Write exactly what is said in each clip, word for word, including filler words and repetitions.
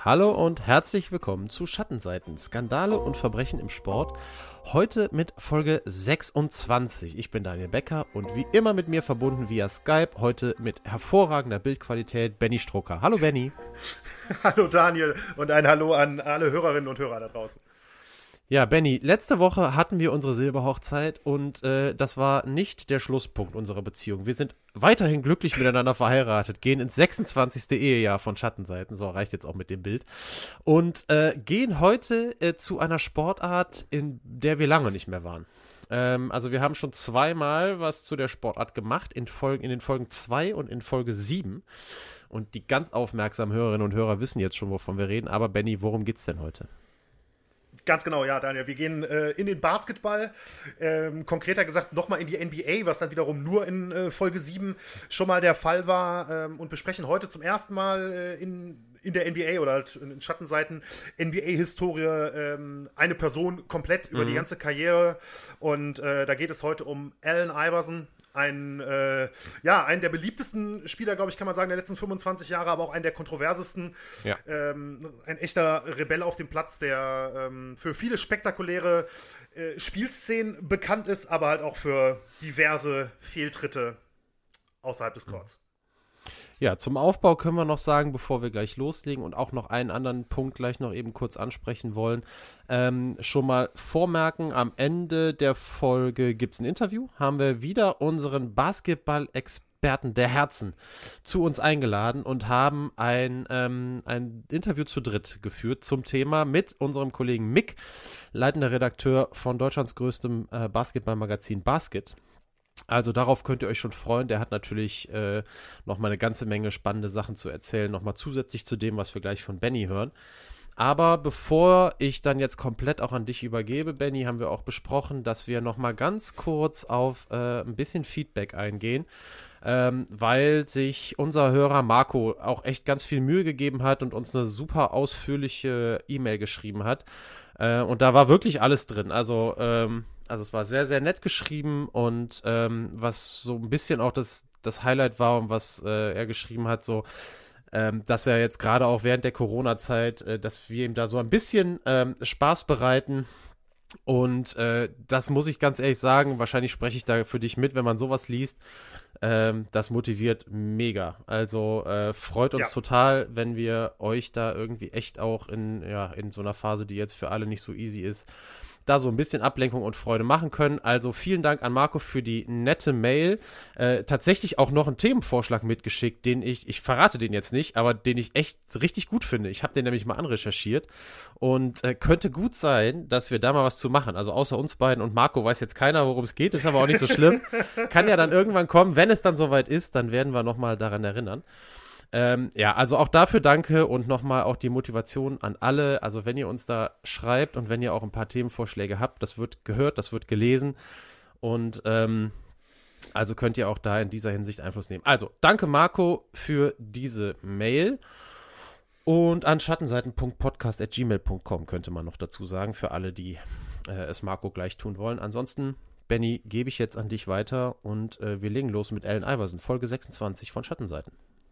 Hallo und herzlich willkommen zu Schattenseiten, Skandale und Verbrechen im Sport. Heute mit Folge sechsundzwanzig. Ich bin Daniel Becker und wie immer mit mir verbunden via Skype, heute mit hervorragender Bildqualität, Benny Strucker. Hallo Benny. Hallo Daniel und ein Hallo an alle Hörerinnen und Hörer da draußen. Ja, Benny, letzte Woche hatten wir unsere Silberhochzeit und äh, das war nicht der Schlusspunkt unserer Beziehung. Wir sind weiterhin glücklich miteinander verheiratet, gehen ins sechsundzwanzigste Ehejahr von Schattenseiten, so reicht jetzt auch mit dem Bild, und äh, gehen heute äh, zu einer Sportart, in der wir lange nicht mehr waren. Ähm, also wir haben schon zweimal was zu der Sportart gemacht, in, Folgen, in den Folgen zwei und in Folge sieben. Und die ganz aufmerksamen Hörerinnen und Hörer wissen jetzt schon, wovon wir reden. Aber Benny, worum geht's denn heute? Ganz genau, ja, Daniel. Wir gehen äh, in den Basketball, ähm, konkreter gesagt nochmal in die N B A, was dann wiederum nur in äh, Folge sieben schon mal der Fall war, ähm, und besprechen heute zum ersten Mal äh, in, in der N B A oder halt in Schattenseiten N B A-Historie ähm, eine Person komplett über mhm. die ganze Karriere. Und äh, da geht es heute um Allen Iverson. Ein, äh, ja, einen der beliebtesten Spieler, glaube ich, kann man sagen, der letzten fünfundzwanzig Jahre, aber auch einen der kontroversesten. Ja. Ähm, ein echter Rebell auf dem Platz, der ähm, für viele spektakuläre äh, Spielszenen bekannt ist, aber halt auch für diverse Fehltritte außerhalb des Courts. Ja, zum Aufbau können wir noch sagen, bevor wir gleich loslegen und auch noch einen anderen Punkt gleich noch eben kurz ansprechen wollen, ähm, schon mal vormerken, am Ende der Folge gibt es ein Interview, haben wir wieder unseren Basketball-Experten der Herzen zu uns eingeladen und haben ein, ähm, ein Interview zu dritt geführt zum Thema mit unserem Kollegen Mick, leitender Redakteur von Deutschlands größtem äh, Basketballmagazin Basket. Also darauf könnt ihr euch schon freuen. Der hat natürlich äh, noch mal eine ganze Menge spannende Sachen zu erzählen, noch mal zusätzlich zu dem, was wir gleich von Benny hören. Aber bevor ich dann jetzt komplett auch an dich übergebe, Benny, haben wir auch besprochen, dass wir noch mal ganz kurz auf äh, ein bisschen Feedback eingehen, ähm, weil sich unser Hörer Marco auch echt ganz viel Mühe gegeben hat und uns eine super ausführliche E-Mail geschrieben hat. Äh, und da war wirklich alles drin. Also ähm, Also es war sehr, sehr nett geschrieben und ähm, was so ein bisschen auch das, das Highlight war und was äh, er geschrieben hat, so, ähm, dass er jetzt gerade auch während der Corona-Zeit, äh, dass wir ihm da so ein bisschen ähm, Spaß bereiten. Und äh, das muss ich ganz ehrlich sagen, wahrscheinlich spreche ich da für dich mit, wenn man sowas liest. Ähm, das motiviert mega. Also äh, freut uns ja. total, wenn wir euch da irgendwie echt auch in, ja, in so einer Phase, die jetzt für alle nicht so easy ist, da so ein bisschen Ablenkung und Freude machen können. Also vielen Dank an Marco für die nette Mail. Äh, tatsächlich auch noch einen Themenvorschlag mitgeschickt, den ich, ich verrate den jetzt nicht, aber den ich echt richtig gut finde. Ich habe den nämlich mal anrecherchiert und äh, könnte gut sein, dass wir da mal was zu machen. Also außer uns beiden und Marco weiß jetzt keiner, worum es geht, ist aber auch nicht so schlimm. Kann ja dann irgendwann kommen. Wenn es dann soweit ist, dann werden wir nochmal daran erinnern. Ähm, ja, also auch dafür danke und nochmal auch die Motivation an alle. Also wenn ihr uns da schreibt und wenn ihr auch ein paar Themenvorschläge habt, das wird gehört, das wird gelesen und ähm, also könnt ihr auch da in dieser Hinsicht Einfluss nehmen. Also danke Marco für diese Mail und an schattenseiten punkt podcast at gmail punkt com könnte man noch dazu sagen, für alle, die äh, es Marco gleich tun wollen. Ansonsten, Benny, gebe ich jetzt an dich weiter und äh, wir legen los mit Allen Iverson, Folge sechsundzwanzig von Schattenseiten.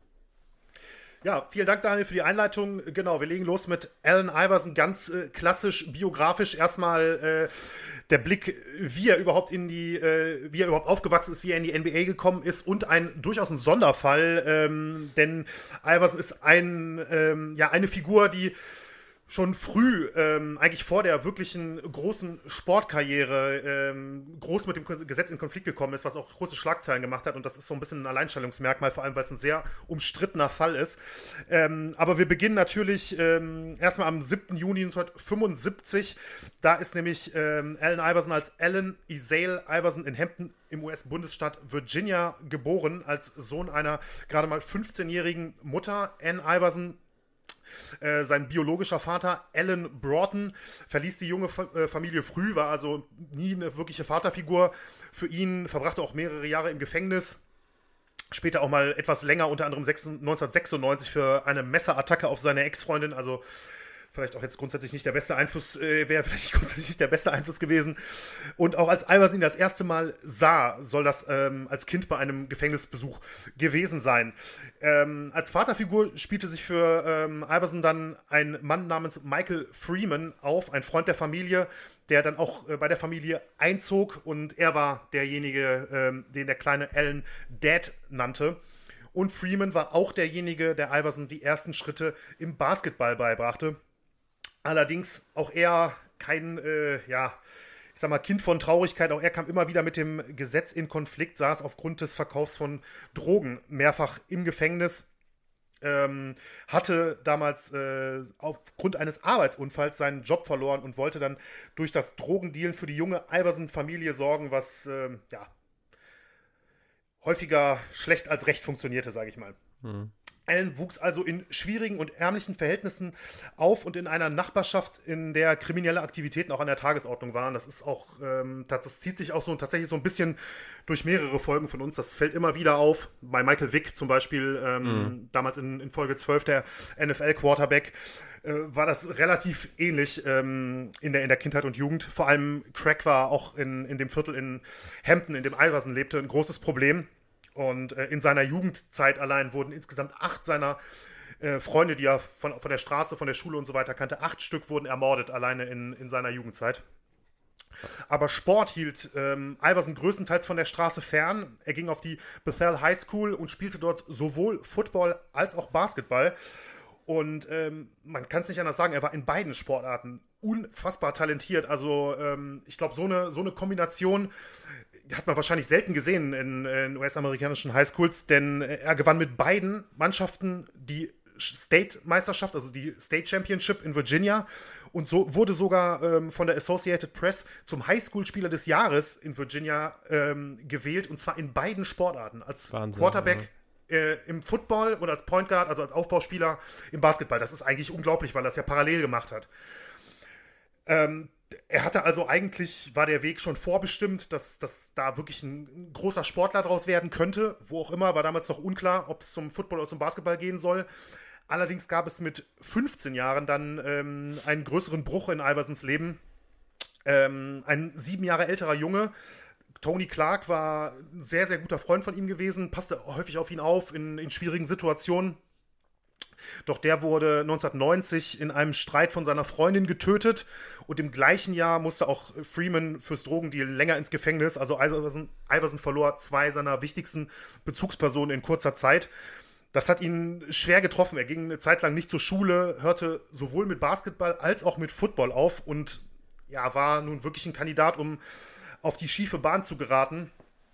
Ja, vielen Dank, Daniel, für die Einleitung. Genau, wir legen los mit Allen Iverson, ganz äh, klassisch biografisch. Erstmal äh, der Blick, wie er überhaupt in die, äh, wie er überhaupt aufgewachsen ist, wie er in die N B A gekommen ist und ein durchaus ein Sonderfall, ähm, denn Iverson ist ein, ähm, ja, eine Figur, die schon früh, ähm, eigentlich vor der wirklichen großen Sportkarriere, ähm, groß mit dem Gesetz in Konflikt gekommen ist, was auch große Schlagzeilen gemacht hat. Und das ist so ein bisschen ein Alleinstellungsmerkmal, vor allem, weil es ein sehr umstrittener Fall ist. Ähm, aber wir beginnen natürlich ähm, erstmal am siebten Juni neunzehnhundertfünfundsiebzig. Da ist nämlich ähm, Allen Iverson als Allen Isaiah Iverson in Hampton im U S-Bundesstaat Virginia geboren, als Sohn einer gerade mal fünfzehnjährigen Mutter. Ann Iverson, Äh, sein biologischer Vater Alan Broughton, verließ die junge Fa- äh, Familie früh, war also nie eine wirkliche Vaterfigur für ihn, verbrachte auch mehrere Jahre im Gefängnis, später auch mal etwas länger, unter anderem neunzehnhundertsechsundneunzig für eine Messerattacke auf seine Ex-Freundin, also vielleicht auch jetzt grundsätzlich nicht der beste Einfluss, äh, wäre vielleicht grundsätzlich nicht der beste Einfluss gewesen. Und auch als Iverson ihn das erste Mal sah, soll das ähm, als Kind bei einem Gefängnisbesuch gewesen sein. Ähm, als Vaterfigur spielte sich für ähm, Iverson dann ein Mann namens Michael Freeman auf, ein Freund der Familie, der dann auch äh, bei der Familie einzog, und er war derjenige, ähm, den der kleine Alan Dad nannte. Und Freeman war auch derjenige, der Iverson die ersten Schritte im Basketball beibrachte. Allerdings auch er kein, äh, ja, ich sag mal, Kind von Traurigkeit. Auch er kam immer wieder mit dem Gesetz in Konflikt, saß aufgrund des Verkaufs von Drogen mehrfach im Gefängnis. Ähm, hatte damals äh, aufgrund eines Arbeitsunfalls seinen Job verloren und wollte dann durch das Drogendealen für die junge Iverson-Familie sorgen, was, äh, ja, häufiger schlecht als recht funktionierte, sage ich mal. Mhm. Alan wuchs also in schwierigen und ärmlichen Verhältnissen auf und in einer Nachbarschaft, in der kriminelle Aktivitäten auch an der Tagesordnung waren. Das ist auch, ähm, das, das zieht sich auch so tatsächlich so ein bisschen durch mehrere Folgen von uns. Das fällt immer wieder auf. Bei Michael Vick zum Beispiel, ähm, mhm. damals in, in Folge zwölf, der N F L-Quarterback, äh, war das relativ ähnlich ähm, in, der, in der Kindheit und Jugend. Vor allem Crack war auch in, in dem Viertel in Hampton, in dem Iverson lebte, ein großes Problem. Und äh, in seiner Jugendzeit allein wurden insgesamt acht seiner äh, Freunde, die er von, von der Straße, von der Schule und so weiter kannte, acht Stück wurden ermordet, alleine in, in seiner Jugendzeit. Aber Sport hielt ähm, Iverson größtenteils von der Straße fern. Er ging auf die Bethel High School und spielte dort sowohl Football als auch Basketball. Und ähm, man kann es nicht anders sagen, er war in beiden Sportarten unfassbar talentiert. Also ähm, ich glaube, so eine, so eine Kombination hat man wahrscheinlich selten gesehen in, in U S-amerikanischen Highschools, denn er gewann mit beiden Mannschaften die State-Meisterschaft, also die State Championship in Virginia, und so wurde sogar ähm, von der Associated Press zum Highschool-Spieler des Jahres in Virginia ähm, gewählt, und zwar in beiden Sportarten, als Wahnsinn, Quarterback ja. äh, im Football und als Point Guard, also als Aufbauspieler im Basketball. Das ist eigentlich unglaublich, weil er das ja parallel gemacht hat. Ähm, Er hatte also eigentlich, war der Weg schon vorbestimmt, dass, dass da wirklich ein, ein großer Sportler draus werden könnte. Wo auch immer, war damals noch unklar, ob es zum Football oder zum Basketball gehen soll. Allerdings gab es mit fünfzehn Jahren dann ähm, einen größeren Bruch in Iversons Leben. Ähm, ein sieben Jahre älterer Junge, Tony Clark, war ein sehr, sehr guter Freund von ihm gewesen, passte häufig auf ihn auf in, in schwierigen Situationen. Doch der wurde neunzehnhundertneunzig in einem Streit von seiner Freundin getötet, und im gleichen Jahr musste auch Freeman fürs Drogendeal länger ins Gefängnis. Also Iverson, Iverson verlor zwei seiner wichtigsten Bezugspersonen in kurzer Zeit. Das hat ihn schwer getroffen. Er ging eine Zeit lang nicht zur Schule, hörte sowohl mit Basketball als auch mit Football auf und ja, war nun wirklich ein Kandidat, um auf die schiefe Bahn zu geraten,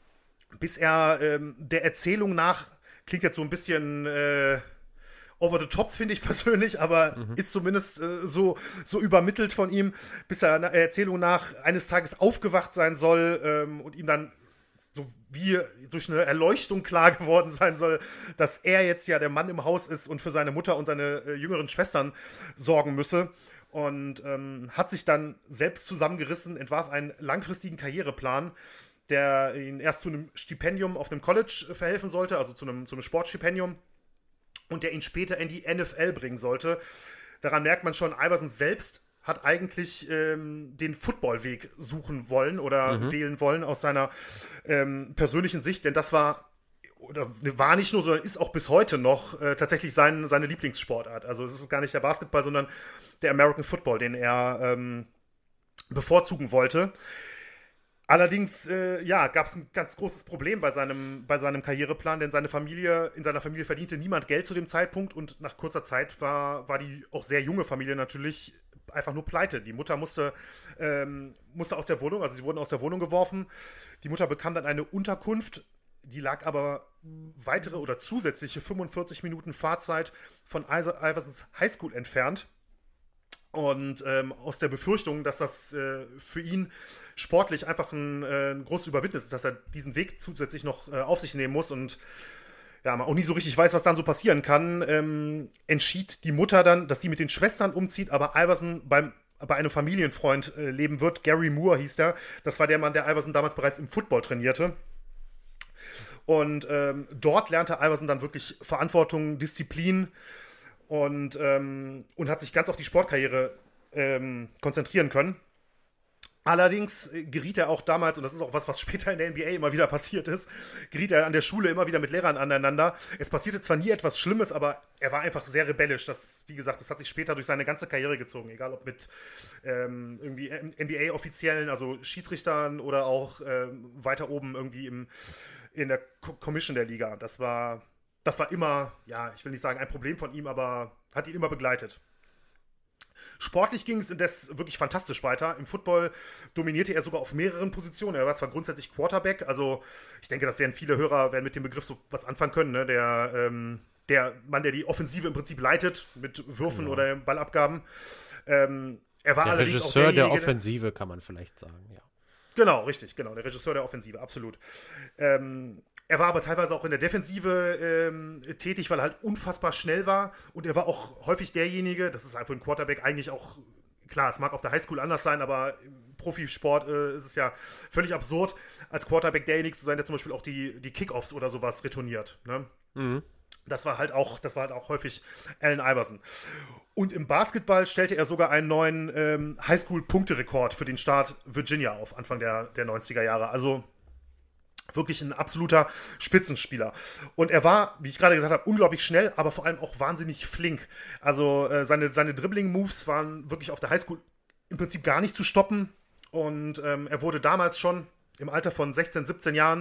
bis er ähm, der Erzählung nach, klingt jetzt so ein bisschen äh, over the top, finde ich persönlich, aber mhm. ist zumindest äh, so, so übermittelt von ihm, bis er einer Erzählung nach eines Tages aufgewacht sein soll ähm, und ihm dann so wie durch eine Erleuchtung klar geworden sein soll, dass er jetzt ja der Mann im Haus ist und für seine Mutter und seine äh, jüngeren Schwestern sorgen müsse. Und ähm, hat sich dann selbst zusammengerissen, entwarf einen langfristigen Karriereplan, der ihn erst zu einem Stipendium auf einem College verhelfen sollte, also zu einem, zu einem Sportstipendium, und der ihn später in die N F L bringen sollte. Daran merkt man schon, Iverson selbst hat eigentlich ähm, den Footballweg suchen wollen oder mhm. wählen wollen aus seiner ähm, persönlichen Sicht, denn das war oder war nicht nur, sondern ist auch bis heute noch äh, tatsächlich sein, seine Lieblingssportart. Also es ist gar nicht der Basketball, sondern der American Football, den er ähm, bevorzugen wollte. Allerdings, äh, ja, gab es ein ganz großes Problem bei seinem, bei seinem Karriereplan, denn seine Familie, in seiner Familie verdiente niemand Geld zu dem Zeitpunkt, und nach kurzer Zeit war, war die auch sehr junge Familie natürlich einfach nur pleite. Die Mutter musste, ähm, musste aus der Wohnung, also sie wurden aus der Wohnung geworfen. Die Mutter bekam dann eine Unterkunft, die lag aber weitere oder zusätzliche fünfundvierzig Minuten Fahrzeit von Iversons Highschool entfernt. Und ähm, aus der Befürchtung, dass das äh, für ihn sportlich einfach ein, äh, ein großes Überwindnis ist, dass er diesen Weg zusätzlich noch äh, auf sich nehmen muss und ja, man auch nie so richtig weiß, was dann so passieren kann, ähm, entschied die Mutter dann, dass sie mit den Schwestern umzieht, aber Iverson beim, bei einem Familienfreund äh, leben wird. Gary Moore hieß der. Das war der Mann, der Iverson damals bereits im Football trainierte. Und ähm, dort lernte Iverson dann wirklich Verantwortung, Disziplin und, ähm, und hat sich ganz auf die Sportkarriere ähm, konzentrieren können. Allerdings geriet er auch damals, und das ist auch was, was später in der N B A immer wieder passiert ist, geriet er an der Schule immer wieder mit Lehrern aneinander. Es passierte zwar nie etwas Schlimmes, aber er war einfach sehr rebellisch. Das, wie gesagt, das hat sich später durch seine ganze Karriere gezogen. Egal ob mit ähm, irgendwie N B A-Offiziellen, also Schiedsrichtern oder auch ähm, weiter oben irgendwie im, in der Commission der Liga. Das war, das war immer, ja, ich will nicht sagen ein Problem von ihm, aber hat ihn immer begleitet. Sportlich ging es indes wirklich fantastisch weiter. Im Football dominierte er sogar auf mehreren Positionen. Er war zwar grundsätzlich Quarterback, also ich denke, das werden viele Hörer werden mit dem Begriff so was anfangen können. Ne? Der, ähm, der Mann, der die Offensive im Prinzip leitet, mit Würfen genau. oder Ballabgaben. Ähm, er war der allerdings Regisseur auch der Offensive, kann man vielleicht sagen, ja. Genau, richtig, genau. Der Regisseur der Offensive, absolut. Ähm, Er war aber teilweise auch in der Defensive ähm, tätig, weil er halt unfassbar schnell war. Und er war auch häufig derjenige, das ist einfach ein Quarterback eigentlich auch, klar, es mag auf der Highschool anders sein, aber im Profisport äh, ist es ja völlig absurd, als Quarterback derjenige zu sein, der zum Beispiel auch die, die Kickoffs oder sowas retourniert. Ne? Mhm. Das war halt auch, das war halt auch häufig Allen Iverson. Und im Basketball stellte er sogar einen neuen ähm, Highschool-Punkterekord für den Staat Virginia auf, Anfang der, der neunziger Jahre. Also wirklich ein absoluter Spitzenspieler. Und er war, wie ich gerade gesagt habe, unglaublich schnell, aber vor allem auch wahnsinnig flink. Also äh, seine, seine Dribbling-Moves waren wirklich auf der Highschool im Prinzip gar nicht zu stoppen. Und ähm, er wurde damals schon im Alter von sechzehn, siebzehn Jahren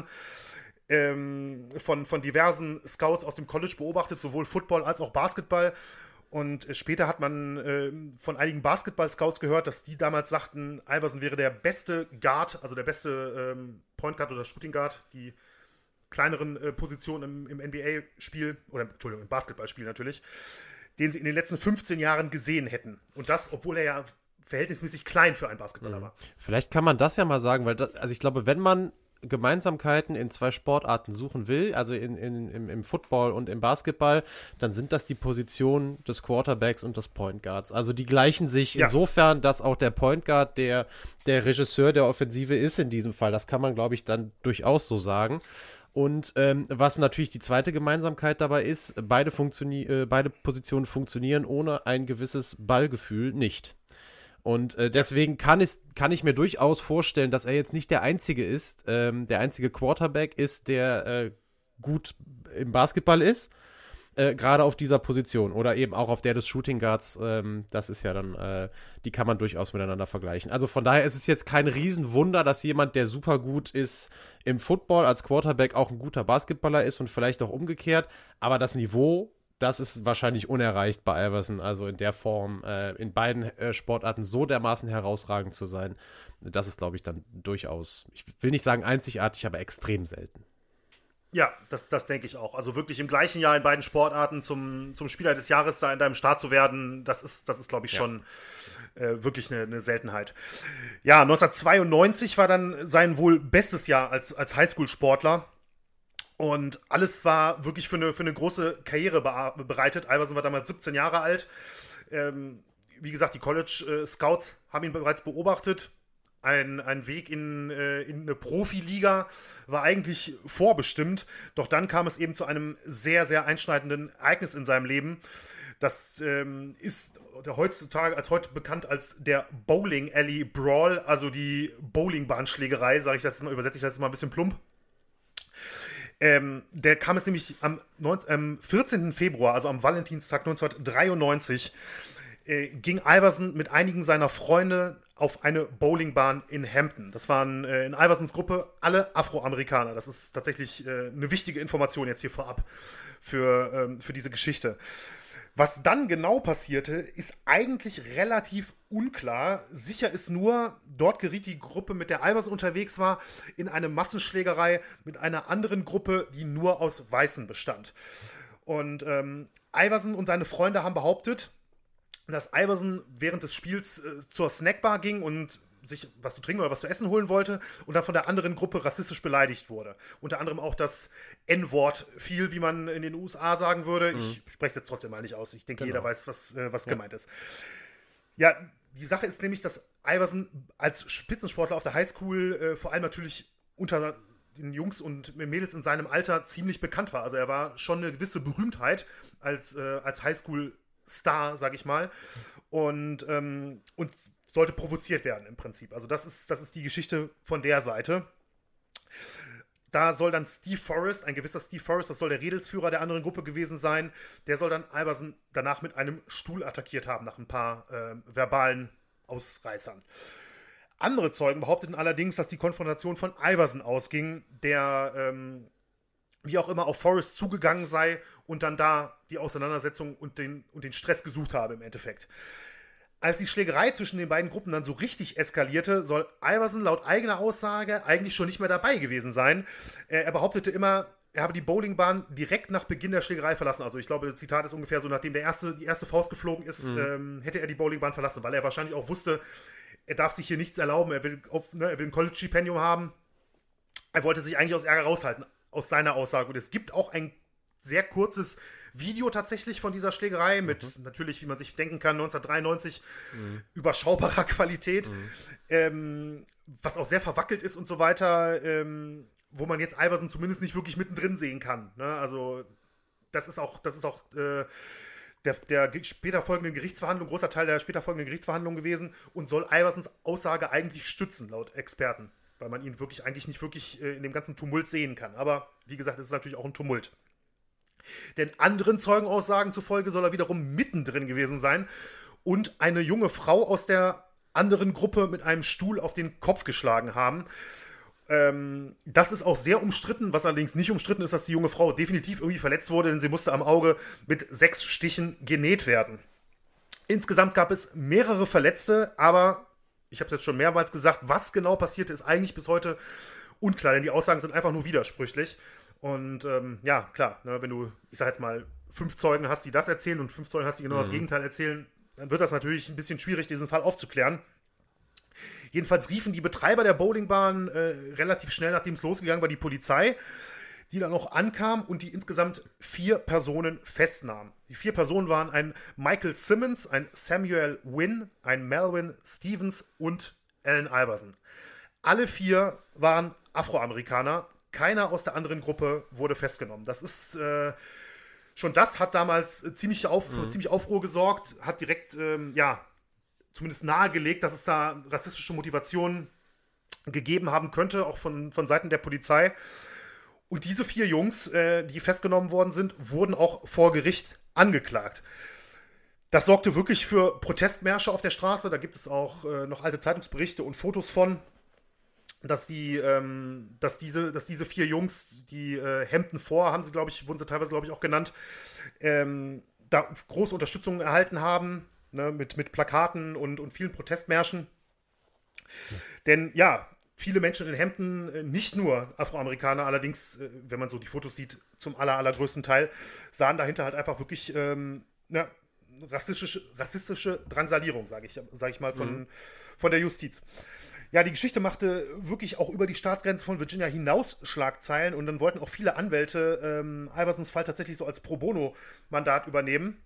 ähm, von, von diversen Scouts aus dem College beobachtet, sowohl Football als auch Basketball. Und später hat man äh, von einigen Basketball-Scouts gehört, dass die damals sagten, Iverson wäre der beste Guard, also der beste ähm, Point Guard oder Shooting Guard, die kleineren äh, Positionen im, im N B A-Spiel, oder Entschuldigung, im Basketballspiel natürlich, den sie in den letzten fünfzehn Jahren gesehen hätten. Und das, obwohl er ja verhältnismäßig klein für einen Basketballer mhm. war. Vielleicht kann man das ja mal sagen, weil das, also ich glaube, wenn man Gemeinsamkeiten in zwei Sportarten suchen will, also in, in, im, im Football und im Basketball, dann sind das die Positionen des Quarterbacks und des Point Guards. Also die gleichen sich ja. insofern, dass auch der Point Guard der, der Regisseur der Offensive ist in diesem Fall. Das kann man, glaube ich, dann durchaus so sagen. Und ähm, was natürlich die zweite Gemeinsamkeit dabei ist, beide, funktioni- äh, beide Positionen funktionieren ohne ein gewisses Ballgefühl nicht. Und äh, deswegen kann, es, kann ich mir durchaus vorstellen, dass er jetzt nicht der Einzige ist, ähm, der einzige Quarterback ist, der äh, gut im Basketball ist, äh, gerade auf dieser Position oder eben auch auf der des Shooting Guards. Ähm, das ist ja dann, äh, die kann man durchaus miteinander vergleichen. Also von daher ist es jetzt kein Riesenwunder, dass jemand, der super gut ist im Football als Quarterback, auch ein guter Basketballer ist und vielleicht auch umgekehrt. Aber das Niveau, das ist wahrscheinlich unerreicht bei Iverson, also in der Form, äh, in beiden äh, Sportarten so dermaßen herausragend zu sein, das ist, glaube ich, dann durchaus, ich will nicht sagen einzigartig, aber extrem selten. Ja, das, das denke ich auch. Also wirklich im gleichen Jahr in beiden Sportarten zum, zum Spieler des Jahres da in deinem Start zu werden, das ist, das ist glaube ich, ja. schon äh, wirklich eine, eine Seltenheit. Ja, neunzehnhundertzweiundneunzig war dann sein wohl bestes Jahr als, als Highschool-Sportler. Und alles war wirklich für eine, für eine große Karriere be- bereitet. Iverson war damals siebzehn Jahre alt. Ähm, wie gesagt, die College-Scouts haben ihn bereits beobachtet. Ein, ein Weg in, äh, in eine Profiliga war eigentlich vorbestimmt. Doch dann kam es eben zu einem sehr, sehr einschneidenden Ereignis in seinem Leben. Das ähm, ist der heutzutage als heute bekannt als der Bowling Alley Brawl, also die Bowlingbahnschlägerei, sage ich das mal, übersetze ich das mal ein bisschen plump. Ähm, der kam es nämlich am, neunzehnten, am vierzehnten Februar, also am Valentinstag neunzehnhundertdreiundneunzig, äh, ging Iverson mit einigen seiner Freunde auf eine Bowlingbahn in Hampton. Das waren äh, in Iversons Gruppe alle Afroamerikaner. Das ist tatsächlich äh, eine wichtige Information jetzt hier vorab für, ähm, für diese Geschichte. Was dann genau passierte, ist eigentlich relativ unklar. Sicher ist nur, dort geriet die Gruppe, mit der Iverson unterwegs war, in eine Massenschlägerei mit einer anderen Gruppe, die nur aus Weißen bestand. Und ähm, Iverson und seine Freunde haben behauptet, dass Iverson während des Spiels äh, zur Snackbar ging und sich was zu trinken oder was zu essen holen wollte und dann von der anderen Gruppe rassistisch beleidigt wurde. Unter anderem auch das En-Wort fiel, wie man in den U S A sagen würde. Mhm. Ich spreche es jetzt trotzdem mal nicht aus. Ich denke, genau. Jeder weiß, was, äh, was ja. gemeint ist. Ja, die Sache ist nämlich, dass Iverson als Spitzensportler auf der Highschool äh, vor allem natürlich unter den Jungs und Mädels in seinem Alter ziemlich bekannt war. Also er war schon eine gewisse Berühmtheit als, äh, als Highschool Star, sag ich mal. Und, ähm, und sollte provoziert werden im Prinzip. Also das ist, das ist die Geschichte von der Seite. Da soll dann Steve Forrest, ein gewisser Steve Forrest, das soll der Redelsführer der anderen Gruppe gewesen sein, der soll dann Iverson danach mit einem Stuhl attackiert haben, nach ein paar äh, verbalen Ausreißern. Andere Zeugen behaupteten allerdings, dass die Konfrontation von Iverson ausging, der ähm, wie auch immer auf Forrest zugegangen sei und dann da die Auseinandersetzung und den, und den Stress gesucht habe im Endeffekt. Als die Schlägerei zwischen den beiden Gruppen dann so richtig eskalierte, soll Iverson laut eigener Aussage eigentlich schon nicht mehr dabei gewesen sein. Er behauptete immer, er habe die Bowlingbahn direkt nach Beginn der Schlägerei verlassen. Also ich glaube, das Zitat ist ungefähr so, nachdem der erste, die erste Faust geflogen ist, mhm. ähm, hätte er die Bowlingbahn verlassen, weil er wahrscheinlich auch wusste, er darf sich hier nichts erlauben, er will, auf, ne, er will ein College-Stipendium haben. Er wollte sich eigentlich aus Ärger raushalten, aus seiner Aussage. Und es gibt auch ein sehr kurzes Video tatsächlich von dieser Schlägerei mit, mhm. natürlich, wie man sich denken kann, neunzehnhundertdreiundneunzig mhm. überschaubarer Qualität, mhm. ähm, was auch sehr verwackelt ist und so weiter, ähm, wo man jetzt Iverson zumindest nicht wirklich mittendrin sehen kann. Ne? Also das ist auch, das ist auch äh, der, der später folgenden Gerichtsverhandlung, großer Teil der später folgenden Gerichtsverhandlung gewesen und soll Iversons Aussage eigentlich stützen, laut Experten, weil man ihn wirklich eigentlich nicht wirklich äh, in dem ganzen Tumult sehen kann. Aber wie gesagt, es ist natürlich auch ein Tumult. Denn anderen Zeugenaussagen zufolge soll er wiederum mittendrin gewesen sein und eine junge Frau aus der anderen Gruppe mit einem Stuhl auf den Kopf geschlagen haben. Ähm, das ist auch sehr umstritten. Was allerdings nicht umstritten ist, dass die junge Frau definitiv irgendwie verletzt wurde, denn sie musste am Auge mit sechs Stichen genäht werden. Insgesamt gab es mehrere Verletzte, aber ich habe es jetzt schon mehrmals gesagt, was genau passierte, ist eigentlich bis heute unklar, denn die Aussagen sind einfach nur widersprüchlich. Und ähm, ja, klar, ne, wenn du, ich sag jetzt mal, fünf Zeugen hast, die das erzählen und fünf Zeugen hast, die genau mhm. das Gegenteil erzählen, dann wird das natürlich ein bisschen schwierig, diesen Fall aufzuklären. Jedenfalls riefen die Betreiber der Bowlingbahn äh, relativ schnell, nachdem es losgegangen war, die Polizei, die dann auch ankam und die insgesamt vier Personen festnahm. Die vier Personen waren ein Michael Simmons, ein Samuel Wynn, ein Melvin Stevens und Allen Iverson. Alle vier waren Afroamerikaner. Keiner aus der anderen Gruppe wurde festgenommen. Das ist, äh, schon das hat damals ziemlich, auf, mhm. ziemlich Aufruhr gesorgt, hat direkt, ähm, ja, zumindest nahegelegt, dass es da rassistische Motivationen gegeben haben könnte, auch von, von Seiten der Polizei. Und diese vier Jungs, äh, die festgenommen worden sind, wurden auch vor Gericht angeklagt. Das sorgte wirklich für Protestmärsche auf der Straße. Da gibt es auch äh, noch alte Zeitungsberichte und Fotos von. Dass die, ähm, dass diese, dass diese vier Jungs, die äh, Hampton Four, haben sie, glaube ich, wurden sie teilweise, glaube ich, auch genannt, ähm, da große Unterstützung erhalten haben, ne, mit, mit Plakaten und, und vielen Protestmärschen. Ja. Denn ja, viele Menschen in Hampton, äh, nicht nur Afroamerikaner, allerdings, äh, wenn man so die Fotos sieht, zum aller, allergrößten Teil, sahen dahinter halt einfach wirklich ähm, na, rassistische, rassistische Drangsalierung, sage ich, sag ich mal, von, mhm. von der Justiz. Ja, die Geschichte machte wirklich auch über die Staatsgrenze von Virginia hinaus Schlagzeilen und dann wollten auch viele Anwälte ähm, Iversons Fall tatsächlich so als Pro-Bono-Mandat übernehmen.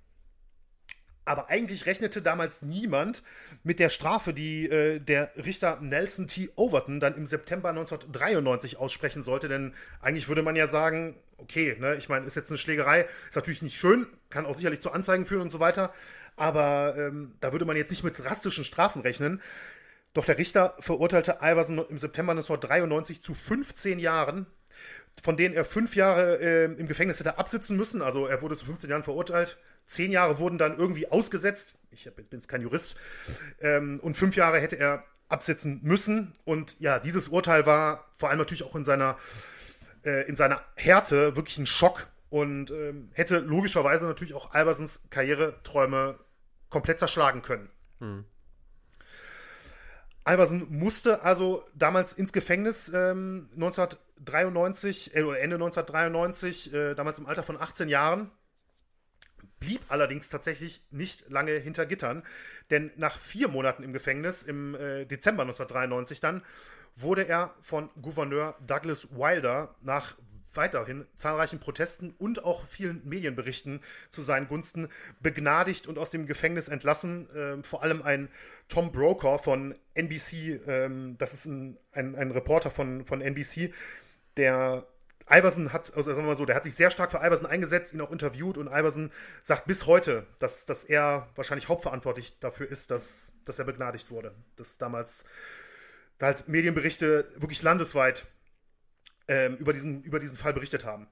Aber eigentlich rechnete damals niemand mit der Strafe, die äh, der Richter Nelson T. Overton dann im September neunzehnhundertdreiundneunzig aussprechen sollte. Denn eigentlich würde man ja sagen, okay, ne, ich meine, ist jetzt eine Schlägerei, ist natürlich nicht schön, kann auch sicherlich zu Anzeigen führen und so weiter. Aber ähm, da würde man jetzt nicht mit drastischen Strafen rechnen. Doch der Richter verurteilte Iverson im September neunzehnhundertdreiundneunzig zu fünfzehn Jahren, von denen er fünf Jahre äh, im Gefängnis hätte absitzen müssen. Also er wurde zu fünfzehn Jahren verurteilt. Zehn Jahre wurden dann irgendwie ausgesetzt. Ich hab, bin jetzt kein Jurist. Ähm, und fünf Jahre hätte er absitzen müssen. Und ja, dieses Urteil war vor allem natürlich auch in seiner, äh, in seiner Härte wirklich ein Schock und ähm, hätte logischerweise natürlich auch Iversons Karriereträume komplett zerschlagen können. Hm. Iverson musste also damals ins Gefängnis ähm, neunzehnhundertdreiundneunzig, äh, oder Ende neunzehnhundertdreiundneunzig, äh, damals im Alter von achtzehn Jahren, blieb allerdings tatsächlich nicht lange hinter Gittern, denn nach vier Monaten im Gefängnis, im äh, Dezember neunzehnhundertdreiundneunzig dann, wurde er von Gouverneur Douglas Wilder nach weiterhin zahlreichen Protesten und auch vielen Medienberichten zu seinen Gunsten begnadigt und aus dem Gefängnis entlassen. Ähm, vor allem ein Tom Brokaw von N B C, ähm, das ist ein, ein, ein Reporter von, von N B C, der Iverson hat, also sagen wir mal so, der hat sich sehr stark für Iverson eingesetzt, ihn auch interviewt und Iverson sagt bis heute, dass, dass er wahrscheinlich hauptverantwortlich dafür ist, dass, dass er begnadigt wurde. Dass damals da halt Medienberichte wirklich landesweit ähm, über, diesen, über diesen Fall berichtet haben.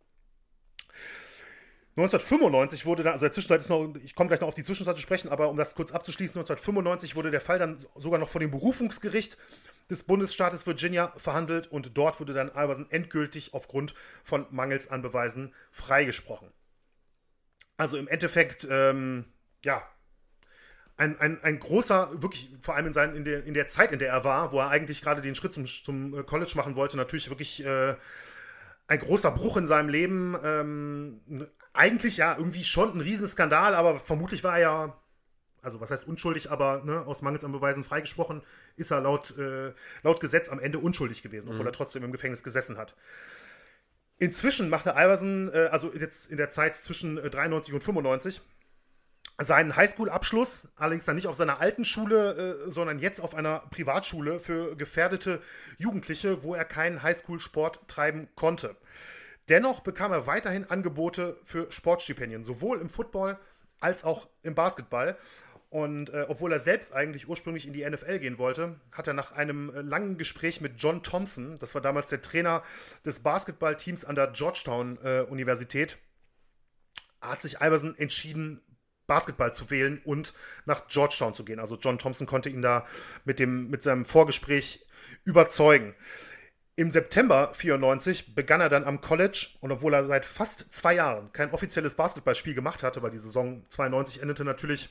neunzehnhundertfünfundneunzig wurde dann, also der Zwischenzeit ist noch, ich komme gleich noch auf die Zwischenzeit zu sprechen, aber um das kurz abzuschließen, neunzehnhundertfünfundneunzig wurde der Fall dann sogar noch vor dem Berufungsgericht des Bundesstaates Virginia verhandelt und dort wurde dann Iverson endgültig aufgrund von Mangels an Beweisen freigesprochen. Also im Endeffekt, ähm, ja, ein, ein, ein großer, wirklich, vor allem in, seinen, in, der, in der Zeit, in der er war, wo er eigentlich gerade den Schritt zum, zum College machen wollte, natürlich wirklich äh, ein großer Bruch in seinem Leben. Ähm, eigentlich ja irgendwie schon ein Riesenskandal, aber vermutlich war er ja, also was heißt unschuldig, aber ne, aus Mangels an Beweisen freigesprochen, ist er laut, äh, laut Gesetz am Ende unschuldig gewesen, obwohl mhm. er trotzdem im Gefängnis gesessen hat. Inzwischen machte Iverson, äh, also jetzt in der Zeit zwischen äh, dreiundneunzig und fünfundneunzig, seinen Highschool-Abschluss, allerdings dann nicht auf seiner alten Schule, äh, sondern jetzt auf einer Privatschule für gefährdete Jugendliche, wo er keinen Highschool-Sport treiben konnte. Dennoch bekam er weiterhin Angebote für Sportstipendien, sowohl im Football als auch im Basketball. Und äh, obwohl er selbst eigentlich ursprünglich in die N F L gehen wollte, hat er nach einem äh, langen Gespräch mit John Thompson, das war damals der Trainer des Basketballteams an der Georgetown äh, Universität, hat sich Iverson entschieden, Basketball zu wählen und nach Georgetown zu gehen. Also John Thompson konnte ihn da mit, dem, mit seinem Vorgespräch überzeugen. Im September vierundneunzig begann er dann am College und obwohl er seit fast zwei Jahren kein offizielles Basketballspiel gemacht hatte, weil die Saison zweiundneunzig endete natürlich,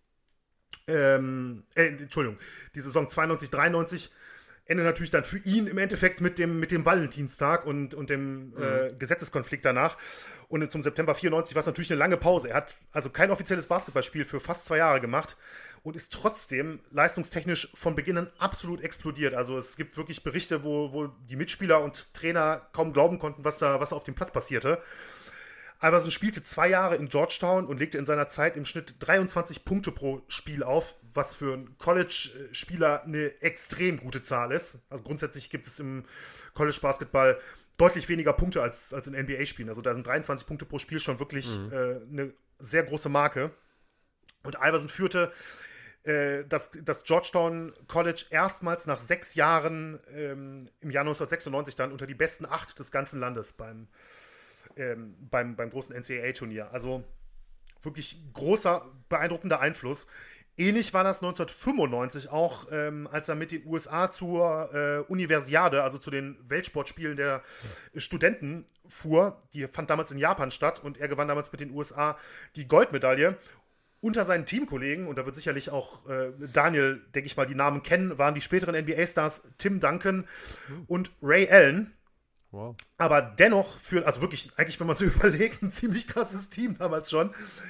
ähm, äh, Entschuldigung, die Saison zweiundneunzig dreiundneunzig endete natürlich dann für ihn im Endeffekt mit dem, mit dem Valentinstag und, und dem mhm. äh, Gesetzeskonflikt danach. Und zum September vierundneunzig war es natürlich eine lange Pause. Er hat also kein offizielles Basketballspiel für fast zwei Jahre gemacht und ist trotzdem leistungstechnisch von Beginn an absolut explodiert. Also es gibt wirklich Berichte, wo, wo die Mitspieler und Trainer kaum glauben konnten, was da, was da auf dem Platz passierte. Iverson spielte zwei Jahre in Georgetown und legte in seiner Zeit im Schnitt dreiundzwanzig Punkte pro Spiel auf, was für einen College-Spieler eine extrem gute Zahl ist. Also grundsätzlich gibt es im College-Basketball deutlich weniger Punkte als, als in N B A-Spielen. Also da sind dreiundzwanzig Punkte pro Spiel schon wirklich mhm. äh, eine sehr große Marke. Und Iverson führte äh, das, das Georgetown College erstmals nach sechs Jahren ähm, im Jahr neunzehnhundertsechsundneunzig dann unter die besten acht des ganzen Landes beim Ähm, beim, beim großen N C A A-Turnier. Also wirklich großer, beeindruckender Einfluss. Ähnlich war das neunzehnhundertfünfundneunzig auch, ähm, als er mit den U S A zur äh, Universiade, also zu den Weltsportspielen der ja. Studenten fuhr. Die fand damals in Japan statt und er gewann damals mit den U S A die Goldmedaille. Unter seinen Teamkollegen, und da wird sicherlich auch äh, Daniel, denke ich mal, die Namen kennen, waren die späteren N B A-Stars Tim Duncan mhm. und Ray Allen. Wow. Aber dennoch führt, also wirklich, eigentlich, wenn man so überlegt, ein ziemlich krasses Team damals schon.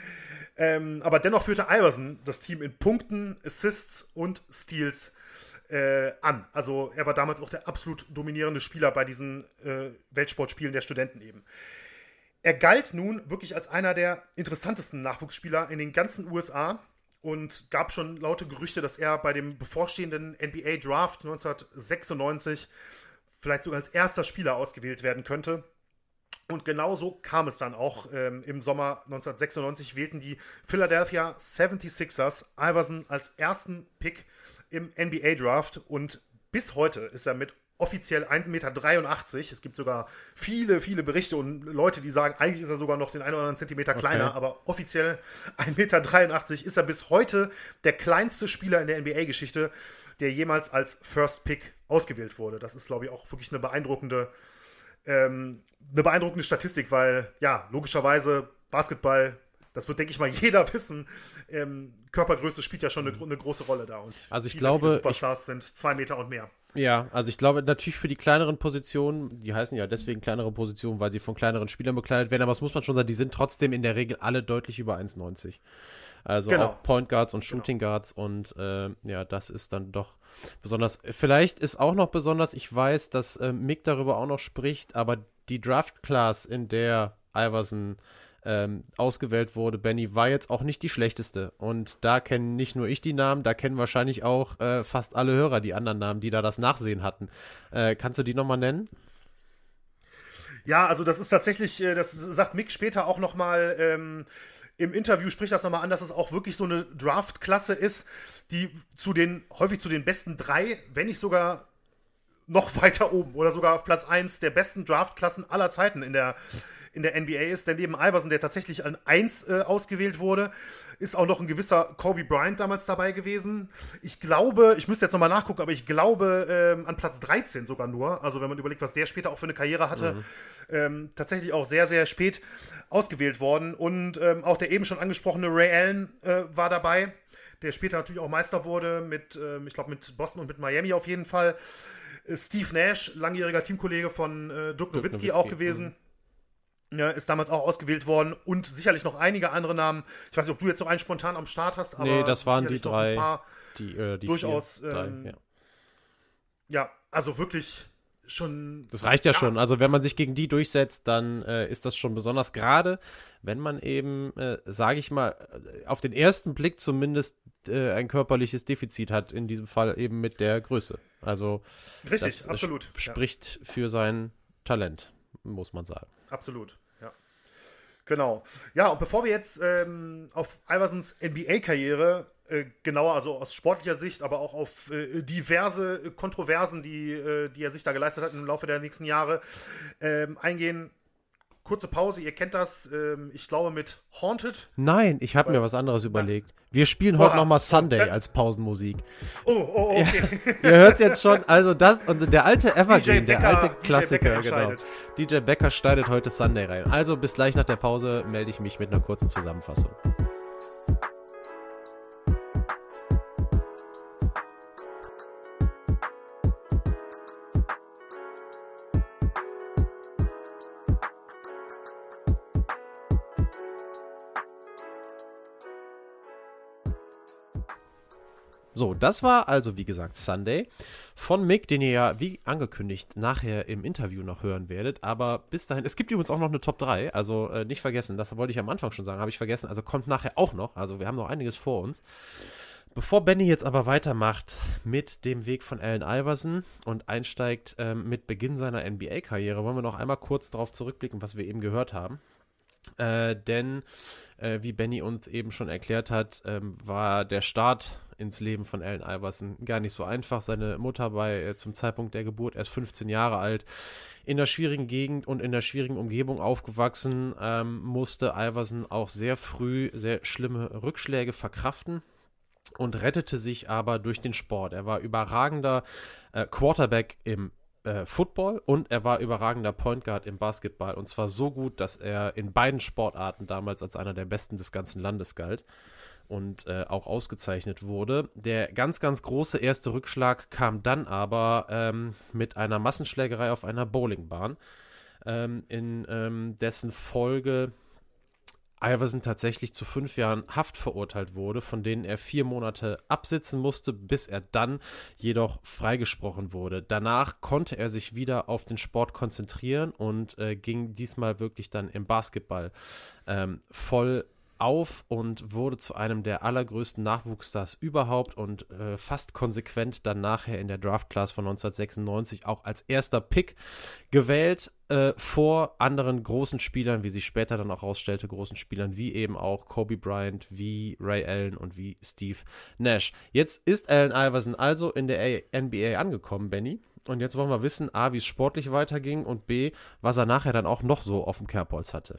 Ähm, aber dennoch führte Iverson das Team in Punkten, Assists und Steals äh, an. Also er war damals auch der absolut dominierende Spieler bei diesen äh, Weltsportspielen der Studenten eben. Er galt nun wirklich als einer der interessantesten Nachwuchsspieler in den ganzen U S A und gab schon laute Gerüchte, dass er bei dem bevorstehenden N B A-Draft neunzehnhundertsechsundneunzig vielleicht sogar als erster Spieler ausgewählt werden könnte. Und genau so kam es dann auch. Ähm, Im Sommer neunzehnhundertsechsundneunzig wählten die Philadelphia seventy-sixers Iverson als ersten Pick im N B A-Draft und bis heute ist er mit offiziell eins Komma dreiundachtzig Meter. Es gibt sogar viele, viele Berichte und Leute, die sagen, eigentlich ist er sogar noch den einen oder anderen Zentimeter kleiner, okay. aber offiziell eins Komma dreiundachtzig Meter ist er bis heute der kleinste Spieler in der N B A-Geschichte, der jemals als First Pick ausgewählt wurde. Das ist, glaube ich, auch wirklich eine beeindruckende, ähm, eine beeindruckende Statistik, weil, ja, logischerweise Basketball, das wird, denke ich mal, jeder wissen, ähm, Körpergröße spielt ja schon eine, eine große Rolle da. Und also ich viele, glaube, viele Superstars ich, sind zwei Meter und mehr. Ja, also ich glaube natürlich für die kleineren Positionen, die heißen ja deswegen kleinere Positionen, weil sie von kleineren Spielern bekleidet werden, aber das muss man schon sagen, die sind trotzdem in der Regel alle deutlich über eins Komma neunzig. Also genau. Auch Point Guards und Shooting genau. Guards und äh, ja, das ist dann doch besonders. Vielleicht ist auch noch besonders, ich weiß, dass äh, Mick darüber auch noch spricht, aber die Draft Class, in der Iverson ähm, ausgewählt wurde, Benny, war jetzt auch nicht die schlechteste. Und da kennen nicht nur ich die Namen, da kennen wahrscheinlich auch äh, fast alle Hörer die anderen Namen, die da das Nachsehen hatten. Äh, kannst du die nochmal nennen? Ja, also das ist tatsächlich, das sagt Mick später auch nochmal, ähm, im Interview spricht das nochmal an, dass es auch wirklich so eine Draft-Klasse ist, die zu den, häufig zu den besten drei, wenn nicht sogar noch weiter oben oder sogar auf Platz eins der besten Draft-Klassen aller Zeiten in der, in der N B A ist. Denn neben Iverson, der tatsächlich an eins äh, ausgewählt wurde, ist auch noch ein gewisser Kobe Bryant damals dabei gewesen. Ich glaube, ich müsste jetzt nochmal nachgucken, aber ich glaube ähm, an Platz dreizehn sogar nur. Also wenn man überlegt, was der später auch für eine Karriere hatte, mhm. ähm, tatsächlich auch sehr, sehr spät ausgewählt worden. Und ähm, auch der eben schon angesprochene Ray Allen äh, war dabei, der später natürlich auch Meister wurde mit, ähm, ich glaube, mit Boston und mit Miami auf jeden Fall. Äh, Steve Nash, langjähriger Teamkollege von äh, Dirk Nowitzki auch gewesen. Mhm. Ja, ist damals auch ausgewählt worden und sicherlich noch einige andere Namen. Ich weiß nicht, ob du jetzt noch einen spontan am Start hast, aber nee, das waren die drei, ein paar die, äh, die durchaus, vier, drei, ähm, ja. ja, also wirklich schon. Das reicht ja, ja schon. Also wenn man sich gegen die durchsetzt, dann äh, ist das schon besonders. Gerade wenn man eben, äh, sage ich mal, auf den ersten Blick zumindest äh, ein körperliches Defizit hat. In diesem Fall eben mit der Größe. Also richtig, das absolut. Sp- spricht ja. für sein Talent, muss man sagen. Absolut, ja. Genau. Ja, und bevor wir jetzt ähm, auf Iversons N B A-Karriere äh, genauer, also aus sportlicher Sicht, aber auch auf äh, diverse Kontroversen, die, äh, die er sich da geleistet hat im Laufe der nächsten Jahre, ähm, eingehen, kurze Pause, ihr kennt das, ähm, ich glaube mit Haunted. Nein, ich habe mir was anderes überlegt. Wir spielen heute nochmal Sunday dann, als Pausenmusik. Oh, oh, okay. Ja. Ihr hört es jetzt schon, also das und der alte Evergreen, der alte Klassiker, D J genau. D J Becker schneidet heute Sunday rein. Also bis gleich nach der Pause melde ich mich mit einer kurzen Zusammenfassung. So, das war also, wie gesagt, Sunday von Mick, den ihr ja, wie angekündigt, nachher im Interview noch hören werdet. Aber bis dahin, es gibt übrigens auch noch eine Top drei, also äh, nicht vergessen, das wollte ich am Anfang schon sagen, habe ich vergessen, also kommt nachher auch noch, also wir haben noch einiges vor uns. Bevor Benny jetzt aber weitermacht mit dem Weg von Allen Iverson und einsteigt ähm, mit Beginn seiner N B A-Karriere, wollen wir noch einmal kurz darauf zurückblicken, was wir eben gehört haben. Äh, denn, äh, wie Benny uns eben schon erklärt hat, ähm, war der Start ins Leben von Allen Iverson gar nicht so einfach. Seine Mutter war äh, zum Zeitpunkt der Geburt erst fünfzehn Jahre alt, in einer schwierigen Gegend und in einer schwierigen Umgebung aufgewachsen, ähm, musste Iverson auch sehr früh sehr schlimme Rückschläge verkraften und rettete sich aber durch den Sport. Er war überragender äh, Quarterback im Football und er war überragender Point Guard im Basketball und zwar so gut, dass er in beiden Sportarten damals als einer der besten des ganzen Landes galt und äh, auch ausgezeichnet wurde. Der ganz, ganz große erste Rückschlag kam dann aber ähm, mit einer Massenschlägerei auf einer Bowlingbahn, ähm, in ähm, dessen Folge Iverson tatsächlich zu fünf Jahren Haft verurteilt wurde, von denen er vier Monate absitzen musste, bis er dann jedoch freigesprochen wurde. Danach konnte er sich wieder auf den Sport konzentrieren und äh, ging diesmal wirklich dann im Basketball ähm, voll auf und wurde zu einem der allergrößten Nachwuchsstars überhaupt und äh, fast konsequent dann nachher in der Draft-Class von neunzehnhundertsechsundneunzig auch als erster Pick gewählt, äh, vor anderen großen Spielern, wie sich später dann auch rausstellte, großen Spielern wie eben auch Kobe Bryant, wie Ray Allen und wie Steve Nash. Jetzt ist Allen Iverson also in der N B A angekommen, Benny. Und jetzt wollen wir wissen, A, wie es sportlich weiterging und B, was er nachher dann auch noch so auf dem Kerbholz hatte.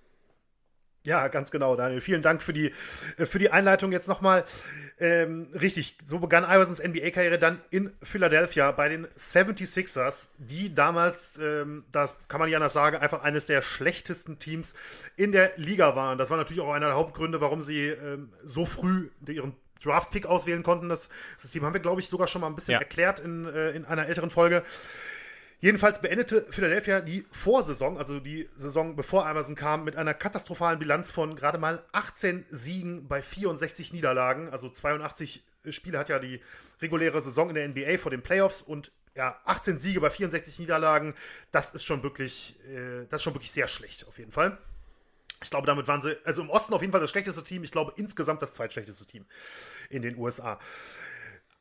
Ja, ganz genau, Daniel. Vielen Dank für die, für die Einleitung jetzt nochmal. Ähm, richtig, so begann Iversons N B A-Karriere dann in Philadelphia bei den seventy-sixers, die damals, ähm, das kann man nicht anders sagen, einfach eines der schlechtesten Teams in der Liga waren. Das war natürlich auch einer der Hauptgründe, warum sie ähm, so früh ihren Draft-Pick auswählen konnten. Das System haben wir, glaube ich, sogar schon mal ein bisschen ja. erklärt in, äh, in einer älteren Folge. Jedenfalls beendete Philadelphia die Vorsaison, also die Saison bevor Iverson kam, mit einer katastrophalen Bilanz von gerade mal achtzehn Siegen bei vierundsechzig Niederlagen. Also zweiundachtzig Spiele hat ja die reguläre Saison in der N B A vor den Playoffs und ja, achtzehn Siege bei vierundsechzig Niederlagen, das ist schon wirklich, äh, das ist schon wirklich sehr schlecht auf jeden Fall. Ich glaube, damit waren sie, also im Osten auf jeden Fall das schlechteste Team, ich glaube insgesamt das zweitschlechteste Team in den U S A.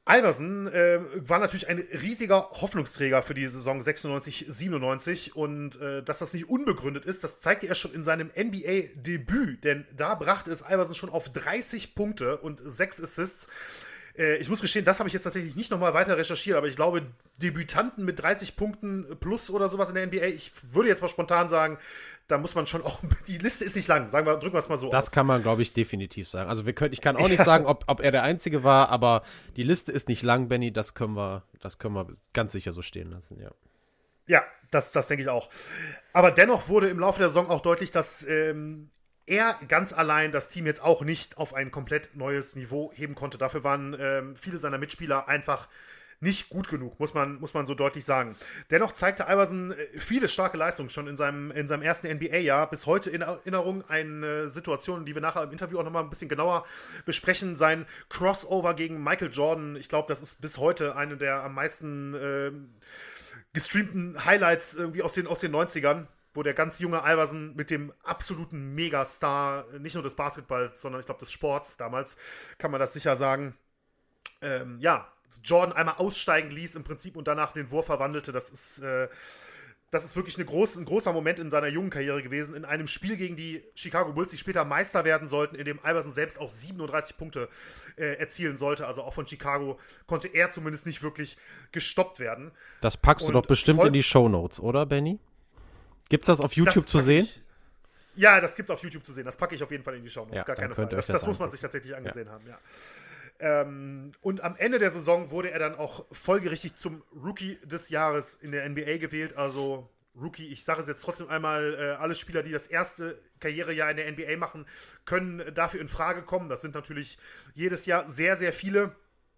Iverson äh, war natürlich ein riesiger Hoffnungsträger für die Saison sechsundneunzig siebenundneunzig und äh, dass das nicht unbegründet ist, das zeigte er schon in seinem N B A-Debüt, denn da brachte es Iverson schon auf dreißig Punkte und sechs Assists. Äh, ich muss gestehen, das habe ich jetzt tatsächlich nicht nochmal weiter recherchiert, aber ich glaube, Debütanten mit dreißig Punkten plus oder sowas in der N B A, ich würde jetzt mal spontan sagen, da muss man schon auch, die Liste ist nicht lang, sagen wir, drücken wir es mal so Das aus. kann man, glaube ich, definitiv sagen. Also wir können, ich kann auch nicht sagen, ob, ob er der Einzige war, aber die Liste ist nicht lang, Benny, das können wir, das können wir ganz sicher so stehen lassen, ja. Ja, das, das denke ich auch. Aber dennoch wurde im Laufe der Saison auch deutlich, dass ähm, er ganz allein das Team jetzt auch nicht auf ein komplett neues Niveau heben konnte. Dafür waren ähm, viele seiner Mitspieler einfach nicht gut genug, muss man, muss man so deutlich sagen. Dennoch zeigte Iverson viele starke Leistungen schon in seinem, in seinem ersten N B A-Jahr. Bis heute in Erinnerung eine Situation, die wir nachher im Interview auch nochmal ein bisschen genauer besprechen. Sein Crossover gegen Michael Jordan, ich glaube, das ist bis heute eine der am meisten äh, gestreamten Highlights irgendwie aus den, aus den neunzigern, wo der ganz junge Iverson mit dem absoluten Megastar, nicht nur des Basketballs, sondern ich glaube des Sports damals, kann man das sicher sagen, ähm, ja, Jordan einmal aussteigen ließ im Prinzip und danach den Wurf verwandelte. Das ist, äh, das ist wirklich eine groß, ein großer Moment in seiner jungen Karriere gewesen. In einem Spiel gegen die Chicago Bulls, die später Meister werden sollten, in dem Iverson selbst auch siebenunddreißig Punkte äh, erzielen sollte. Also auch von Chicago konnte er zumindest nicht wirklich gestoppt werden. Das packst und du doch bestimmt voll- in die Shownotes, oder, Benny? Gibt's das auf YouTube Das zu pack sehen? Ich, ja, das gibt's auf YouTube zu sehen. Das packe ich auf jeden Fall in die Shownotes, Ja, gar dann keine könnt Frage. ihr euch Das, das das muss man angucken. sich tatsächlich angesehen haben, ja. Ähm, und am Ende der Saison wurde er dann auch folgerichtig zum Rookie des Jahres in der N B A gewählt. Also Rookie, ich sage es jetzt trotzdem einmal, äh, alle Spieler, die das erste Karrierejahr in der N B A machen, können dafür in Frage kommen. Das sind natürlich jedes Jahr sehr, sehr viele.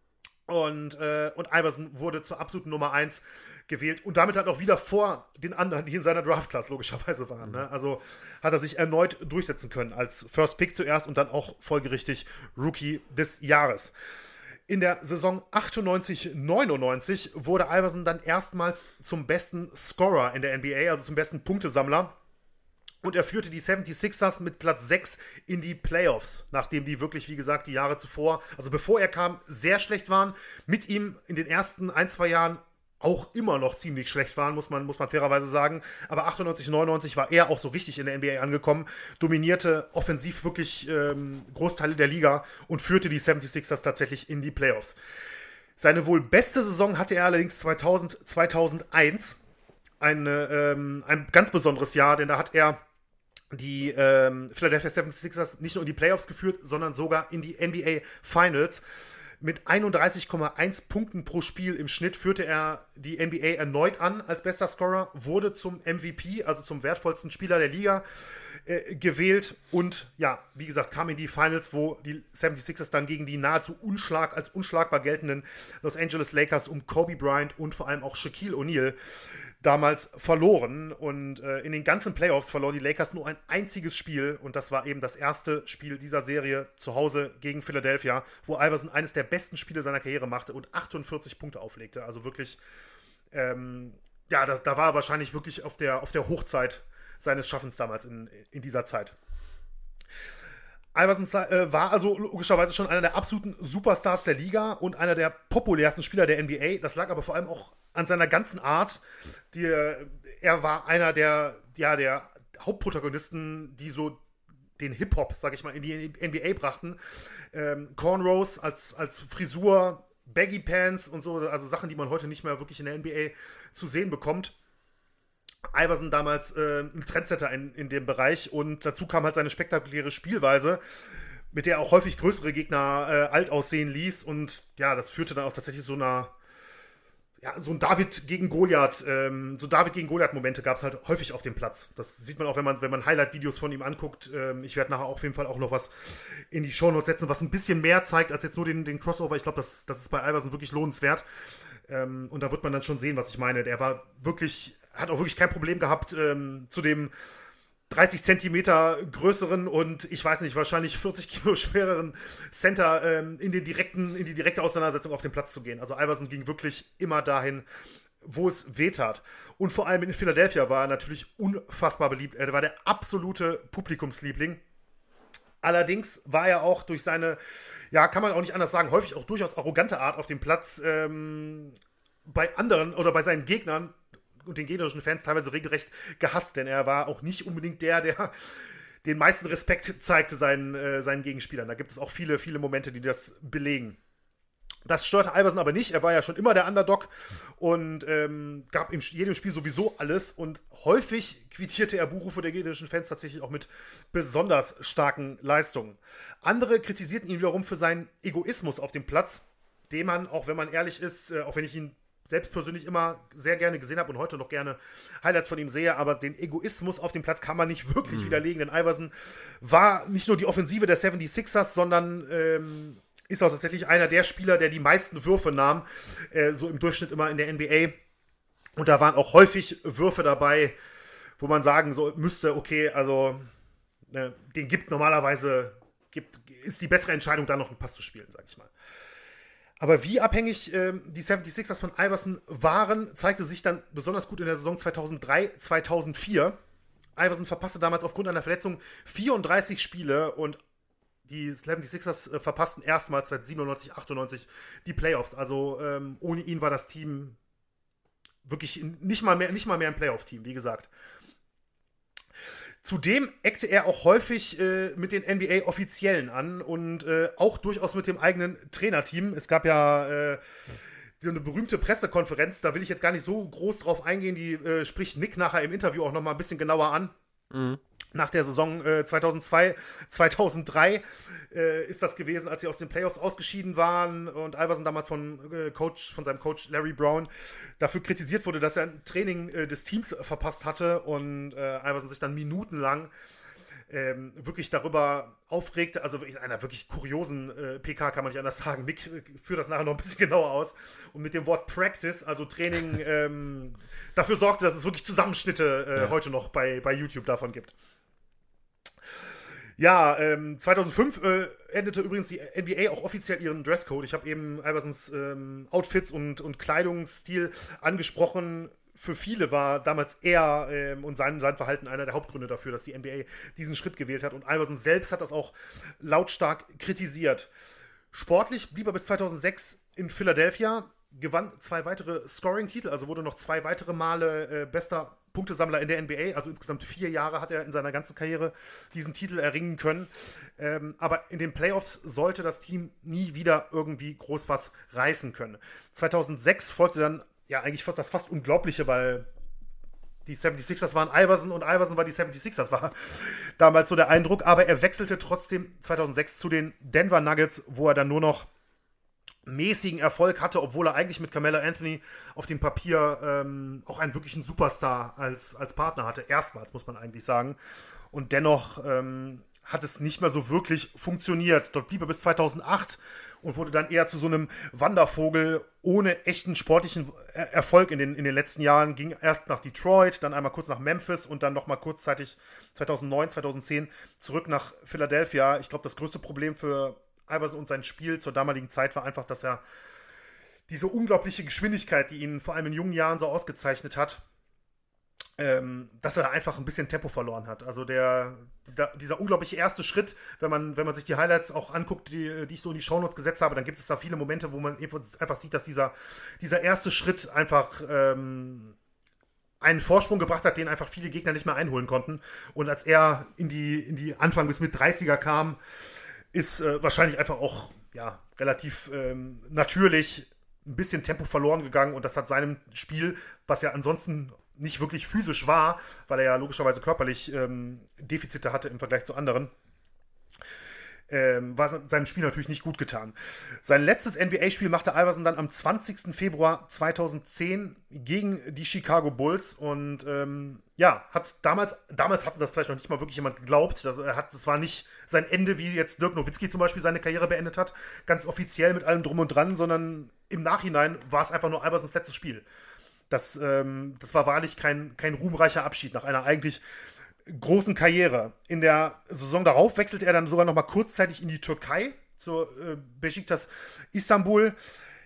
Und, äh, und Iverson wurde zur absoluten Nummer eins gewählt und damit halt auch wieder vor den anderen, die in seiner Draft-Class logischerweise waren. Mhm. Ne? Also hat er sich erneut durchsetzen können als First Pick zuerst und dann auch folgerichtig Rookie des Jahres. In der Saison achtundneunzig neunundneunzig wurde Iverson dann erstmals zum besten Scorer in der N B A, also zum besten Punktesammler. Und er führte die seventy-sixers mit Platz sechs in die Playoffs, nachdem die wirklich, wie gesagt, die Jahre zuvor, also bevor er kam, sehr schlecht waren. Mit ihm in den ersten ein, zwei Jahren auch immer noch ziemlich schlecht waren, muss man, muss man fairerweise sagen. Aber achtundneunzig neunundneunzig war er auch so richtig in der N B A angekommen, dominierte offensiv wirklich ähm, Großteile der Liga und führte die seventy-sixers tatsächlich in die Playoffs. Seine wohl beste Saison hatte er allerdings zweitausend, zweitausendeins. Eine, ähm, ein ganz besonderes Jahr, denn da hat er die ähm, Philadelphia seventy-sixers nicht nur in die Playoffs geführt, sondern sogar in die N B A Finals. Mit einunddreißig Komma eins Punkten pro Spiel im Schnitt führte er die N B A erneut an als bester Scorer, wurde zum M V P, also zum wertvollsten Spieler der Liga, äh, gewählt und ja, wie gesagt, kam in die Finals, wo die seventy-sixers dann gegen die nahezu unschlag, als unschlagbar geltenden Los Angeles Lakers um Kobe Bryant und vor allem auch Shaquille O'Neal damals verloren. Und äh, in den ganzen Playoffs verloren die Lakers nur ein einziges Spiel und das war eben das erste Spiel dieser Serie zu Hause gegen Philadelphia, wo Iverson eines der besten Spiele seiner Karriere machte und achtundvierzig Punkte auflegte. Also wirklich, ähm, ja, das, da war er wahrscheinlich wirklich auf der, auf der Hochzeit seines Schaffens damals in, in dieser Zeit. Iverson äh, war also logischerweise schon einer der absoluten Superstars der Liga und einer der populärsten Spieler der N B A. Das lag aber vor allem auch an seiner ganzen Art. Die, er war einer der, ja, der Hauptprotagonisten, die so den Hip-Hop, sag ich mal, in die N B A brachten. Ähm, Cornrows als, als Frisur, Baggy Pants und so, also Sachen, die man heute nicht mehr wirklich in der N B A zu sehen bekommt. Iverson damals äh, ein Trendsetter in, in dem Bereich und dazu kam halt seine spektakuläre Spielweise, mit der er auch häufig größere Gegner äh, alt aussehen ließ und ja, das führte dann auch tatsächlich so einer, ja, so ein David gegen Goliath, ähm, so David gegen Goliath-Momente gab es halt häufig auf dem Platz. Das sieht man auch, wenn man, wenn man Highlight-Videos von ihm anguckt. Ähm, ich werde nachher auf jeden Fall auch noch was in die Shownotes setzen, was ein bisschen mehr zeigt als jetzt nur den, den Crossover. Ich glaube, das, das ist bei Iverson wirklich lohnenswert. Ähm, und da wird man dann schon sehen, was ich meine. Der war wirklich, hat auch wirklich kein Problem gehabt, ähm, zu dem dreißig Zentimeter größeren und ich weiß nicht, wahrscheinlich vierzig Kilo schwereren Center ähm, in, den direkten, in die direkte Auseinandersetzung auf den Platz zu gehen. Also Iverson ging wirklich immer dahin, wo es wehtat. Und vor allem in Philadelphia war er natürlich unfassbar beliebt. Er war der absolute Publikumsliebling. Allerdings war er auch durch seine, ja, kann man auch nicht anders sagen, häufig auch durchaus arrogante Art auf dem Platz ähm, bei anderen oder bei seinen Gegnern und den gegnerischen Fans teilweise regelrecht gehasst, denn er war auch nicht unbedingt der, der den meisten Respekt zeigte seinen, äh, seinen Gegenspielern. Da gibt es auch viele, viele Momente, die das belegen. Das störte Iverson aber nicht. Er war ja schon immer der Underdog und ähm, gab in jedem Spiel sowieso alles. Und häufig quittierte er Buchrufe der gegnerischen Fans tatsächlich auch mit besonders starken Leistungen. Andere kritisierten ihn wiederum für seinen Egoismus auf dem Platz, den man, auch wenn man ehrlich ist, äh, auch wenn ich ihn selbst persönlich immer sehr gerne gesehen habe und heute noch gerne Highlights von ihm sehe, aber den Egoismus auf dem Platz kann man nicht wirklich mhm. widerlegen, denn Iverson war nicht nur die Offensive der seventy-sixers, sondern ähm, ist auch tatsächlich einer der Spieler, der die meisten Würfe nahm, äh, so im Durchschnitt immer in der N B A. Und da waren auch häufig Würfe dabei, wo man sagen so müsste, okay, also äh, den gibt normalerweise, gibt, ist die bessere Entscheidung, da noch einen Pass zu spielen, sag ich mal. Aber wie abhängig äh, die seventy-sixers von Iverson waren, zeigte sich dann besonders gut in der Saison zweitausenddrei, zweitausendvier. Iverson verpasste damals aufgrund einer Verletzung vierunddreißig Spiele und die seventy-sixers äh, verpassten erstmals seit siebenundneunzig, achtundneunzig die Playoffs. Also ähm, ohne ihn war das Team wirklich nicht mal mehr, nicht mal mehr ein Playoff-Team, wie gesagt. Zudem eckte er auch häufig äh, mit den N B A-Offiziellen an und äh, auch durchaus mit dem eigenen Trainerteam. Es gab ja äh, so eine berühmte Pressekonferenz, da will ich jetzt gar nicht so groß drauf eingehen, die äh, spricht Nick nachher im Interview auch nochmal ein bisschen genauer an. Mhm. Nach der Saison äh, zweitausendzwei, zweitausenddrei äh, ist das gewesen, als sie aus den Playoffs ausgeschieden waren und Iverson damals von, äh, Coach, von seinem Coach Larry Brown dafür kritisiert wurde, dass er ein Training äh, des Teams verpasst hatte und äh, Iverson sich dann minutenlang ähm, wirklich darüber aufregte, also in einer wirklich kuriosen äh, P K kann man nicht anders sagen. Nick äh, führt das nachher noch ein bisschen genauer aus und mit dem Wort Practice, also Training, ähm, dafür sorgte, dass es wirklich Zusammenschnitte äh, ja. heute noch bei, bei YouTube davon gibt. Ja, ähm, zweitausendfünf äh, endete übrigens die N B A auch offiziell ihren Dresscode. Ich habe eben Iversons ähm, Outfits und, und Kleidungsstil angesprochen. Für viele war damals er ähm, und sein, sein Verhalten einer der Hauptgründe dafür, dass die N B A diesen Schritt gewählt hat. Und Iverson selbst hat das auch lautstark kritisiert. Sportlich blieb er bis zweitausendsechs in Philadelphia, gewann zwei weitere Scoring-Titel, also wurde noch zwei weitere Male äh, bester Punktesammler in der N B A, also insgesamt vier Jahre hat er in seiner ganzen Karriere diesen Titel erringen können. Ähm, aber in den Playoffs sollte das Team nie wieder irgendwie groß was reißen können. zweitausendsechs folgte dann ja eigentlich fast das fast Unglaubliche, weil die seventy-sixers waren Iverson und Iverson war die seventy-sixers, war damals so der Eindruck. Aber er wechselte trotzdem zweitausendsechs zu den Denver Nuggets, wo er dann nur noch mäßigen Erfolg hatte, obwohl er eigentlich mit Carmelo Anthony auf dem Papier ähm, auch einen wirklichen Superstar als, als Partner hatte. Erstmals, muss man eigentlich sagen. Und dennoch ähm, hat es nicht mehr so wirklich funktioniert. Dort blieb er bis zweitausendacht und wurde dann eher zu so einem Wandervogel ohne echten sportlichen Erfolg in den, in den letzten Jahren. Ging erst nach Detroit, dann einmal kurz nach Memphis und dann nochmal kurzzeitig zweitausendneun, zweitausendzehn zurück nach Philadelphia. Ich glaube, das größte Problem für Iverson und sein Spiel zur damaligen Zeit war einfach, dass er diese unglaubliche Geschwindigkeit, die ihn vor allem in jungen Jahren so ausgezeichnet hat, ähm, dass er einfach ein bisschen Tempo verloren hat. Also der, dieser, dieser unglaubliche erste Schritt, wenn man, wenn man sich die Highlights auch anguckt, die, die ich so in die Shownotes gesetzt habe, dann gibt es da viele Momente, wo man einfach sieht, dass dieser, dieser erste Schritt einfach ähm, einen Vorsprung gebracht hat, den einfach viele Gegner nicht mehr einholen konnten. Und als er in die, in die Anfang bis mit dreißiger kam, ist äh, wahrscheinlich einfach auch ja, relativ ähm, natürlich ein bisschen Tempo verloren gegangen und das hat seinem Spiel, was ja ansonsten nicht wirklich physisch war, weil er ja logischerweise körperlich ähm, Defizite hatte im Vergleich zu anderen, ähm, war seinem Spiel natürlich nicht gut getan. Sein letztes N B A-Spiel machte Iverson dann am zwanzigsten Februar zweitausendzehn gegen die Chicago Bulls und ähm, ja, hat damals, damals hatten das vielleicht noch nicht mal wirklich jemand geglaubt, dass er hat, das war nicht sein Ende, wie jetzt Dirk Nowitzki zum Beispiel seine Karriere beendet hat, ganz offiziell mit allem drum und dran, sondern im Nachhinein war es einfach nur Iversons letztes Spiel. Das, ähm, das war wahrlich kein, kein ruhmreicher Abschied nach einer eigentlich großen Karriere. In der Saison darauf wechselte er dann sogar noch mal kurzzeitig in die Türkei, zur äh, Beşiktaş Istanbul.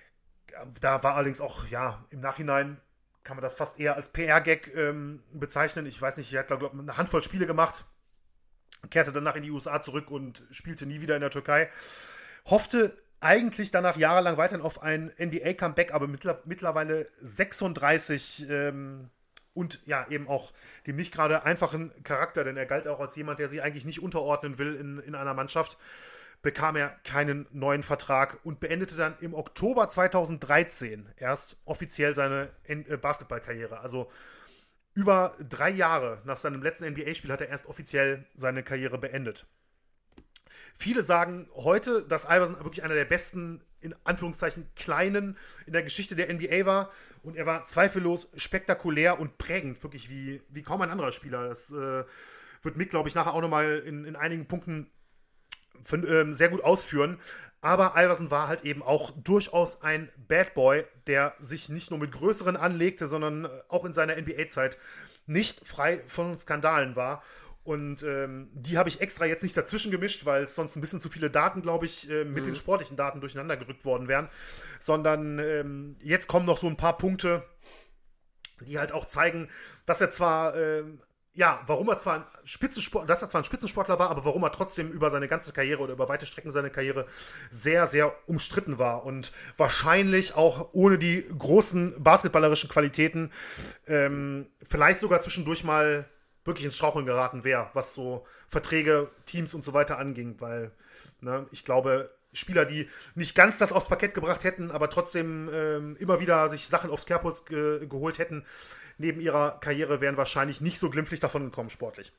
Da war allerdings auch, ja, im Nachhinein kann man das fast eher als P R-Gag ähm, bezeichnen. Ich weiß nicht, er hat, glaube ich, eine Handvoll Spiele gemacht. kehrte danach in die U S A zurück und spielte nie wieder in der Türkei. Hoffte eigentlich danach jahrelang weiterhin auf ein N B A-Comeback, aber mittler- mittlerweile sechsunddreißig ähm, und ja, eben auch dem nicht gerade einfachen Charakter, denn er galt auch als jemand, der sich eigentlich nicht unterordnen will in, in einer Mannschaft, bekam er keinen neuen Vertrag und beendete dann im Oktober zweitausenddreizehn erst offiziell seine äh, Basketballkarriere. Also über drei Jahre nach seinem letzten N B A-Spiel hat er erst offiziell seine Karriere beendet. Viele sagen heute, dass Iverson wirklich einer der besten, in Anführungszeichen, Kleinen in der Geschichte der N B A war. Und er war zweifellos spektakulär und prägend, wirklich wie, wie kaum ein anderer Spieler. Das äh, wird Mick, glaube ich, nachher auch nochmal in, in einigen Punkten für, ähm, sehr gut ausführen. Aber Iverson war halt eben auch durchaus ein Bad Boy, der sich nicht nur mit Größeren anlegte, sondern auch in seiner N B A-Zeit nicht frei von Skandalen war. Und ähm, die habe ich extra jetzt nicht dazwischen gemischt, weil es sonst ein bisschen zu viele Daten, glaube ich, äh, mit mhm. den sportlichen Daten durcheinander gerückt worden wären. Sondern ähm, jetzt kommen noch so ein paar Punkte, die halt auch zeigen, dass er zwar, äh, ja, warum er zwar ein Spitzensport, dass er zwar ein Spitzensportler war, aber warum er trotzdem über seine ganze Karriere oder über weite Strecken seiner Karriere sehr, sehr umstritten war. Und wahrscheinlich auch ohne die großen basketballerischen Qualitäten ähm, vielleicht sogar zwischendurch mal wirklich ins Straucheln geraten wäre, was so Verträge, Teams und so weiter anging, weil ne, ich glaube, Spieler, die nicht ganz das aufs Parkett gebracht hätten, aber trotzdem ähm, immer wieder sich Sachen aufs Kerbholz ge- geholt hätten, neben ihrer Karriere, wären wahrscheinlich nicht so glimpflich davon gekommen, sportlich.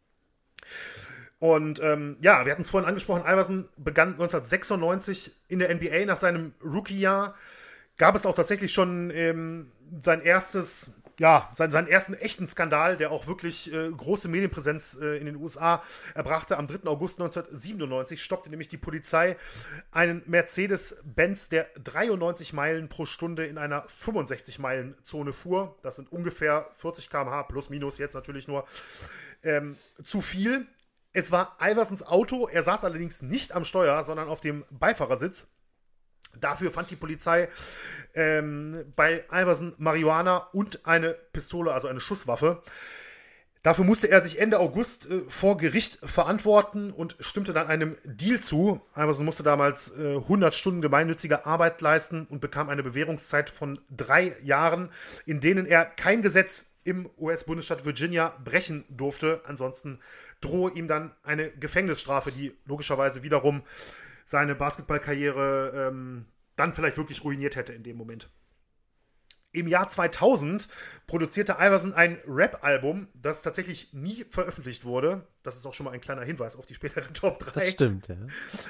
Und ähm, ja, wir hatten es vorhin angesprochen, Iverson begann neunzehnhundertsechsundneunzig in der N B A nach seinem Rookie-Jahr. Gab es auch tatsächlich schon ähm, sein erstes Ja, seinen, seinen ersten echten Skandal, der auch wirklich äh, große Medienpräsenz äh, in den U S A erbrachte. Am dritten August neunzehnhundertsiebenundneunzig stoppte nämlich die Polizei einen Mercedes-Benz, der dreiundneunzig Meilen pro Stunde in einer fünfundsechzig Meilen Zone fuhr. Das sind ungefähr vierzig Kilometer pro Stunde, plus minus jetzt natürlich nur, ähm, zu viel. Es war Iversons Auto, er saß allerdings nicht am Steuer, sondern auf dem Beifahrersitz. Dafür fand die Polizei ähm, bei Iverson Marihuana und eine Pistole, also eine Schusswaffe. Dafür musste er sich Ende August äh, vor Gericht verantworten und stimmte dann einem Deal zu. Iverson musste damals äh, hundert Stunden gemeinnützige Arbeit leisten und bekam eine Bewährungszeit von drei Jahren, in denen er kein Gesetz im U S-Bundesstaat Virginia brechen durfte. Ansonsten drohe ihm dann eine Gefängnisstrafe, die logischerweise wiederum seine Basketballkarriere ähm, dann vielleicht wirklich ruiniert hätte in dem Moment. Im Jahr zweitausend produzierte Iverson ein Rap-Album, das tatsächlich nie veröffentlicht wurde. Das ist auch schon mal ein kleiner Hinweis auf die spätere Top drei. Das stimmt, ja.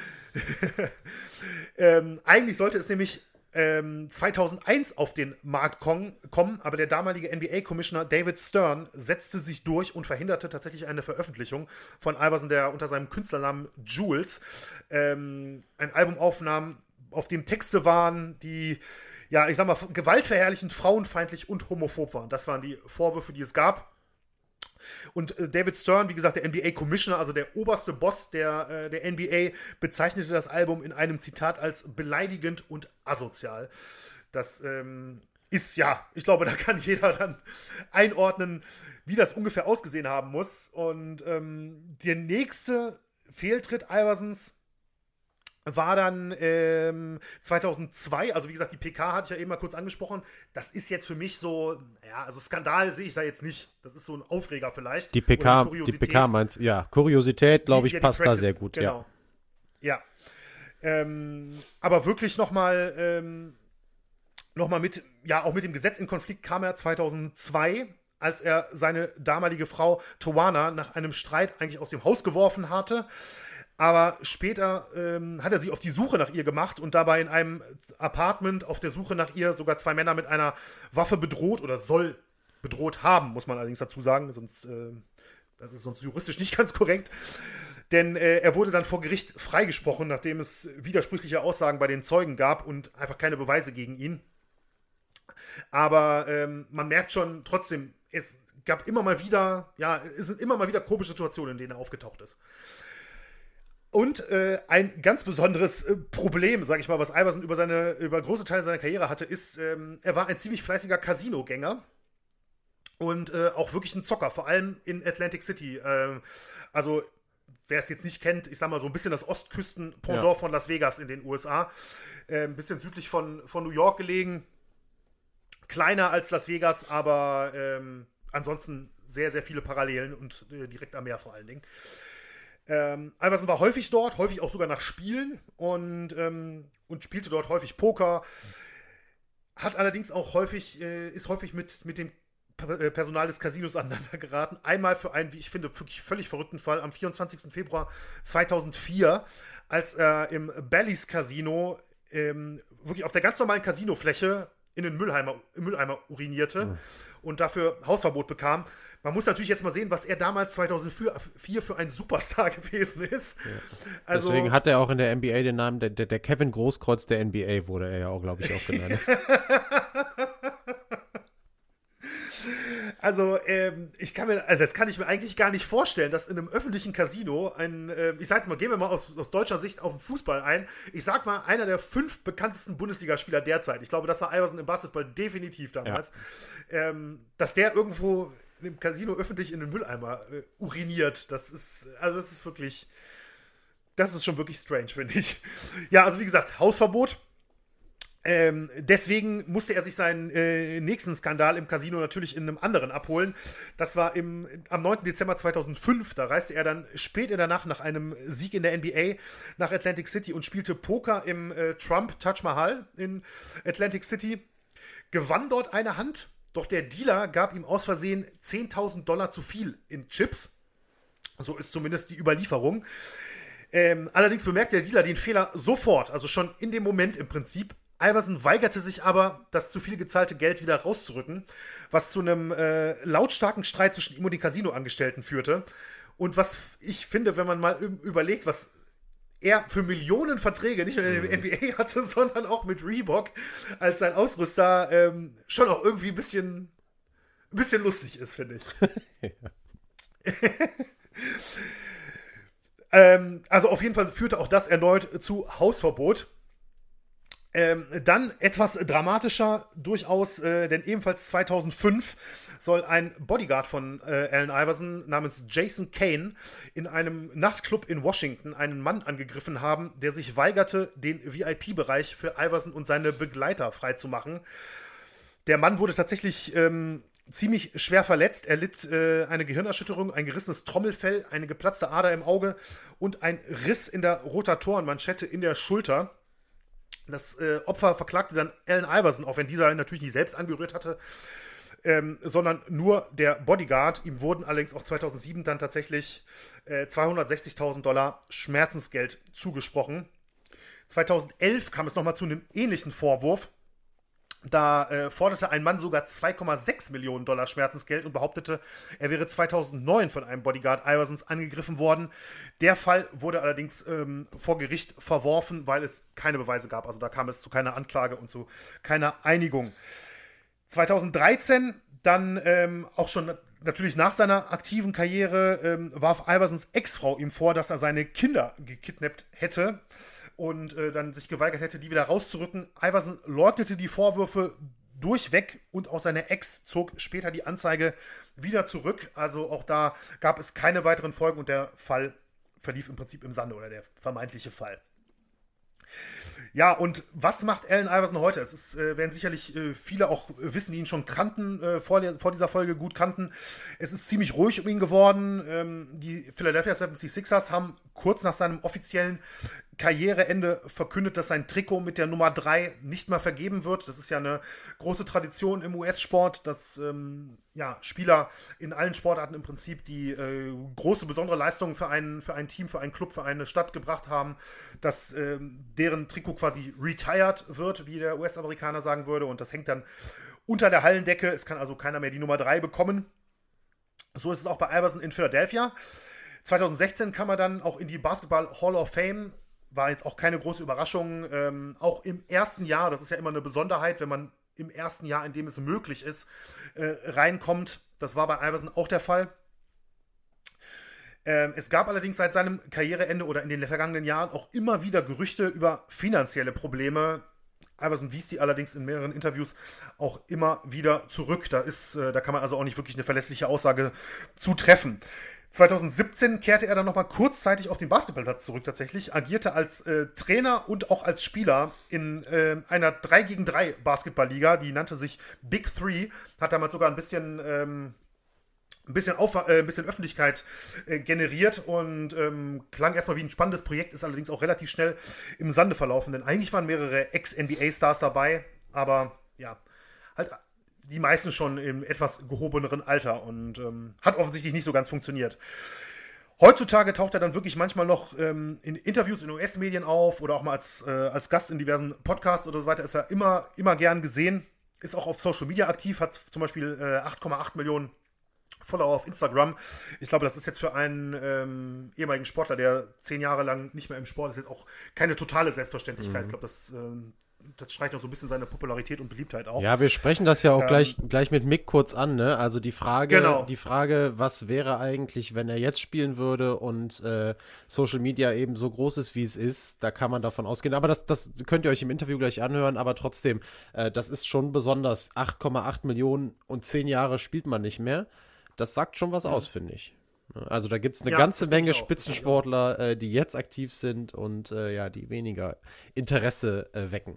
ähm, eigentlich sollte es nämlich ähm, zweitausendeins auf den Markt kommen, aber der damalige N B A-Commissioner David Stern setzte sich durch und verhinderte tatsächlich eine Veröffentlichung von Iverson, der unter seinem Künstlernamen Jules ähm, ein Album aufnahm, auf dem Texte waren, die, ja, ich sag mal, gewaltverherrlichend, frauenfeindlich und homophob waren. Das waren die Vorwürfe, die es gab. Und äh, David Stern, wie gesagt, der N B A-Commissioner, also der oberste Boss der, äh, der N B A, bezeichnete das Album in einem Zitat als beleidigend und asozial. Das ähm, ist, ja, ich glaube, da kann jeder dann einordnen, wie das ungefähr ausgesehen haben muss. Und ähm, der nächste Fehltritt Iversons war dann ähm, zweitausendzwei, also wie gesagt, die P K hatte ich ja eben mal kurz angesprochen. Das ist jetzt für mich so, ja, also Skandal sehe ich da jetzt nicht. Das ist so ein Aufreger vielleicht. Die P K, die P K meinst du, ja, Kuriosität, glaube ich, die, ja, passt da sehr gut, genau. Ja. Ja. Ähm, aber wirklich nochmal ähm, noch mal mit, ja, auch mit dem Gesetz in Konflikt kam er zweitausendzwei, als er seine damalige Frau Tawana nach einem Streit eigentlich aus dem Haus geworfen hatte. Aber später ähm, hat er sich auf die Suche nach ihr gemacht und dabei in einem Apartment auf der Suche nach ihr sogar zwei Männer mit einer Waffe bedroht oder soll bedroht haben, muss man allerdings dazu sagen. Sonst, äh, das ist sonst juristisch nicht ganz korrekt. Denn äh, er wurde dann vor Gericht freigesprochen, nachdem es widersprüchliche Aussagen bei den Zeugen gab und einfach keine Beweise gegen ihn. Aber ähm, man merkt schon trotzdem, es gab immer mal wieder, ja, es sind immer mal wieder komische Situationen, in denen er aufgetaucht ist. Und äh, ein ganz besonderes äh, Problem, sage ich mal, was Iverson über, seine, über große Teile seiner Karriere hatte, ist, ähm, er war ein ziemlich fleißiger Casino-Gänger und äh, auch wirklich ein Zocker, vor allem in Atlantic City. Äh, also wer es jetzt nicht kennt, ich sag mal so ein bisschen das Ostküsten-Pendant Ja. von Las Vegas in den U S A. Äh, ein bisschen südlich von, von New York gelegen. Kleiner als Las Vegas, aber ähm, ansonsten sehr, sehr viele Parallelen und äh, direkt am Meer vor allen Dingen. Ähm, Iverson war häufig dort, häufig auch sogar nach Spielen und, ähm, und spielte dort häufig Poker. Hat allerdings auch häufig, äh, ist häufig mit, mit dem P- Personal des Casinos aneinander geraten. Einmal für einen, wie ich finde, wirklich völlig verrückten Fall am vierundzwanzigsten Februar zweitausendvier, als er im Bally's Casino ähm, wirklich auf der ganz normalen Casinofläche in den Mülleimer, Mülleimer urinierte mhm. und dafür Hausverbot bekam. Man muss natürlich jetzt mal sehen, was er damals zweitausendvier für ein Superstar gewesen ist. Ja. Also, deswegen hat er auch in der N B A den Namen, der, der Kevin Großkreuz der N B A wurde er ja auch, glaube ich, auch genannt. Also, ähm, ich kann mir, also das kann ich mir eigentlich gar nicht vorstellen, dass in einem öffentlichen Casino ein, äh, ich sag jetzt mal, gehen wir mal aus, aus deutscher Sicht auf den Fußball ein. Ich sag mal, einer der fünf bekanntesten Bundesligaspieler derzeit, ich glaube, das war Iverson im Basketball definitiv damals, ja. ähm, dass der irgendwo im Casino öffentlich in den Mülleimer äh, uriniert. Das ist, also das ist wirklich, das ist schon wirklich strange, finde ich. Ja, also wie gesagt, Hausverbot. Ähm, deswegen musste er sich seinen äh, nächsten Skandal im Casino natürlich in einem anderen abholen. Das war im, am neunten Dezember zweitausendfünf. Da reiste er dann spät in der Nacht nach einem Sieg in der N B A nach Atlantic City und spielte Poker im äh, Trump Taj Mahal in Atlantic City. Gewann dort eine Hand, doch der Dealer gab ihm aus Versehen zehntausend Dollar zu viel in Chips. So ist zumindest die Überlieferung. Ähm, allerdings bemerkt der Dealer den Fehler sofort, also schon in dem Moment im Prinzip. Iverson weigerte sich aber, das zu viel gezahlte Geld wieder rauszurücken, was zu einem äh, lautstarken Streit zwischen ihm und den Casino-Angestellten führte. Und was ich finde, wenn man mal überlegt, was er für Millionen Verträge nicht nur in der N B A hatte, sondern auch mit Reebok als sein Ausrüster, ähm, schon auch irgendwie ein bisschen, ein bisschen lustig ist, finde ich. ähm, also auf jeden Fall führte auch das erneut zu Hausverbot. Ähm, dann etwas dramatischer durchaus, äh, denn ebenfalls zweitausendfünf soll ein Bodyguard von äh, Allen Iverson namens Jason Kane in einem Nachtclub in Washington einen Mann angegriffen haben, der sich weigerte, den V I P-Bereich für Iverson und seine Begleiter freizumachen. Der Mann wurde tatsächlich ähm, ziemlich schwer verletzt. Er litt äh, eine Gehirnerschütterung, ein gerissenes Trommelfell, eine geplatzte Ader im Auge und ein Riss in der Rotatorenmanschette in der Schulter. Das äh, Opfer verklagte dann Allen Iverson, auch wenn dieser ihn natürlich nicht selbst angerührt hatte, ähm, sondern nur der Bodyguard. Ihm wurden allerdings auch zweitausendsieben dann tatsächlich äh, zweihundertsechzigtausend Dollar Schmerzensgeld zugesprochen. zweitausendelf kam es nochmal zu einem ähnlichen Vorwurf. Da äh, forderte ein Mann sogar zwei Komma sechs Millionen Dollar Schmerzensgeld und behauptete, er wäre zweitausendneun von einem Bodyguard Iversons angegriffen worden. Der Fall wurde allerdings ähm, vor Gericht verworfen, weil es keine Beweise gab. Also da kam es zu keiner Anklage und zu keiner Einigung. zweitausenddreizehn, dann ähm, auch schon natürlich nach seiner aktiven Karriere, ähm, warf Iversons Ex-Frau ihm vor, dass er seine Kinder gekidnappt hätte und äh, dann sich geweigert hätte, die wieder rauszurücken. Iverson leugnete die Vorwürfe durchweg und auch seine Ex zog später die Anzeige wieder zurück. Also auch da gab es keine weiteren Folgen und der Fall verlief im Prinzip im Sande oder der vermeintliche Fall. Ja, und was macht Allen Iverson heute? Es ist, äh, werden sicherlich äh, viele auch äh, wissen, die ihn schon kannten, äh, vor, der, vor dieser Folge gut kannten. Es ist ziemlich ruhig um ihn geworden. Ähm, die Philadelphia seventy-sixers haben kurz nach seinem offiziellen Karriereende verkündet, dass sein Trikot mit der Nummer drei nicht mehr vergeben wird. Das ist ja eine große Tradition im U S-Sport, dass ähm, ja, Spieler in allen Sportarten im Prinzip die äh, große, besondere Leistungen für ein, für ein Team, für einen Club, für eine Stadt gebracht haben, dass ähm, deren Trikot quasi retired wird, wie der U S-Amerikaner sagen würde. Und das hängt dann unter der Hallendecke. Es kann also keiner mehr die Nummer drei bekommen. So ist es auch bei Iverson in Philadelphia. zweitausendsechzehn kam er dann auch in die Basketball Hall of Fame. War jetzt auch keine große Überraschung. Ähm, auch im ersten Jahr, das ist ja immer eine Besonderheit, wenn man im ersten Jahr, in dem es möglich ist, äh, reinkommt. Das war bei Iverson auch der Fall. Ähm, es gab allerdings seit seinem Karriereende oder in den vergangenen Jahren auch immer wieder Gerüchte über finanzielle Probleme. Iverson wies die allerdings in mehreren Interviews auch immer wieder zurück. Da ist, äh, da kann man also auch nicht wirklich eine verlässliche Aussage zu treffen. zweitausendsiebzehn kehrte er dann nochmal kurzzeitig auf den Basketballplatz zurück tatsächlich, agierte als äh, Trainer und auch als Spieler in äh, einer drei gegen drei Basketballliga, die nannte sich Big Three, hat damals sogar ein bisschen, ähm, ein bisschen, Auf äh, ein bisschen Öffentlichkeit äh, generiert und ähm, klang erstmal wie ein spannendes Projekt, ist allerdings auch relativ schnell im Sande verlaufen, denn eigentlich waren mehrere Ex-N B A-Stars dabei, aber ja, halt die meisten schon im etwas gehobeneren Alter und ähm, hat offensichtlich nicht so ganz funktioniert. Heutzutage taucht er dann wirklich manchmal noch ähm, in Interviews in U S-Medien auf oder auch mal als, äh, als Gast in diversen Podcasts oder so weiter. Ist er immer, immer gern gesehen, ist auch auf Social Media aktiv, hat zum Beispiel äh, acht Komma acht Millionen Follower auf Instagram. Ich glaube, das ist jetzt für einen ähm, ehemaligen Sportler, der zehn Jahre lang nicht mehr im Sport ist, jetzt auch keine totale Selbstverständlichkeit. Mhm. Ich glaube, das ähm, das streicht auch so ein bisschen seine Popularität und Beliebtheit auch. Ja, wir sprechen das ja auch ähm, gleich, gleich mit Mick kurz an, ne? Also die Frage, genau. die Frage, was wäre eigentlich, wenn er jetzt spielen würde und äh, Social Media eben so groß ist, wie es ist, da kann man davon ausgehen. Aber das, das könnt ihr euch im Interview gleich anhören, aber trotzdem, äh, das ist schon besonders. acht Komma acht Millionen und zehn Jahre spielt man nicht mehr. Das sagt schon was ja. aus, finde ich. Also da gibt es eine ja, ganze Menge Spitzensportler, äh, die jetzt aktiv sind und äh, ja, die weniger Interesse äh, wecken.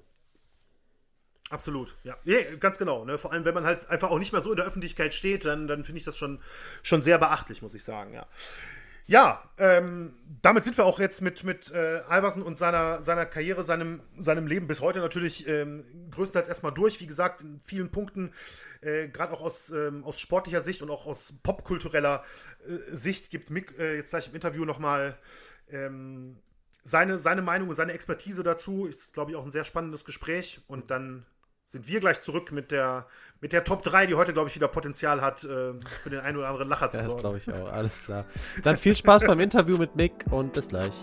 Absolut, ja. ja ganz genau. Ne? Vor allem, wenn man halt einfach auch nicht mehr so in der Öffentlichkeit steht, dann, dann finde ich das schon, schon sehr beachtlich, muss ich sagen, ja. Ja, ähm, damit sind wir auch jetzt mit, mit äh, Iverson und seiner, seiner Karriere, seinem, seinem Leben bis heute natürlich ähm, größtenteils erstmal durch. Wie gesagt, in vielen Punkten, äh, gerade auch aus, ähm, aus sportlicher Sicht und auch aus popkultureller äh, Sicht, gibt Mick äh, jetzt gleich im Interview nochmal ähm, seine, seine Meinung und seine Expertise dazu. Ist, glaube ich, auch ein sehr spannendes Gespräch. Und dann sind wir gleich zurück mit der, mit der Top drei, die heute, glaube ich, wieder Potenzial hat, äh, für den einen oder anderen Lacher zu sorgen. Das glaube ich auch, alles klar. Dann viel Spaß beim Interview mit Mick und bis gleich.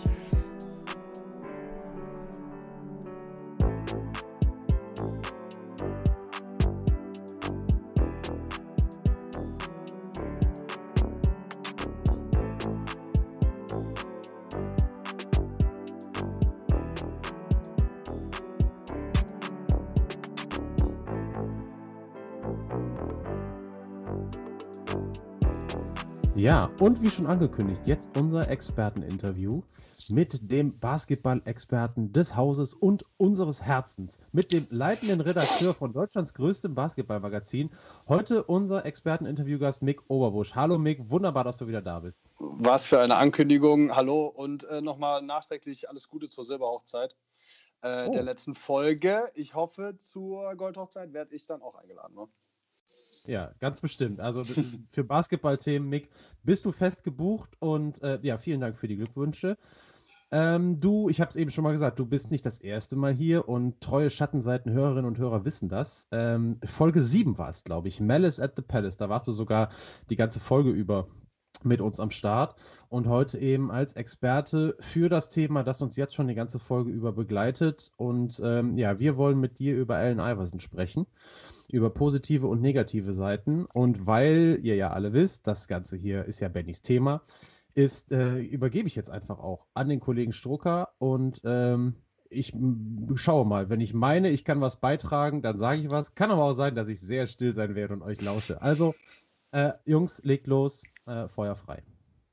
Ja, und wie schon angekündigt, jetzt unser Experteninterview mit dem Basketball-Experten des Hauses und unseres Herzens, mit dem leitenden Redakteur von Deutschlands größtem Basketballmagazin. Heute unser Experteninterviewgast Mick Oberbusch. Hallo Mick, wunderbar, dass du wieder da bist. Was für eine Ankündigung. Hallo und äh, nochmal nachträglich alles Gute zur Silberhochzeit äh, oh. der letzten Folge. Ich hoffe, zur Goldhochzeit werde ich dann auch eingeladen. Ne? Ja, ganz bestimmt. Also für Basketballthemen, Mick, bist du fest gebucht und äh, ja, vielen Dank für die Glückwünsche. Ähm, du, ich habe es eben schon mal gesagt, du bist nicht das erste Mal hier und treue Schattenseiten-Hörerinnen und Hörer wissen das. Ähm, Folge sieben war es, glaube ich, Malice at the Palace, da warst du sogar die ganze Folge über mit uns am Start und heute eben als Experte für das Thema, das uns jetzt schon die ganze Folge über begleitet. Und ähm, ja, wir wollen mit dir über Allen Iverson sprechen, über positive und negative Seiten. Und weil ihr ja alle wisst, das Ganze hier ist ja Bennys Thema, ist, äh, übergebe ich jetzt einfach auch an den Kollegen Strucker und ähm, ich m- schaue mal, wenn ich meine, ich kann was beitragen, dann sage ich was. Kann aber auch sein, dass ich sehr still sein werde und euch lausche. Also, äh, Jungs, legt los, äh, Feuer frei.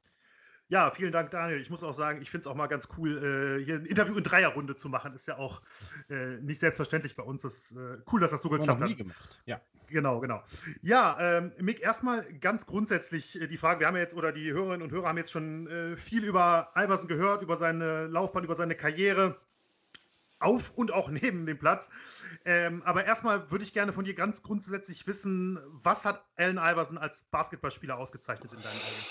Ja, vielen Dank, Daniel. Ich muss auch sagen, ich finde es auch mal ganz cool, äh, hier ein Interview in Dreierrunde zu machen. Ist ja auch äh, nicht selbstverständlich bei uns. Das ist äh, cool, dass das so geklappt Haben wir noch nie hat. gemacht, ja. Genau, genau. Ja, ähm, Mick, erstmal ganz grundsätzlich äh, die Frage, wir haben ja jetzt, oder die Hörerinnen und Hörer haben jetzt schon äh, viel über Iverson gehört, über seine Laufbahn, über seine Karriere, auf und auch neben dem Platz. Ähm, aber erstmal würde ich gerne von dir ganz grundsätzlich wissen, was hat Allen Iverson als Basketballspieler ausgezeichnet in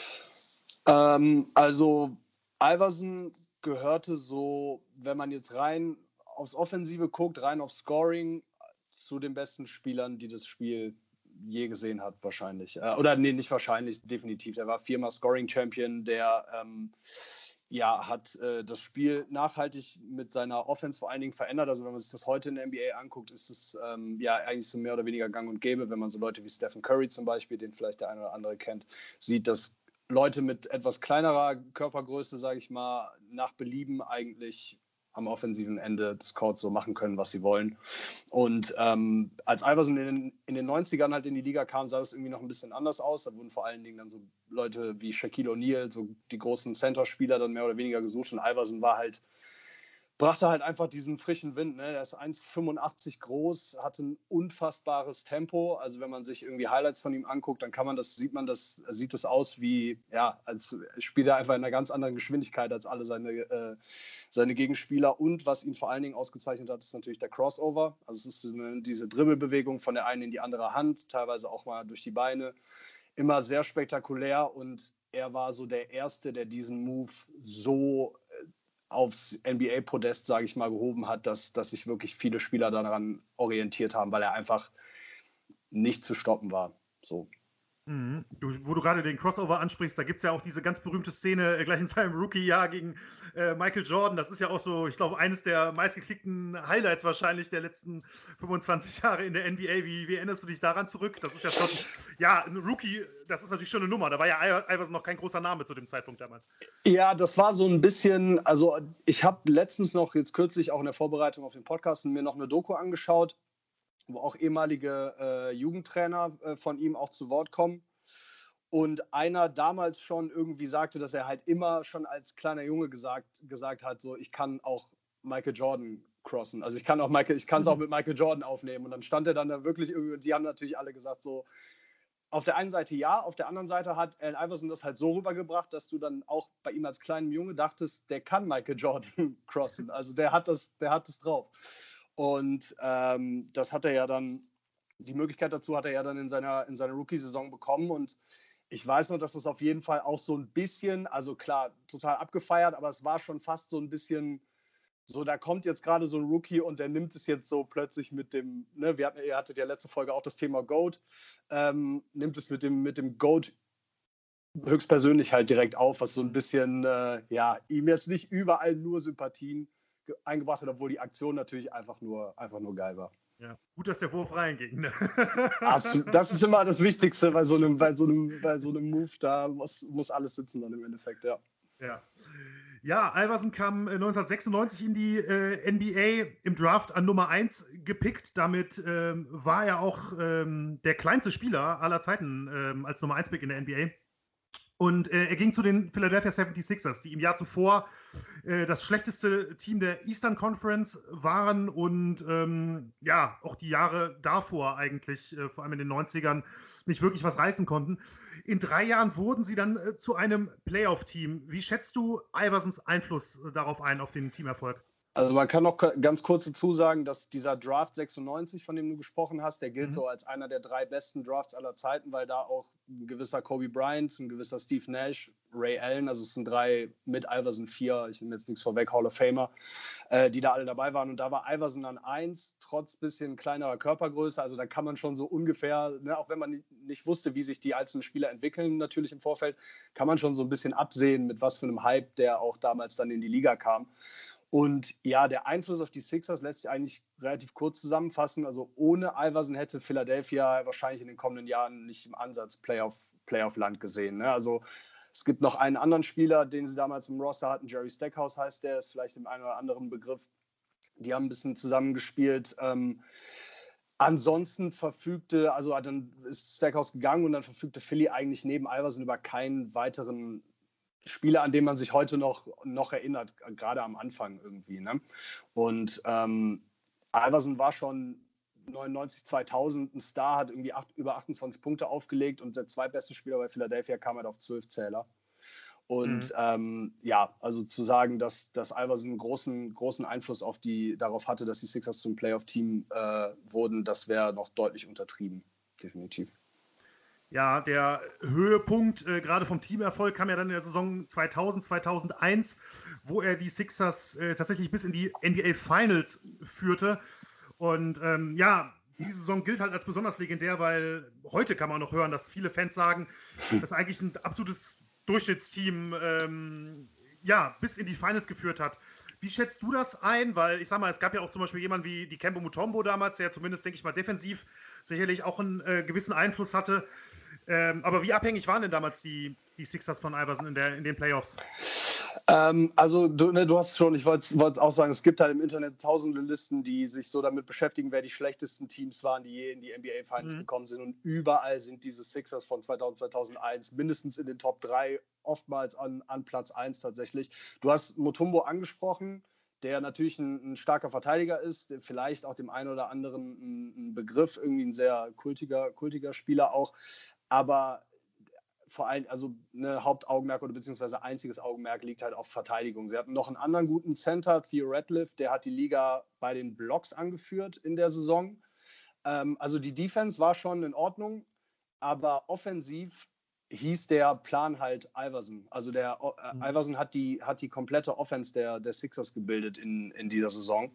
deinen Augen? Ähm, also Iverson gehörte so, wenn man jetzt rein aufs Offensive guckt, rein auf Scoring, zu den besten Spielern, die das Spiel je gesehen hat, wahrscheinlich. Äh, oder nee, nicht wahrscheinlich, definitiv. Er war viermal Scoring-Champion, der ähm, ja, hat äh, das Spiel nachhaltig mit seiner Offense vor allen Dingen verändert. Also wenn man sich das heute in der N B A anguckt, ist es ähm, ja eigentlich so mehr oder weniger gang und gäbe, wenn man so Leute wie Stephen Curry zum Beispiel, den vielleicht der eine oder andere kennt, sieht, dass Leute mit etwas kleinerer Körpergröße, sage ich mal, nach Belieben eigentlich am offensiven Ende des Courts so machen können, was sie wollen. Und ähm, als Iverson in den, in den neunzigern halt in die Liga kam, sah das irgendwie noch ein bisschen anders aus. Da wurden vor allen Dingen dann so Leute wie Shaquille O'Neal, so die großen Center-Spieler dann mehr oder weniger gesucht. Und Iverson war halt brachte halt einfach diesen frischen Wind. Ne? Er ist eins Komma fünfundachtzig groß, hatte ein unfassbares Tempo. Also wenn man sich irgendwie Highlights von ihm anguckt, dann kann man das, sieht man das, sieht das aus wie, ja, als spielt er einfach in einer ganz anderen Geschwindigkeit als alle seine, äh, seine Gegenspieler. Und was ihn vor allen Dingen ausgezeichnet hat, ist natürlich der Crossover. Also es ist eine, diese Dribbelbewegung von der einen in die andere Hand, teilweise auch mal durch die Beine. Immer sehr spektakulär und er war so der Erste, der diesen Move so aufs N B A-Podest, sage ich mal, gehoben hat, dass, dass sich wirklich viele Spieler daran orientiert haben, weil er einfach nicht zu stoppen war. So. Mhm. Du, wo du gerade den Crossover ansprichst, da gibt es ja auch diese ganz berühmte Szene äh, gleich in seinem Rookie-Jahr gegen äh, Michael Jordan. Das ist ja auch so, ich glaube, eines der meistgeklickten Highlights wahrscheinlich der letzten fünfundzwanzig Jahre in der N B A. Wie, wie erinnerst du dich daran zurück? Das ist ja schon, ja, ein Rookie, das ist natürlich schon eine Nummer. Da war ja Iverson noch kein großer Name zu dem Zeitpunkt damals. Ja, das war so ein bisschen, also ich habe letztens noch, jetzt kürzlich auch in der Vorbereitung auf den Podcast, mir noch eine Doku angeschaut, wo auch ehemalige äh, Jugendtrainer äh, von ihm auch zu Wort kommen. Und einer damals schon irgendwie sagte, dass er halt immer schon als kleiner Junge gesagt, gesagt hat, so ich kann auch Michael Jordan crossen. Also ich kann auch Michael, ich kann es auch mit Michael Jordan aufnehmen. Und dann stand er dann da wirklich irgendwie, und die haben natürlich alle gesagt, so auf der einen Seite ja, auf der anderen Seite hat Allen Iverson das halt so rübergebracht, dass du dann auch bei ihm als kleinem Junge dachtest, der kann Michael Jordan crossen. Also der hat das, der hat das drauf. Und ähm, das hat er ja dann, die Möglichkeit dazu hat er ja dann in seiner, in seiner Rookie-Saison bekommen. Und ich weiß noch, dass das auf jeden Fall auch so ein bisschen, also klar, total abgefeiert, aber es war schon fast so ein bisschen so, da kommt jetzt gerade so ein Rookie und der nimmt es jetzt so plötzlich mit dem, ne, wir hatten, ihr hattet ja letzte Folge auch das Thema GOAT, ähm, nimmt es mit dem, mit dem GOAT höchstpersönlich halt direkt auf, was so ein bisschen, äh, ja, ihm jetzt nicht überall nur Sympathien ge- eingebracht hat, obwohl die Aktion natürlich einfach nur, einfach nur geil war. Ja, gut, dass der Wurf reinging. Ne? Absolut. Das ist immer das Wichtigste bei so einem, bei so einem, bei so einem Move, da muss, muss alles sitzen dann im Endeffekt, ja. Ja. Ja, Iverson kam äh, neunzehnhundertsechsundneunzig in die äh, N B A, im Draft an Nummer eins gepickt. Damit ähm, war er auch ähm, der kleinste Spieler aller Zeiten ähm, als Nummer eins Pick in der N B A. Und äh, er ging zu den Philadelphia seventy-sixers, die im Jahr zuvor äh, das schlechteste Team der Eastern Conference waren und ähm, ja, auch die Jahre davor eigentlich, äh, vor allem in den neunzigern, nicht wirklich was reißen konnten. In drei Jahren wurden sie dann äh, zu einem Playoff-Team. Wie schätzt du Iversons Einfluss äh, darauf ein, auf den Teamerfolg? Also man kann noch ganz kurz dazu sagen, dass dieser Draft sechsundneunzig, von dem du gesprochen hast, der gilt mhm. so als einer der drei besten Drafts aller Zeiten, weil da auch ein gewisser Kobe Bryant, ein gewisser Steve Nash, Ray Allen, also es sind drei mit Iverson vier, ich nehme jetzt nichts vorweg, Hall of Famer, äh, die da alle dabei waren. Und da war Iverson dann eins, trotz bisschen kleinerer Körpergröße. Also da kann man schon so ungefähr, ne, auch wenn man nicht wusste, wie sich die einzelnen Spieler entwickeln, natürlich im Vorfeld, kann man schon so ein bisschen absehen, mit was für einem Hype der auch damals dann in die Liga kam. Und ja, der Einfluss auf die Sixers lässt sich eigentlich relativ kurz zusammenfassen. Also ohne Iverson hätte Philadelphia wahrscheinlich in den kommenden Jahren nicht im Ansatz Playoff, Playoff-Land gesehen. Ne? Also es gibt noch einen anderen Spieler, den sie damals im Roster hatten, Jerry Stackhouse heißt der, ist vielleicht im einen oder anderen Begriff. Die haben ein bisschen zusammengespielt. Ähm, ansonsten verfügte, also dann ist Stackhouse gegangen und dann verfügte Philly eigentlich neben Iverson über keinen weiteren Spiele, an denen man sich heute noch, noch erinnert, gerade am Anfang irgendwie. Ne? Und ähm, Iverson war schon neunundneunzig, zweitausend ein Star, hat irgendwie acht, über achtundzwanzig Punkte aufgelegt und der zweitbeste Spieler bei Philadelphia kam halt auf zwölf Zähler. Und mhm. ähm, ja, also zu sagen, dass, dass Iverson einen großen, großen Einfluss auf die, darauf hatte, dass die Sixers zum Playoff-Team äh, wurden, das wäre noch deutlich untertrieben, definitiv. Ja, der Höhepunkt äh, gerade vom Teamerfolg kam ja dann in der Saison zweitausend, zweitausendeins, wo er die Sixers äh, tatsächlich bis in die N B A Finals führte. Und ähm, ja, diese Saison gilt halt als besonders legendär, weil heute kann man noch hören, dass viele Fans sagen, dass eigentlich ein absolutes Durchschnittsteam ähm, ja, bis in die Finals geführt hat. Wie schätzt du das ein? Weil ich sag mal, es gab ja auch zum Beispiel jemanden wie Dikembe Mutombo damals, der zumindest, denke ich mal, defensiv sicherlich auch einen äh, gewissen Einfluss hatte. Ähm, aber wie abhängig waren denn damals die, die Sixers von Iverson in, der, in den Playoffs? Ähm, also du, ne, du hast schon, ich wollte es auch sagen, es gibt halt im Internet tausende Listen, die sich so damit beschäftigen, wer die schlechtesten Teams waren, die je in die N B A Finals mhm. gekommen sind. Und überall sind diese Sixers von zweitausend, zweitausendeins mindestens in den Top drei, oftmals an, an Platz eins tatsächlich. Du hast Mutombo angesprochen, der natürlich ein, ein starker Verteidiger ist, vielleicht auch dem einen oder anderen ein, ein Begriff, irgendwie ein sehr kultiger, kultiger Spieler auch. Aber vor allem, also eine Hauptaugenmerk oder beziehungsweise einziges Augenmerk liegt halt auf Verteidigung. Sie hatten noch einen anderen guten Center, Theo Radcliffe, der hat die Liga bei den Blocks angeführt in der Saison. Ähm, also die Defense war schon in Ordnung, aber offensiv hieß der Plan halt Iverson. Also der äh, mhm. Iverson hat die, hat die komplette Offense der, der Sixers gebildet in, in dieser Saison.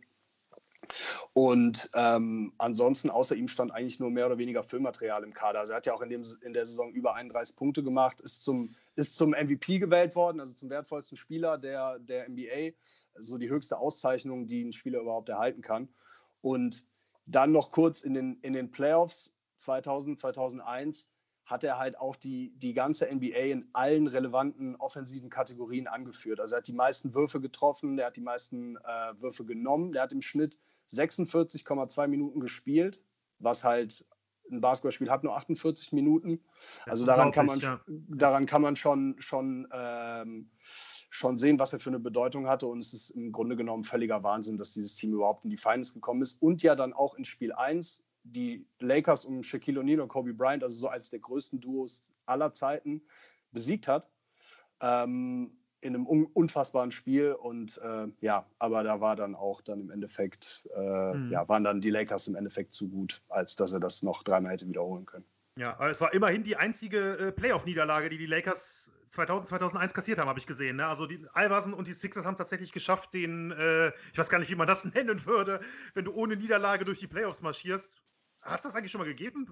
Und ähm, ansonsten außer ihm stand eigentlich nur mehr oder weniger Füllmaterial im Kader. Also er hat ja auch in, dem, in der Saison über einunddreißig Punkte gemacht, ist zum, ist zum M V P gewählt worden, also zum wertvollsten Spieler der, der N B A. So die höchste Auszeichnung, die ein Spieler überhaupt erhalten kann. Und dann noch kurz in den, in den Playoffs zweitausend, zweitausendeins hat er halt auch die, die ganze N B A in allen relevanten offensiven Kategorien angeführt. Also er hat die meisten Würfe getroffen, der hat die meisten äh, Würfe genommen, der hat im Schnitt sechsundvierzig Komma zwei Minuten gespielt, was halt ein Basketballspiel hat nur achtundvierzig Minuten. Also daran kann man, ja. daran kann man schon, schon, ähm, schon sehen, was er für eine Bedeutung hatte. Und es ist im Grunde genommen völliger Wahnsinn, dass dieses Team überhaupt in die Finals gekommen ist. Und ja dann auch in Spiel eins die Lakers um Shaquille O'Neal und Kobe Bryant, also so als der größten Duos aller Zeiten, besiegt hat. Ähm, in einem un- unfassbaren Spiel und äh, ja, aber da war dann auch dann im Endeffekt, äh, mhm. ja, waren dann die Lakers im Endeffekt zu gut, als dass er das noch dreimal hätte wiederholen können. Ja, aber es war immerhin die einzige äh, Playoff-Niederlage, die die Lakers zweitausend, zweitausendeins kassiert haben, habe ich gesehen. Ne? Also die Iverson und die Sixers haben tatsächlich geschafft, den, äh, ich weiß gar nicht, wie man das nennen würde, wenn du ohne Niederlage durch die Playoffs marschierst. Hat es das eigentlich schon mal gegeben?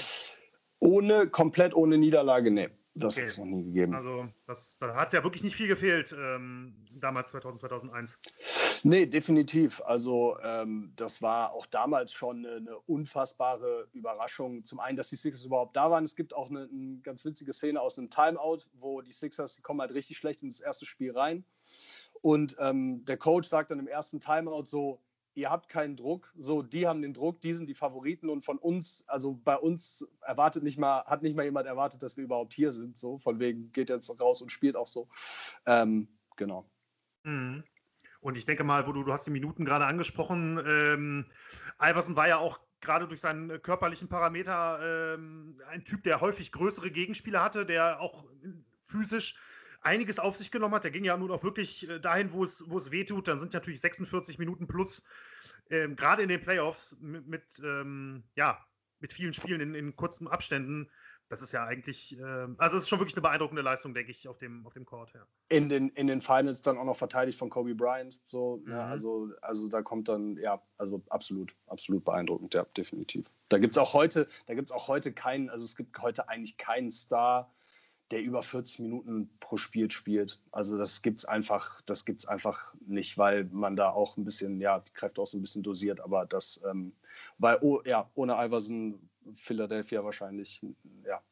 Ohne, komplett ohne Niederlage, nee. Das okay. hat es noch nie gegeben. Also das, da hat es ja wirklich nicht viel gefehlt, ähm, damals zweitausend, zweitausendeins. Nee, definitiv. Also ähm, das war auch damals schon eine, eine unfassbare Überraschung. Zum einen, dass die Sixers überhaupt da waren. Es gibt auch eine, eine ganz witzige Szene aus einem Timeout, wo die Sixers, die kommen halt richtig schlecht ins erste Spiel rein. Und ähm, der Coach sagt dann im ersten Timeout so, ihr habt keinen Druck, so, die haben den Druck, die sind die Favoriten und von uns, also bei uns erwartet nicht mal, hat nicht mal jemand erwartet, dass wir überhaupt hier sind, so, von wegen geht jetzt raus und spielt auch so. Ähm, genau. Mhm. Und ich denke mal, wo du, du hast die Minuten gerade angesprochen, ähm, Iverson war ja auch gerade durch seinen körperlichen Parameter ähm, ein Typ, der häufig größere Gegenspieler hatte, der auch physisch einiges auf sich genommen hat. Der ging ja nun auch wirklich dahin, wo es, wo es weh tut. Dann sind natürlich sechsundvierzig Minuten plus, ähm, gerade in den Playoffs, mit, mit, ähm, ja, mit vielen Spielen in, in kurzen Abständen. Das ist ja eigentlich, äh, also es ist schon wirklich eine beeindruckende Leistung, denke ich, auf dem, auf dem Court. Ja. In den, in den Finals dann auch noch verteidigt von Kobe Bryant. So, mhm. ja, also, also da kommt dann, ja, also absolut, absolut beeindruckend, ja, definitiv. Da gibt es auch heute, da gibt es auch heute keinen, also es gibt heute eigentlich keinen Star, der über vierzig Minuten pro Spiel spielt. Also das gibt's einfach, das gibt's einfach nicht, weil man da auch ein bisschen, ja, die Kräfte auch so ein bisschen dosiert, aber das, ähm, weil, oh, ja, ohne Iverson Philadelphia wahrscheinlich, ja,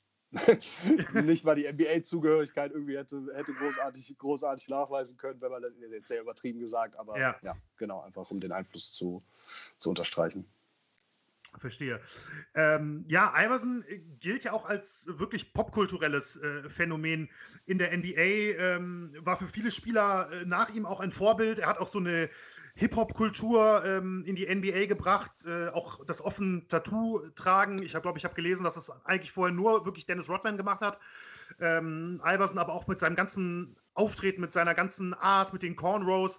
nicht mal die N B A-Zugehörigkeit irgendwie hätte, hätte großartig, großartig nachweisen können, wenn man das jetzt sehr übertrieben gesagt, aber ja, ja genau, einfach um den Einfluss zu, zu unterstreichen. Verstehe. Ähm, ja, Iverson gilt ja auch als wirklich popkulturelles äh, Phänomen in der N B A, ähm, war für viele Spieler äh, nach ihm auch ein Vorbild. Er hat auch so eine Hip-Hop-Kultur ähm, in die N B A gebracht, äh, auch das offen Tattoo tragen. Ich habe, glaube ich, habe gelesen, dass es eigentlich vorher nur wirklich Dennis Rodman gemacht hat. Ähm, Iverson aber auch mit seinem ganzen Auftreten, mit seiner ganzen Art, mit den Cornrows,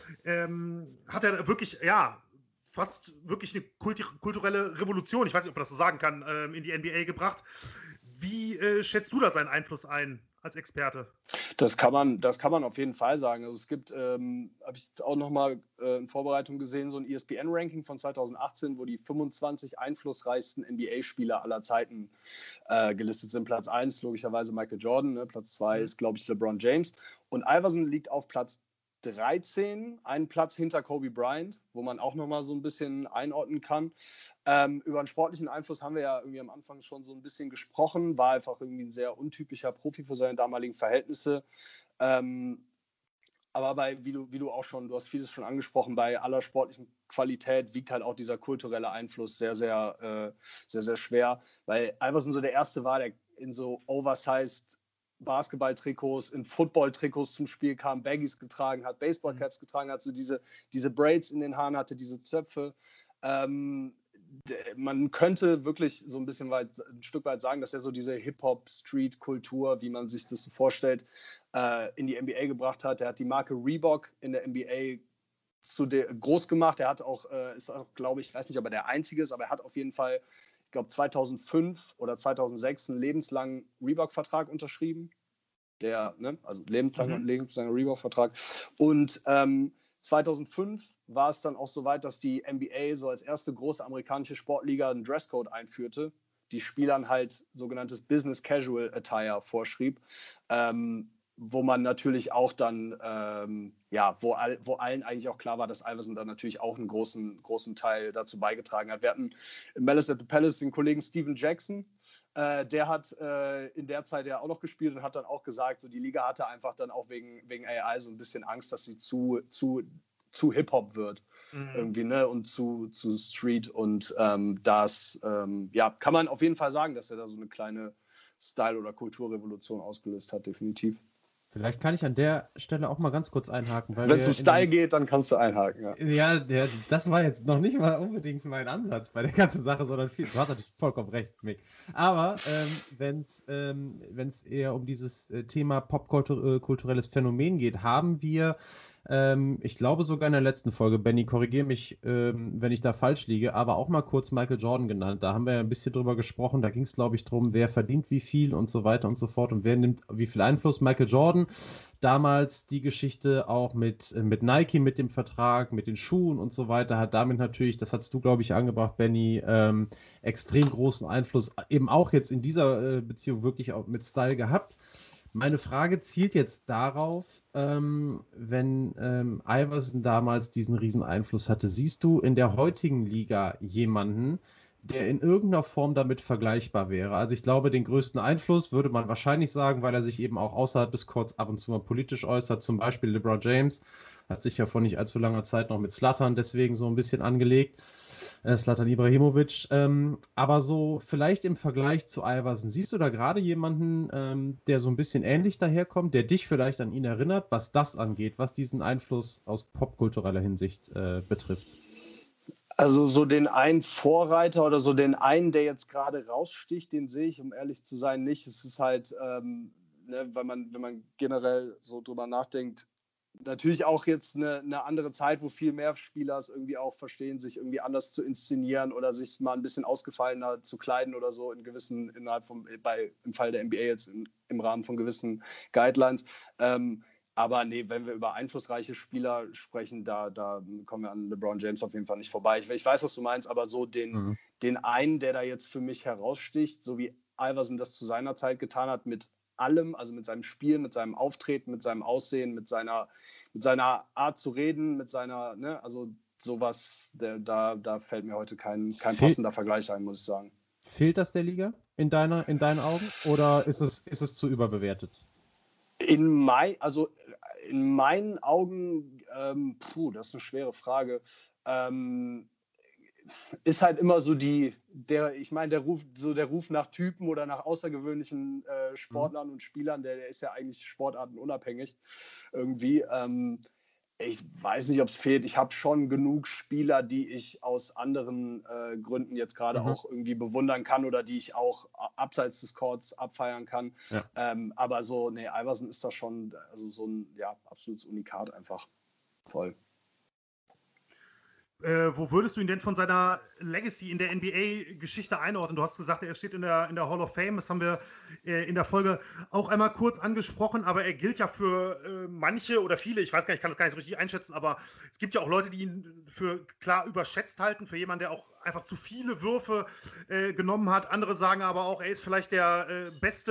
ähm, hat er wirklich, ja, fast wirklich eine kulturelle Revolution, ich weiß nicht, ob man das so sagen kann, ähm, in die N B A gebracht. Wie äh, schätzt du da seinen Einfluss ein als Experte? Das kann man, das kann man auf jeden Fall sagen. Also es gibt, ähm, habe ich auch nochmal äh, in Vorbereitung gesehen, so ein E S P N-Ranking von zweitausendachtzehn, wo die fünfundzwanzig einflussreichsten N B A-Spieler aller Zeiten äh, gelistet sind. Platz eins logischerweise Michael Jordan, ne? Platz zwei mhm. ist, glaube ich, LeBron James. Und Iverson liegt auf Platz dreizehn, einen Platz hinter Kobe Bryant, wo man auch nochmal so ein bisschen einordnen kann. Ähm, über einen sportlichen Einfluss haben wir ja irgendwie am Anfang schon so ein bisschen gesprochen, war einfach irgendwie ein sehr untypischer Profi für seine damaligen Verhältnisse. Ähm, aber bei, wie du, wie du auch schon, du hast vieles schon angesprochen, bei aller sportlichen Qualität wiegt halt auch dieser kulturelle Einfluss sehr, sehr, äh, sehr, sehr schwer, weil Iverson so der Erste war, der in so oversized Basketball-Trikots, in Football-Trikots zum Spiel kam, Baggies getragen hat, Baseball-Caps getragen hat, so diese, diese Braids in den Haaren hatte, diese Zöpfe. Ähm, man könnte wirklich so ein bisschen weit, ein Stück weit sagen, dass er so diese Hip-Hop-Street-Kultur, wie man sich das so vorstellt, äh, in die N B A gebracht hat. Er hat die Marke Reebok in der N B A zu der, groß gemacht. Er hat auch, äh, ist auch, glaube ich, ich weiß nicht, ob er der Einzige ist, aber er hat auf jeden Fall, ich glaube, zweitausendfünf oder zweitausendsechs einen lebenslangen Reebok-Vertrag unterschrieben. Der, ne, also lebenslanger, mhm. lebenslanger Reebok-Vertrag. Und ähm, zweitausendfünf war es dann auch so weit, dass die N B A so als erste große amerikanische Sportliga einen Dresscode einführte, die Spielern halt sogenanntes Business Casual Attire vorschrieb, ähm, wo man natürlich auch dann, ähm, ja, wo, all, wo allen eigentlich auch klar war, dass Iverson da natürlich auch einen großen, großen Teil dazu beigetragen hat. Wir hatten in Malice at the Palace den Kollegen Steven Jackson, äh, der hat äh, in der Zeit ja auch noch gespielt und hat dann auch gesagt, so die Liga hatte einfach dann auch wegen, wegen A I so ein bisschen Angst, dass sie zu, zu, zu Hip-Hop wird, mhm. irgendwie, ne, und zu, zu Street und ähm, das, ähm, ja, kann man auf jeden Fall sagen, dass er da so eine kleine Style- oder Kulturrevolution ausgelöst hat, definitiv. Vielleicht kann ich an der Stelle auch mal ganz kurz einhaken. Wenn es um Style geht, dann kannst du einhaken. Ja, ja der, das war jetzt noch nicht mal unbedingt mein Ansatz bei der ganzen Sache, sondern viel. Du hast natürlich vollkommen recht, Mick. Aber ähm, wenn es ähm, eher um dieses Thema popkulturelles Phänomen geht, haben wir, ähm, ich glaube sogar in der letzten Folge, Benny, korrigiere mich, ähm, wenn ich da falsch liege, aber auch mal kurz Michael Jordan genannt. Da haben wir ja ein bisschen drüber gesprochen. Da ging es, glaube ich, darum, wer verdient wie viel und so weiter und so fort und wer nimmt wie viel Einfluss. Michael Jordan, damals die Geschichte auch mit, mit Nike, mit dem Vertrag, mit den Schuhen und so weiter, hat damit natürlich, das hast du, glaube ich, angebracht, Benny, ähm, extrem großen Einfluss eben auch jetzt in dieser äh, Beziehung wirklich auch mit Style gehabt. Meine Frage zielt jetzt darauf, ähm, wenn ähm, Iverson damals diesen riesen Einfluss hatte, siehst du in der heutigen Liga jemanden, der in irgendeiner Form damit vergleichbar wäre? Also ich glaube, den größten Einfluss würde man wahrscheinlich sagen, weil er sich eben auch außerhalb des Courts ab und zu mal politisch äußert, zum Beispiel LeBron James, hat sich ja vor nicht allzu langer Zeit noch mit Zlatan deswegen so ein bisschen angelegt. Zlatan Ibrahimovic, ähm, aber so vielleicht im Vergleich zu Iverson, siehst du da gerade jemanden, ähm, der so ein bisschen ähnlich daherkommt, der dich vielleicht an ihn erinnert, was das angeht, was diesen Einfluss aus popkultureller Hinsicht äh, betrifft? Also so den einen Vorreiter oder so den einen, der jetzt gerade raussticht, den sehe ich, um ehrlich zu sein, nicht. Es ist halt, ähm, ne, wenn man, wenn man generell so drüber nachdenkt, natürlich auch jetzt eine, eine andere Zeit, wo viel mehr Spieler es irgendwie auch verstehen, sich irgendwie anders zu inszenieren oder sich mal ein bisschen ausgefallener zu kleiden oder so in gewissen, innerhalb vom, bei, im Fall der N B A jetzt in, im Rahmen von gewissen Guidelines. Ähm, aber nee, wenn wir über einflussreiche Spieler sprechen, da, da kommen wir an LeBron James auf jeden Fall nicht vorbei. Ich, ich weiß, was du meinst, aber so den, mhm. den einen, der da jetzt für mich heraussticht, so wie Iverson das zu seiner Zeit getan hat, mit allem, also mit seinem Spiel, mit seinem Auftreten, mit seinem Aussehen, mit seiner, mit seiner Art zu reden, mit seiner, ne, also sowas, der, da, da fällt mir heute kein, kein passender Vergleich ein, muss ich sagen. Fehlt das der Liga in, deiner, in deinen Augen oder ist es, ist es zu überbewertet? In, mein, also in meinen Augen, ähm, puh, das ist eine schwere Frage, ähm, ist halt immer so die, der, ich meine, der Ruf, so der Ruf nach Typen oder nach außergewöhnlichen äh, Sportlern mhm. und Spielern, der, der ist ja eigentlich sportartenunabhängig irgendwie. Ähm, ich weiß nicht, ob es fehlt. Ich habe schon genug Spieler, die ich aus anderen äh, Gründen jetzt gerade mhm. auch irgendwie bewundern kann oder die ich auch abseits des Courts abfeiern kann. Ja. Ähm, aber so, nee, Iverson ist da schon, also so ein ja, absolutes Unikat einfach voll. Äh, wo würdest du ihn denn von seiner Legacy in der N B A-Geschichte einordnen? Du hast gesagt, er steht in der, in der Hall of Fame. Das haben wir äh, in der Folge auch einmal kurz angesprochen. Aber er gilt ja für äh, manche oder viele, ich weiß gar nicht, ich kann das gar nicht so richtig einschätzen, aber es gibt ja auch Leute, die ihn für klar überschätzt halten, für jemanden, der auch einfach zu viele Würfe äh, genommen hat. Andere sagen aber auch, er ist vielleicht der äh, beste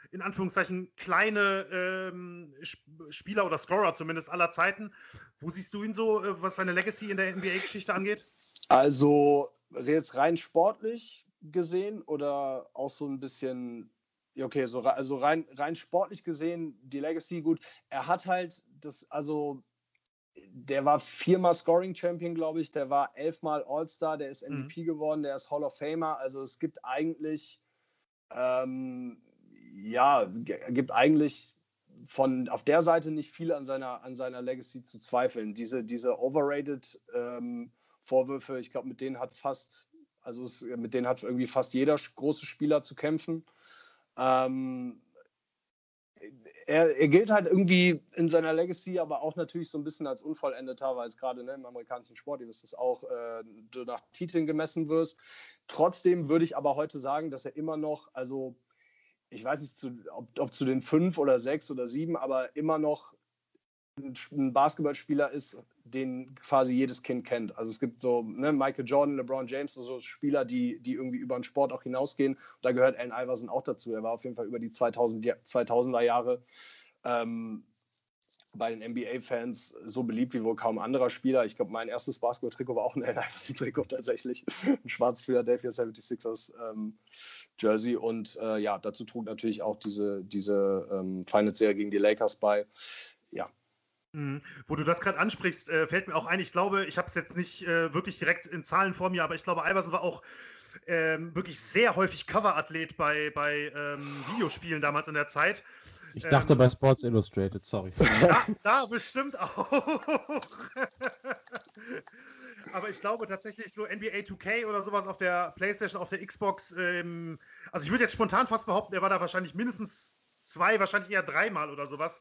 in Anführungszeichen kleine ähm, Spieler oder Scorer zumindest aller Zeiten. Wo siehst du ihn so, äh, was seine Legacy in der N B A-Geschichte angeht? Also jetzt rein sportlich gesehen oder auch so ein bisschen, ja, okay, so, also rein, rein sportlich gesehen, die Legacy gut. Er hat halt das, also der war viermal Scoring-Champion, glaube ich, der war elfmal All-Star, der ist M V P mhm. geworden, der ist Hall of Famer. Also es gibt eigentlich, ähm, ja, gibt eigentlich von auf der Seite nicht viel an seiner, an seiner Legacy zu zweifeln. Diese, diese overrated ähm, Vorwürfe, ich glaube, mit denen hat fast, also es, mit denen hat irgendwie fast jeder große Spieler zu kämpfen. Ähm, Er, er gilt halt irgendwie in seiner Legacy, aber auch natürlich so ein bisschen als unvollendeter, weil es gerade ne, im amerikanischen Sport, ihr wisst es auch, äh, du nach Titeln gemessen wirst. Trotzdem würde ich aber heute sagen, dass er immer noch, also ich weiß nicht, zu, ob, ob zu den fünf oder sechs oder sieben, aber immer noch ein Basketballspieler ist, den quasi jedes Kind kennt. Also es gibt so ne, Michael Jordan, LeBron James, so Spieler, die, die irgendwie über den Sport auch hinausgehen. Und da gehört Allen Iverson auch dazu. Er war auf jeden Fall über die zweitausender Jahre ähm, bei den N B A-Fans so beliebt wie wohl kaum anderer Spieler. Ich glaube, mein erstes Basketball-Trikot war auch ein Allen Iverson-Trikot tatsächlich. Ein schwarz Philadelphia seventy-sixers ähm, Jersey. Und äh, ja, dazu trug natürlich auch diese, diese ähm, Finals-Serie gegen die Lakers bei. Ja. Mhm. Wo du das gerade ansprichst, äh, fällt mir auch ein, ich glaube, ich habe es jetzt nicht äh, wirklich direkt in Zahlen vor mir, aber ich glaube, Iverson war auch ähm, wirklich sehr häufig Coverathlet bei, bei ähm, Videospielen damals in der Zeit. Ich dachte ähm, bei Sports Illustrated, sorry. Da, da bestimmt auch. Aber ich glaube tatsächlich so N B A two K oder sowas auf der PlayStation, auf der Xbox, ähm, also ich würde jetzt spontan fast behaupten, er war da wahrscheinlich mindestens zwei, wahrscheinlich eher dreimal oder sowas.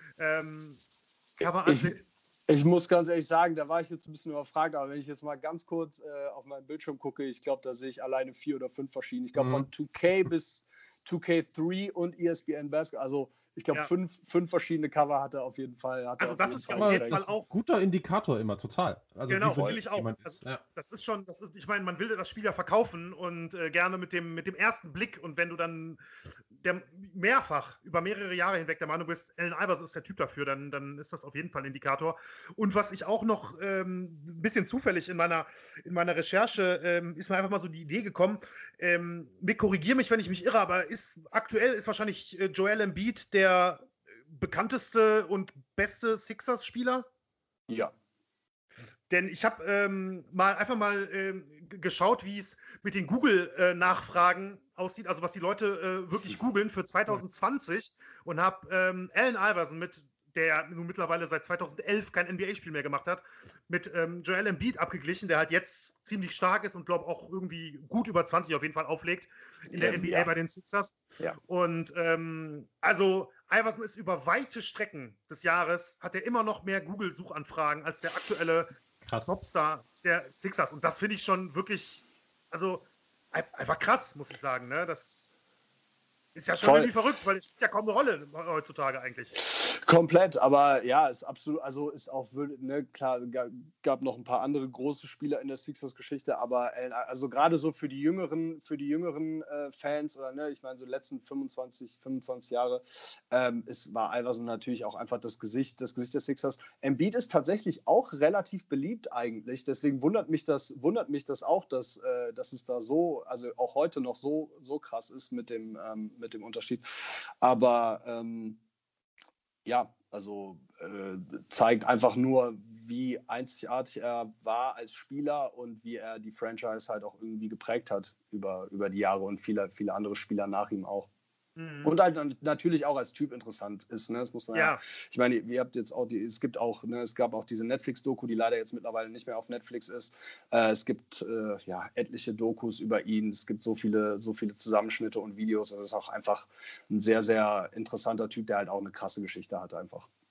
Ähm, Ich, ich muss ganz ehrlich sagen, da war ich jetzt ein bisschen überfragt, aber wenn ich jetzt mal ganz kurz äh, auf meinen Bildschirm gucke, ich glaube, da sehe ich alleine vier oder fünf verschiedene. Ich glaube, mhm. von two K bis two K three und E S P N Basketball, also ich glaube, ja. fünf, fünf verschiedene Cover hat er auf jeden Fall. Hat also das ist Fall auf jeden Fall auch ein guter Indikator immer, total. Also genau, will ich auch. Also, ja. Das ist schon, das ist, ich meine, man will das Spiel ja verkaufen und äh, gerne mit dem, mit dem ersten Blick und wenn du dann der, mehrfach über mehrere Jahre hinweg der Meinung bist, Allen Iverson ist der Typ dafür, dann, dann ist das auf jeden Fall ein Indikator. Und was ich auch noch ähm, ein bisschen zufällig in meiner, in meiner Recherche ähm, ist mir einfach mal so die Idee gekommen, ähm, Mick, korrigier mich, wenn ich mich irre, aber ist aktuell ist wahrscheinlich äh, Joel Embiid der bekannteste und beste Sixers-Spieler? Ja. Denn ich habe ähm, mal einfach mal ähm, geschaut, wie es mit den Google-Nachfragen äh, aussieht, also was die Leute äh, wirklich googeln für zwanzig zwanzig und habe ähm, Allen Iverson mit, der nun mittlerweile seit zweitausendelf kein N B A-Spiel mehr gemacht hat, mit ähm, Joel Embiid abgeglichen, der halt jetzt ziemlich stark ist und glaube auch irgendwie gut über zwanzig auf jeden Fall auflegt in der ja, N B A ja. bei den Sixers. Ja. Und ähm, also Iverson ist über weite Strecken des Jahres, hat er immer noch mehr Google-Suchanfragen als der aktuelle krass. Topstar der Sixers. Und das finde ich schon wirklich, also einfach krass, muss ich sagen. Ne? Das ist ja schon Voll. irgendwie verrückt, weil es spielt ja kaum eine Rolle heutzutage eigentlich. Komplett, aber ja, ist absolut, also ist auch, ne, klar, gab noch ein paar andere große Spieler in der Sixers-Geschichte, aber also gerade so für die jüngeren, für die jüngeren äh, Fans oder ne, ich meine so die letzten fünfundzwanzig, fünfundzwanzig Jahre, ähm, ist, war Iverson natürlich auch einfach das Gesicht, das Gesicht der Sixers. Embiid ist tatsächlich auch relativ beliebt eigentlich, deswegen wundert mich das, wundert mich das auch, dass, äh, dass es da so, also auch heute noch so, so krass ist mit dem, ähm, mit dem Unterschied. Aber ähm, ja, also äh, zeigt einfach nur, wie einzigartig er war als Spieler und wie er die Franchise halt auch irgendwie geprägt hat über, über die Jahre und viele, viele andere Spieler nach ihm auch. Mhm. Und halt natürlich auch als Typ interessant ist, ne? Das muss man ja. ja ich meine, ihr habt jetzt auch, die, es gibt auch, ne, es gab auch diese Netflix-Doku, die leider jetzt mittlerweile nicht mehr auf Netflix ist. Äh, es gibt äh, ja etliche Dokus über ihn. Es gibt so viele, so viele Zusammenschnitte und Videos. Also es ist auch einfach ein sehr, sehr interessanter Typ, der halt auch eine krasse Geschichte hat einfach.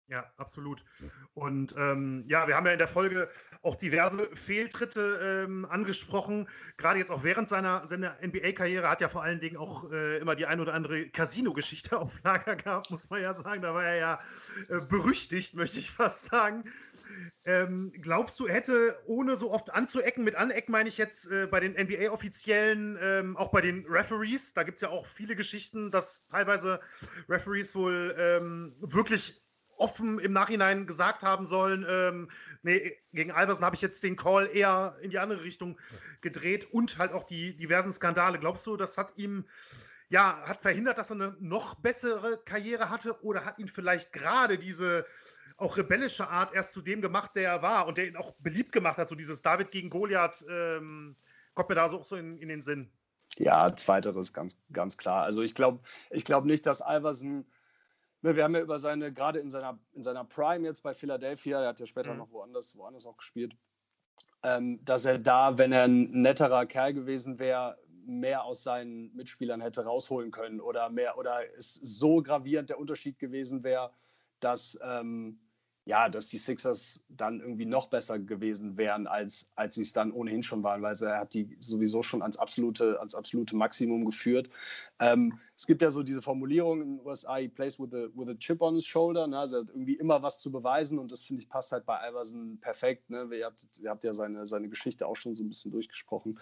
Ja, absolut. Und ähm, ja, wir haben ja in der Folge auch diverse Fehltritte ähm, angesprochen. Gerade jetzt auch während seiner, seiner N B A-Karriere hat ja vor allen Dingen auch äh, immer die ein oder andere Casino-Geschichte auf Lager gehabt, muss man ja sagen. Da war er ja äh, berüchtigt, möchte ich fast sagen. Ähm, glaubst du, er hätte, ohne so oft anzuecken, mit Anecken meine ich jetzt äh, bei den N B A-Offiziellen, ähm, auch bei den Referees, da gibt es ja auch viele Geschichten, dass teilweise Referees wohl ähm, wirklich offen im Nachhinein gesagt haben sollen, ähm, nee, gegen Iverson habe ich jetzt den Call eher in die andere Richtung gedreht und halt auch die diversen Skandale. Glaubst du, das hat ihm, ja, hat verhindert, dass er eine noch bessere Karriere hatte oder hat ihn vielleicht gerade diese auch rebellische Art erst zu dem gemacht, der er war und der ihn auch beliebt gemacht hat, so dieses David gegen Goliath, ähm, kommt mir da so, so in, in den Sinn. Ja, zweiteres ganz, ganz klar. Also ich glaube ich glaub nicht, dass Iverson, ne, wir haben ja über seine, gerade in seiner, in seiner Prime jetzt bei Philadelphia, er hat ja später mhm. noch woanders, woanders auch gespielt, ähm, dass er da, wenn er ein netterer Kerl gewesen wäre, mehr aus seinen Mitspielern hätte rausholen können oder mehr, oder es so gravierend der Unterschied gewesen wäre, dass, ähm, ja, dass die Sixers dann irgendwie noch besser gewesen wären, als, als sie es dann ohnehin schon waren, weil er hat die sowieso schon ans absolute, ans absolute Maximum geführt. Ähm, es gibt ja so diese Formulierung in den U S A, he plays with a, with a chip on his shoulder, ne? Also er hat irgendwie immer was zu beweisen und das, finde ich, passt halt bei Iverson perfekt. Ne? Ihr, habt, ihr habt ja seine, seine Geschichte auch schon so ein bisschen durchgesprochen.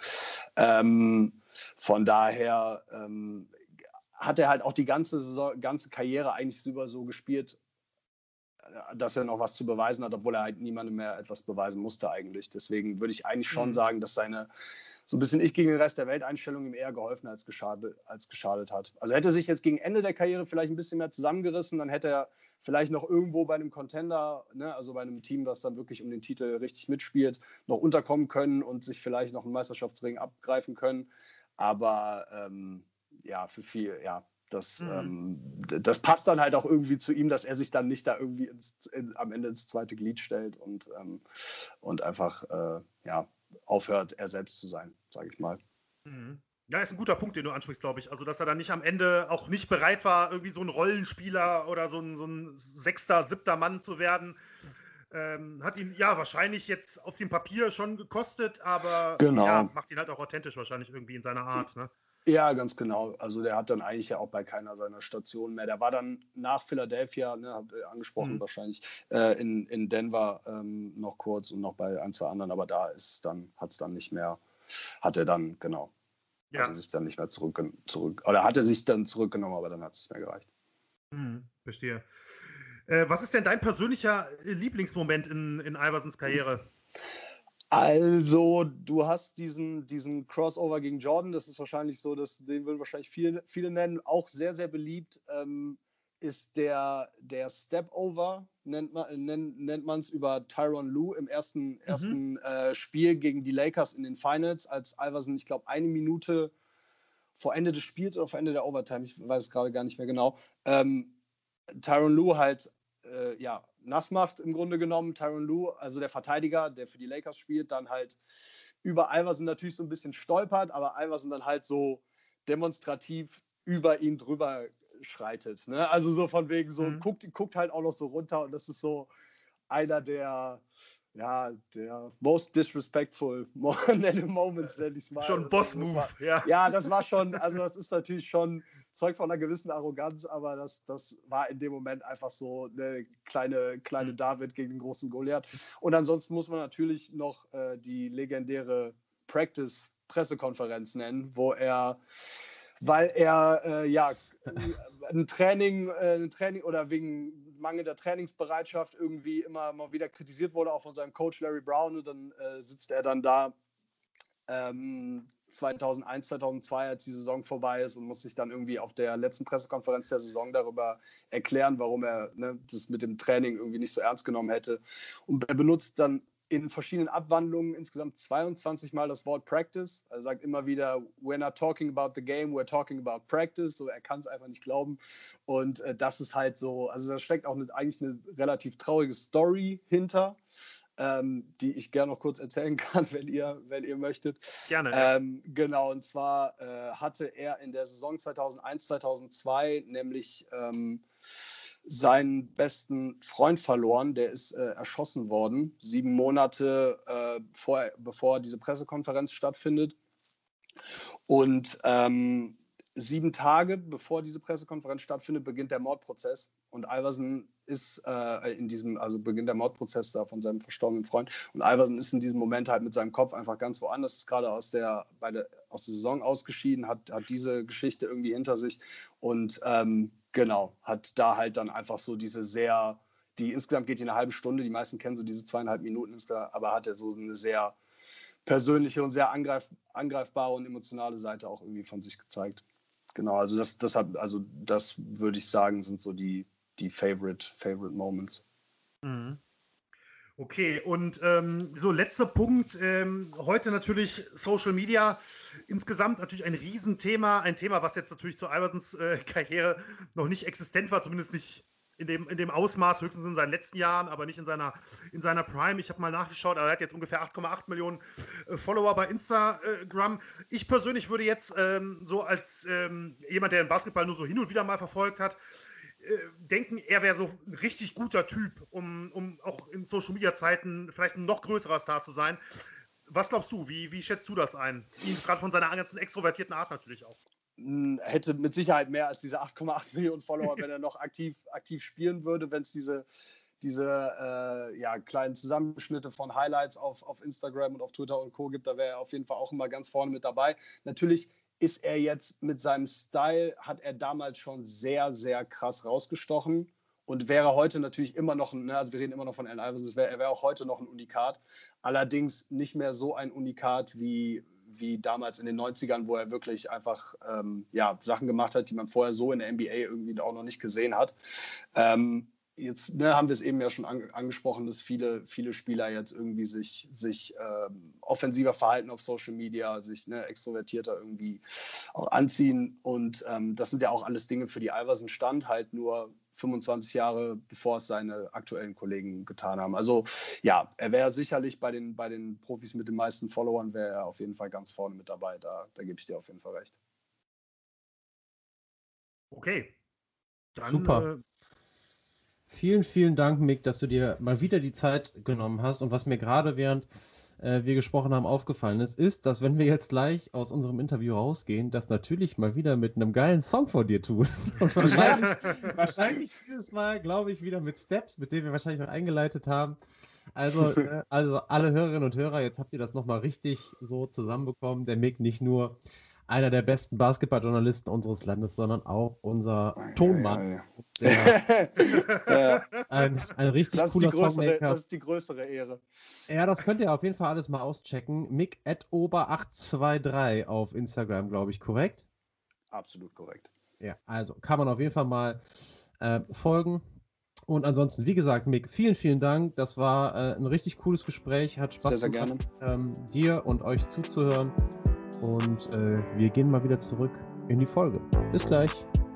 Ähm, von daher ähm, hat er halt auch die ganze, Saison, ganze Karriere eigentlich über so gespielt, dass er noch was zu beweisen hat, obwohl er halt niemandem mehr etwas beweisen musste eigentlich. Deswegen würde ich eigentlich schon mhm. sagen, dass seine so ein bisschen Ich gegen den Rest der Welt-Einstellung ihm eher geholfen als geschadet, als geschadet hat. Also hätte er sich jetzt gegen Ende der Karriere vielleicht ein bisschen mehr zusammengerissen, dann hätte er vielleicht noch irgendwo bei einem Contender, ne, also bei einem Team, was dann wirklich um den Titel richtig mitspielt, noch unterkommen können und sich vielleicht noch einen Meisterschaftsring abgreifen können. Aber ähm, ja, für viel, ja, Das, mhm. ähm, das passt dann halt auch irgendwie zu ihm, dass er sich dann nicht da irgendwie ins, in, am Ende ins zweite Glied stellt und, ähm, und einfach äh, ja, aufhört, er selbst zu sein, sage ich mal. Mhm. Ja, ist ein guter Punkt, den du ansprichst, glaube ich. Also, dass er dann nicht am Ende auch nicht bereit war, irgendwie so ein Rollenspieler oder so ein, so ein sechster, siebter Mann zu werden. Ähm, hat ihn ja wahrscheinlich jetzt auf dem Papier schon gekostet, aber genau. ja, macht ihn halt auch authentisch wahrscheinlich irgendwie in seiner Art, ne? Ja, ganz genau. Also der hat dann eigentlich ja auch bei keiner seiner Stationen mehr. Der war dann nach Philadelphia, ne, habt ihr angesprochen mhm. wahrscheinlich, äh, in, in Denver ähm, noch kurz und noch bei ein, zwei anderen, aber da ist dann, hat es dann nicht mehr, hat er dann, genau, ja. hat er sich dann nicht mehr zurück, zurück, oder hat er sich dann zurückgenommen, aber dann hat es nicht mehr gereicht. Mhm, verstehe. Äh, was ist denn dein persönlicher Lieblingsmoment in, in Iversons Karriere? Also, du hast diesen, diesen Crossover gegen Jordan, das ist wahrscheinlich so, dass, den würden wahrscheinlich viele, viele nennen, auch sehr, sehr beliebt, ähm, ist der, der Step-Over, nennt man nennt, nennt man es, über Tyronn Lue im ersten, mhm. ersten äh, Spiel gegen die Lakers in den Finals, als Iverson, ich glaube, eine Minute vor Ende des Spiels oder vor Ende der Overtime, ich weiß es gerade gar nicht mehr genau, ähm, Tyronn Lue halt Äh, ja, nass macht im Grunde genommen. Tyronn Lue, also der Verteidiger, der für die Lakers spielt, dann halt über Iverson natürlich so ein bisschen stolpert, aber Iverson dann halt so demonstrativ über ihn drüber schreitet. Ne? Also so von wegen so, mhm. guckt, guckt halt auch noch so runter und das ist so einer der, ja, der most disrespectful Moments, nenne ich es mal. Schon Boss-Move, ja. Ja, das war schon, also das ist natürlich schon Zeug von einer gewissen Arroganz, aber das, das war in dem Moment einfach so eine kleine, kleine David gegen den großen Goliath. Und ansonsten muss man natürlich noch äh, die legendäre Practice-Pressekonferenz nennen, wo er, weil er, äh, ja, ein Training, äh, ein Training oder wegen mangelnder Trainingsbereitschaft irgendwie immer mal wieder kritisiert wurde, auch von seinem Coach Larry Brown. Und dann äh, sitzt er dann da ähm, zweitausendeins, zweitausendzwei, als die Saison vorbei ist und muss sich dann irgendwie auf der letzten Pressekonferenz der Saison darüber erklären, warum er ne, das mit dem Training irgendwie nicht so ernst genommen hätte. Und er benutzt dann in verschiedenen Abwandlungen insgesamt zweiundzwanzig Mal das Wort Practice. Er sagt immer wieder, we're not talking about the game, we're talking about practice. So, er kann es einfach nicht glauben. Und äh, das ist halt so, also da steckt auch eine, eigentlich eine relativ traurige Story hinter, ähm, die ich gerne noch kurz erzählen kann, wenn ihr, wenn ihr möchtet. Gerne. Ähm, genau, und zwar äh, hatte er in der Saison zweitausendeins, zweitausendzwei nämlich ähm, seinen besten Freund verloren. Der ist äh, erschossen worden, sieben Monate äh, vor, bevor diese Pressekonferenz stattfindet. Und ähm, sieben Tage bevor diese Pressekonferenz stattfindet, beginnt der Mordprozess. Und Iverson ist äh, in diesem, also beginnt der Mordprozess da von seinem verstorbenen Freund. Und Iverson ist in diesem Moment halt mit seinem Kopf einfach ganz woanders, ist gerade aus der, bei der, aus der Saison ausgeschieden, hat, hat diese Geschichte irgendwie hinter sich und ähm, genau, hat da halt dann einfach so diese sehr, die insgesamt geht die eine halbe Stunde, die meisten kennen so diese zweieinhalb Minuten, aber hat er so eine sehr persönliche und sehr angreif, angreifbare und emotionale Seite auch irgendwie von sich gezeigt. Genau, also das, das hat, also das würde ich sagen, sind so die, die Favorite, Favorite Moments. Mhm. Okay, und ähm, so letzter Punkt, ähm, heute natürlich Social Media, insgesamt natürlich ein Riesenthema, ein Thema, was jetzt natürlich zu Iversons äh, Karriere noch nicht existent war, zumindest nicht in dem, in dem Ausmaß, höchstens in seinen letzten Jahren, aber nicht in seiner, in seiner Prime. Ich habe mal nachgeschaut, er hat jetzt ungefähr acht Komma acht Millionen äh, Follower bei Instagram. Ich persönlich würde jetzt ähm, so als ähm, jemand, der den Basketball nur so hin und wieder mal verfolgt hat, denken, er wäre so ein richtig guter Typ, um, um auch in Social-Media-Zeiten vielleicht ein noch größerer Star zu sein. Was glaubst du? Wie, wie schätzt du das ein? Ihn gerade von seiner ganzen extrovertierten Art natürlich auch. Hätte mit Sicherheit mehr als diese acht Komma acht Millionen Follower, wenn er noch aktiv, aktiv spielen würde, wenn es diese, diese äh, ja, kleinen Zusammenschnitte von Highlights auf, auf Instagram und auf Twitter und Co. gibt. Da wäre er auf jeden Fall auch immer ganz vorne mit dabei. Natürlich ist er jetzt mit seinem Style, hat er damals schon sehr, sehr krass rausgestochen und wäre heute natürlich immer noch, ne, also wir reden immer noch von Allen Iverson, wär, er wäre auch heute noch ein Unikat, allerdings nicht mehr so ein Unikat wie, wie damals in den neunzigern, wo er wirklich einfach ähm, ja, Sachen gemacht hat, die man vorher so in der N B A irgendwie auch noch nicht gesehen hat. Ähm, Jetzt ne, haben wir es eben ja schon an, angesprochen, dass viele, viele Spieler jetzt irgendwie sich, sich ähm, offensiver verhalten auf Social Media, sich ne, extrovertierter irgendwie auch anziehen. Und ähm, das sind ja auch alles Dinge, für die Iverson stand, halt nur fünfundzwanzig Jahre, bevor es seine aktuellen Kollegen getan haben. Also ja, er wäre sicherlich bei den, bei den Profis mit den meisten Followern, wäre er auf jeden Fall ganz vorne mit dabei. Da, da gebe ich dir auf jeden Fall recht. Okay. Dann, Super. Äh, Vielen, vielen Dank, Mick, dass du dir mal wieder die Zeit genommen hast. Und was mir gerade während äh, wir gesprochen haben aufgefallen ist, ist, dass wenn wir jetzt gleich aus unserem Interview rausgehen, das natürlich mal wieder mit einem geilen Song von dir tun. Und wahrscheinlich, wahrscheinlich dieses Mal, glaube ich, wieder mit Steps, mit denen wir wahrscheinlich auch eingeleitet haben. Also, äh, also alle Hörerinnen und Hörer, jetzt habt ihr das nochmal richtig so zusammenbekommen. Der Mick nicht nur einer der besten Basketballjournalisten unseres Landes, sondern auch unser Tonmann. Der, ja. ein, ein richtig das cooler größere, Songmaker. Das ist die größere Ehre. Ja, das könnt ihr auf jeden Fall alles mal auschecken. Mick at ober acht zwei drei auf Instagram, glaube ich, korrekt? Absolut korrekt. Ja, also kann man auf jeden Fall mal äh, folgen. Und ansonsten, wie gesagt, Mick, vielen, vielen Dank. Das war äh, ein richtig cooles Gespräch. Hat Spaß sehr, sehr gemacht, gerne. Ähm, dir und euch zuzuhören. Und äh, wir gehen mal wieder zurück in die Folge. Bis gleich.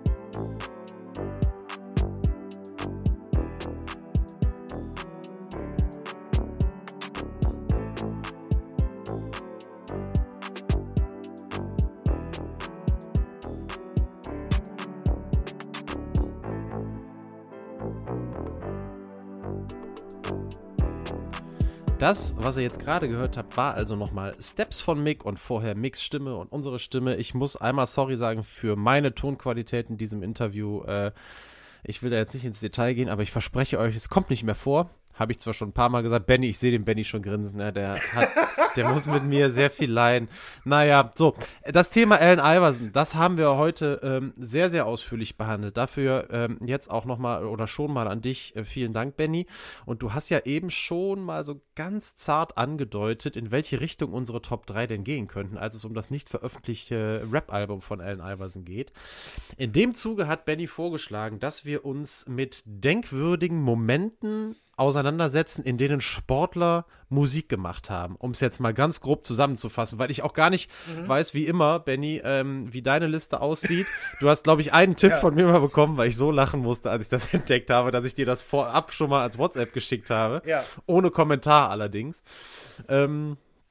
Das, was ihr jetzt gerade gehört habt, war also nochmal Steps von Mick und vorher Micks Stimme und unsere Stimme. Ich muss einmal sorry sagen für meine Tonqualität in diesem Interview. Äh, ich will da jetzt nicht ins Detail gehen, aber ich verspreche euch, es kommt nicht mehr vor. Habe ich zwar schon ein paar Mal gesagt, Benny, ich sehe den Benny schon grinsen, ne? der, hat, der muss mit mir sehr viel leiden. Naja, so, das Thema Allen Iverson, das haben wir heute ähm, sehr, sehr ausführlich behandelt. Dafür ähm, jetzt auch nochmal oder schon mal an dich, äh, vielen Dank, Benny. Und du hast ja eben schon mal so ganz zart angedeutet, in welche Richtung unsere Top drei denn gehen könnten, als es um das nicht veröffentlichte Rap-Album von Allen Iverson geht. In dem Zuge hat Benny vorgeschlagen, dass wir uns mit denkwürdigen Momenten auseinandersetzen, in denen Sportler Musik gemacht haben, um es jetzt mal ganz grob zusammenzufassen, weil ich auch gar nicht mhm. weiß, wie immer, Benny, ähm, wie deine Liste aussieht. Du hast, glaube ich, einen Tipp ja. von mir mal bekommen, weil ich so lachen musste, als ich das entdeckt habe, dass ich dir das vorab schon mal als WhatsApp geschickt habe, ja. ohne Kommentar allerdings. Ähm,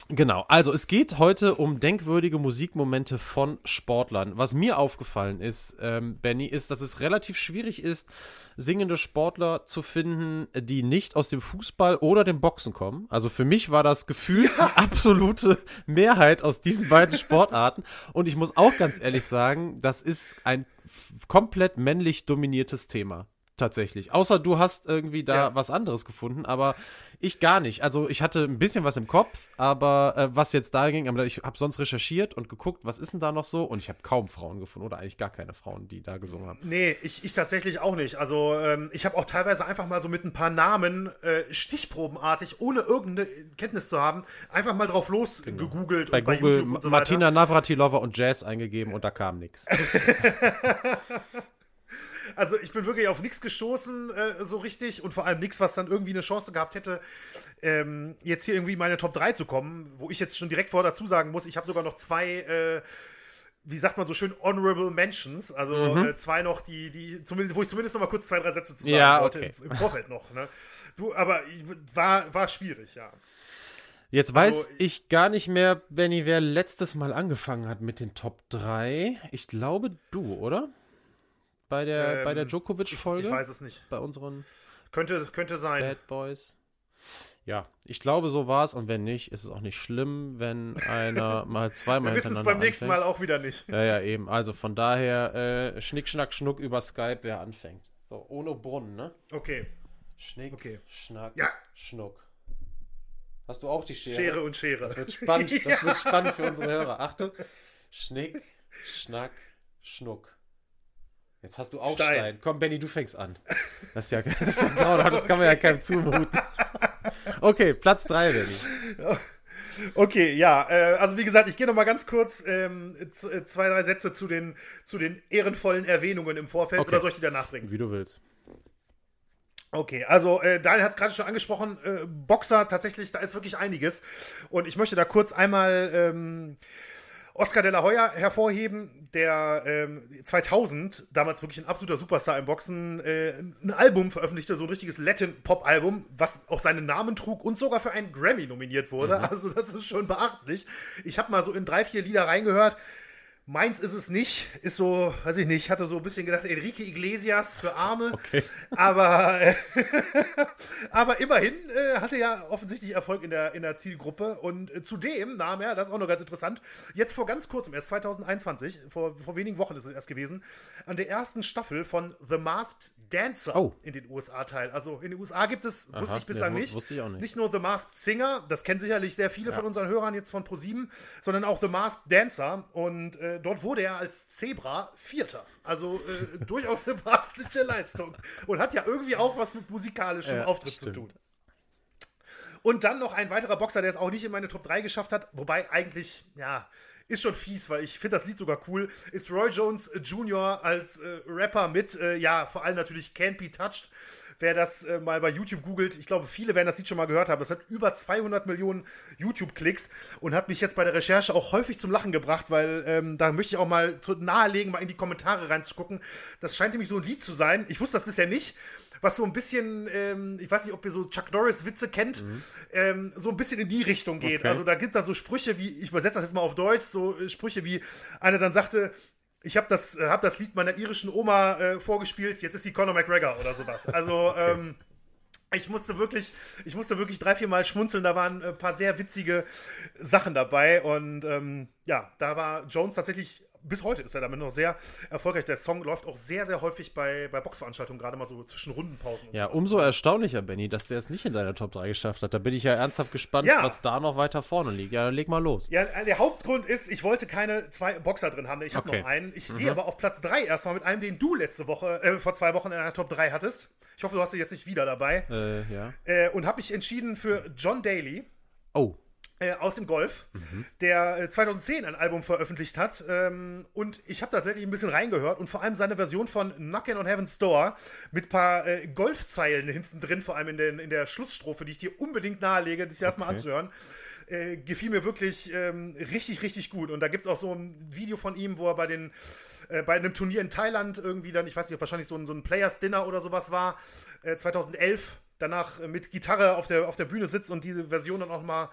Genau, also es geht heute um denkwürdige Musikmomente von Sportlern. Was mir aufgefallen ist, ähm, Benny, ist, dass es relativ schwierig ist, singende Sportler zu finden, die nicht aus dem Fußball oder dem Boxen kommen. Also für mich war das Gefühl ja. die absolute Mehrheit aus diesen beiden Sportarten. Und ich muss auch ganz ehrlich sagen, das ist ein f- komplett männlich dominiertes Thema. Tatsächlich. Außer du hast irgendwie da ja. was anderes gefunden, aber ich gar nicht. Also ich hatte ein bisschen was im Kopf, aber äh, was jetzt da ging, aber ich habe sonst recherchiert und geguckt, was ist denn da noch so? Und ich habe kaum Frauen gefunden oder eigentlich gar keine Frauen, die da gesungen haben. Nee, ich, ich tatsächlich auch nicht. Also ähm, ich habe auch teilweise einfach mal so mit ein paar Namen äh, stichprobenartig, ohne irgendeine Kenntnis zu haben, einfach mal drauf losgegoogelt. Bei und Google bei YouTube und so Martina weiter. Navratilova und Jazz eingegeben und da kam nichts. Also ich bin wirklich auf nichts gestoßen, äh, so richtig, und vor allem nichts, was dann irgendwie eine Chance gehabt hätte, ähm, jetzt hier irgendwie in meine Top drei zu kommen, wo ich jetzt schon direkt vor dazu sagen muss, ich habe sogar noch zwei, äh, wie sagt man so schön, Honorable Mentions, also mhm. äh, zwei noch, die, die zumindest, wo ich zumindest noch mal kurz zwei, drei Sätze zu sagen ja, wollte, okay. im, im Vorfeld noch. Ne? Du, aber ich, war, war schwierig, ja. Jetzt weiß also, ich gar nicht mehr, Benny, wer letztes Mal angefangen hat mit den Top drei. Ich glaube du, oder? Bei der, ähm, bei der Djokovic-Folge? Ich, ich weiß es nicht. Bei unseren könnte, könnte sein. Bad Boys. Ja, ich glaube, so war es. Und wenn nicht, ist es auch nicht schlimm, wenn einer mal zweimal Wir wissen es beim nächsten Mal auch wieder nicht. Ja, ja, eben. Also von daher, äh, Schnick, Schnack, Schnuck über Skype, wer anfängt. So, ohne Brunnen, ne? Okay. Schnick, okay. Schnack, ja. Schnuck. Hast du auch die Schere? Schere und Schere. Das wird spannend, ja. Das wird spannend für unsere Hörer. Achtung. Schnick, Schnack, Schnuck. Jetzt hast du auch Stein. Stein. Komm, Benny, du fängst an. Das ist ja, das ist ja grauenhaft, das kann man ja keinem zumuten. Okay, Platz drei, Benny. Okay, ja, äh, also wie gesagt, ich gehe noch mal ganz kurz ähm, z- zwei, drei Sätze zu den, zu den ehrenvollen Erwähnungen im Vorfeld, okay. Oder soll ich die danach bringen? Wie du willst. Okay, also äh, Daniel hat es gerade schon angesprochen, äh, Boxer, tatsächlich, da ist wirklich einiges. Und ich möchte da kurz einmal ähm, Oscar de la Hoya hervorheben, der ähm, zweitausend, damals wirklich ein absoluter Superstar im Boxen, äh, ein Album veröffentlichte, so ein richtiges Latin-Pop-Album, was auch seinen Namen trug und sogar für einen Grammy nominiert wurde. Mhm. Also das ist schon beachtlich. Ich habe mal so in drei, vier Lieder reingehört. Meins ist es nicht, ist so, weiß ich nicht, hatte so ein bisschen gedacht, Enrique Iglesias für Arme, okay. aber, äh, aber immerhin äh, hatte er offensichtlich Erfolg in der, in der Zielgruppe und äh, zudem nahm er, das ist auch noch ganz interessant, jetzt vor ganz kurzem, erst zwanzig einundzwanzig, vor, vor wenigen Wochen ist es erst gewesen, an der ersten Staffel von The Masked Dancer oh. in den U S A teil. Also in den U S A gibt es, Aha, wusste ich bislang nee, nicht, wusste ich auch nicht, nicht nur The Masked Singer, das kennen sicherlich sehr viele ja. von unseren Hörern jetzt von ProSieben, sondern auch The Masked Dancer und äh, dort wurde er als Zebra Vierter. Also äh, durchaus eine beachtliche Leistung. Und hat ja irgendwie auch was mit musikalischem ja, Auftritt stimmt. zu tun. Und dann noch ein weiterer Boxer, der es auch nicht in meine Top drei geschafft hat, wobei eigentlich, ja, ist schon fies, weil ich finde das Lied sogar cool, ist Roy Jones Junior als äh, Rapper mit, äh, ja, vor allem natürlich Can't Be Touched. Wer das äh, mal bei YouTube googelt, ich glaube, viele werden das Lied schon mal gehört haben. Das hat über zweihundert Millionen YouTube-Klicks und hat mich jetzt bei der Recherche auch häufig zum Lachen gebracht, weil ähm, da möchte ich auch mal zu, nahelegen, mal in die Kommentare reinzugucken. Das scheint nämlich so ein Lied zu sein. Ich wusste das bisher nicht. Was so ein bisschen, ähm, ich weiß nicht, ob ihr so Chuck Norris-Witze kennt, mhm. ähm, so ein bisschen in die Richtung geht. Okay. Also da gibt es da so Sprüche wie, ich übersetze das jetzt mal auf Deutsch, so äh, Sprüche wie, einer dann sagte, ich habe das, äh, hab das Lied meiner irischen Oma äh, vorgespielt, jetzt ist die Conor McGregor oder sowas. Also, okay. ähm, ich musste wirklich, ich musste wirklich drei, vier Mal schmunzeln, da waren ein paar sehr witzige Sachen dabei und ähm, ja, da war Jones tatsächlich, bis heute ist er damit noch sehr erfolgreich. Der Song läuft auch sehr, sehr häufig bei, bei Boxveranstaltungen, gerade mal so zwischen Rundenpausen. Und ja, sowas. Umso erstaunlicher, Benny, dass der es nicht in deiner Top drei geschafft hat. Da bin ich ja ernsthaft gespannt, ja. was da noch weiter vorne liegt. Ja, dann leg mal los. Ja, der Hauptgrund ist, ich wollte keine zwei Boxer drin haben. Ich habe okay. noch einen. Ich mhm. gehe aber auf Platz drei erstmal mit einem, den du letzte Woche, äh, vor zwei Wochen in einer Top drei hattest. Ich hoffe, du hast dich jetzt nicht wieder dabei. Äh, ja. Äh, und habe mich entschieden für John Daly. Oh. Äh, aus dem Golf, mhm. der äh, zweitausendzehn ein Album veröffentlicht hat. Ähm, und ich habe tatsächlich ein bisschen reingehört und vor allem seine Version von Knockin' on Heaven's Door mit ein paar äh, Golfzeilen hinten drin, vor allem in, den, in der Schlussstrophe, die ich dir unbedingt nahelege, dich das okay. mal anzuhören. Äh, gefiel mir wirklich ähm, richtig, richtig gut. Und da gibt es auch so ein Video von ihm, wo er bei den äh, bei einem Turnier in Thailand irgendwie dann, ich weiß nicht, wahrscheinlich so ein, so ein Players Dinner oder sowas war, äh, zweitausendelf, danach äh, mit Gitarre auf der, auf der Bühne sitzt und diese Version dann auch mal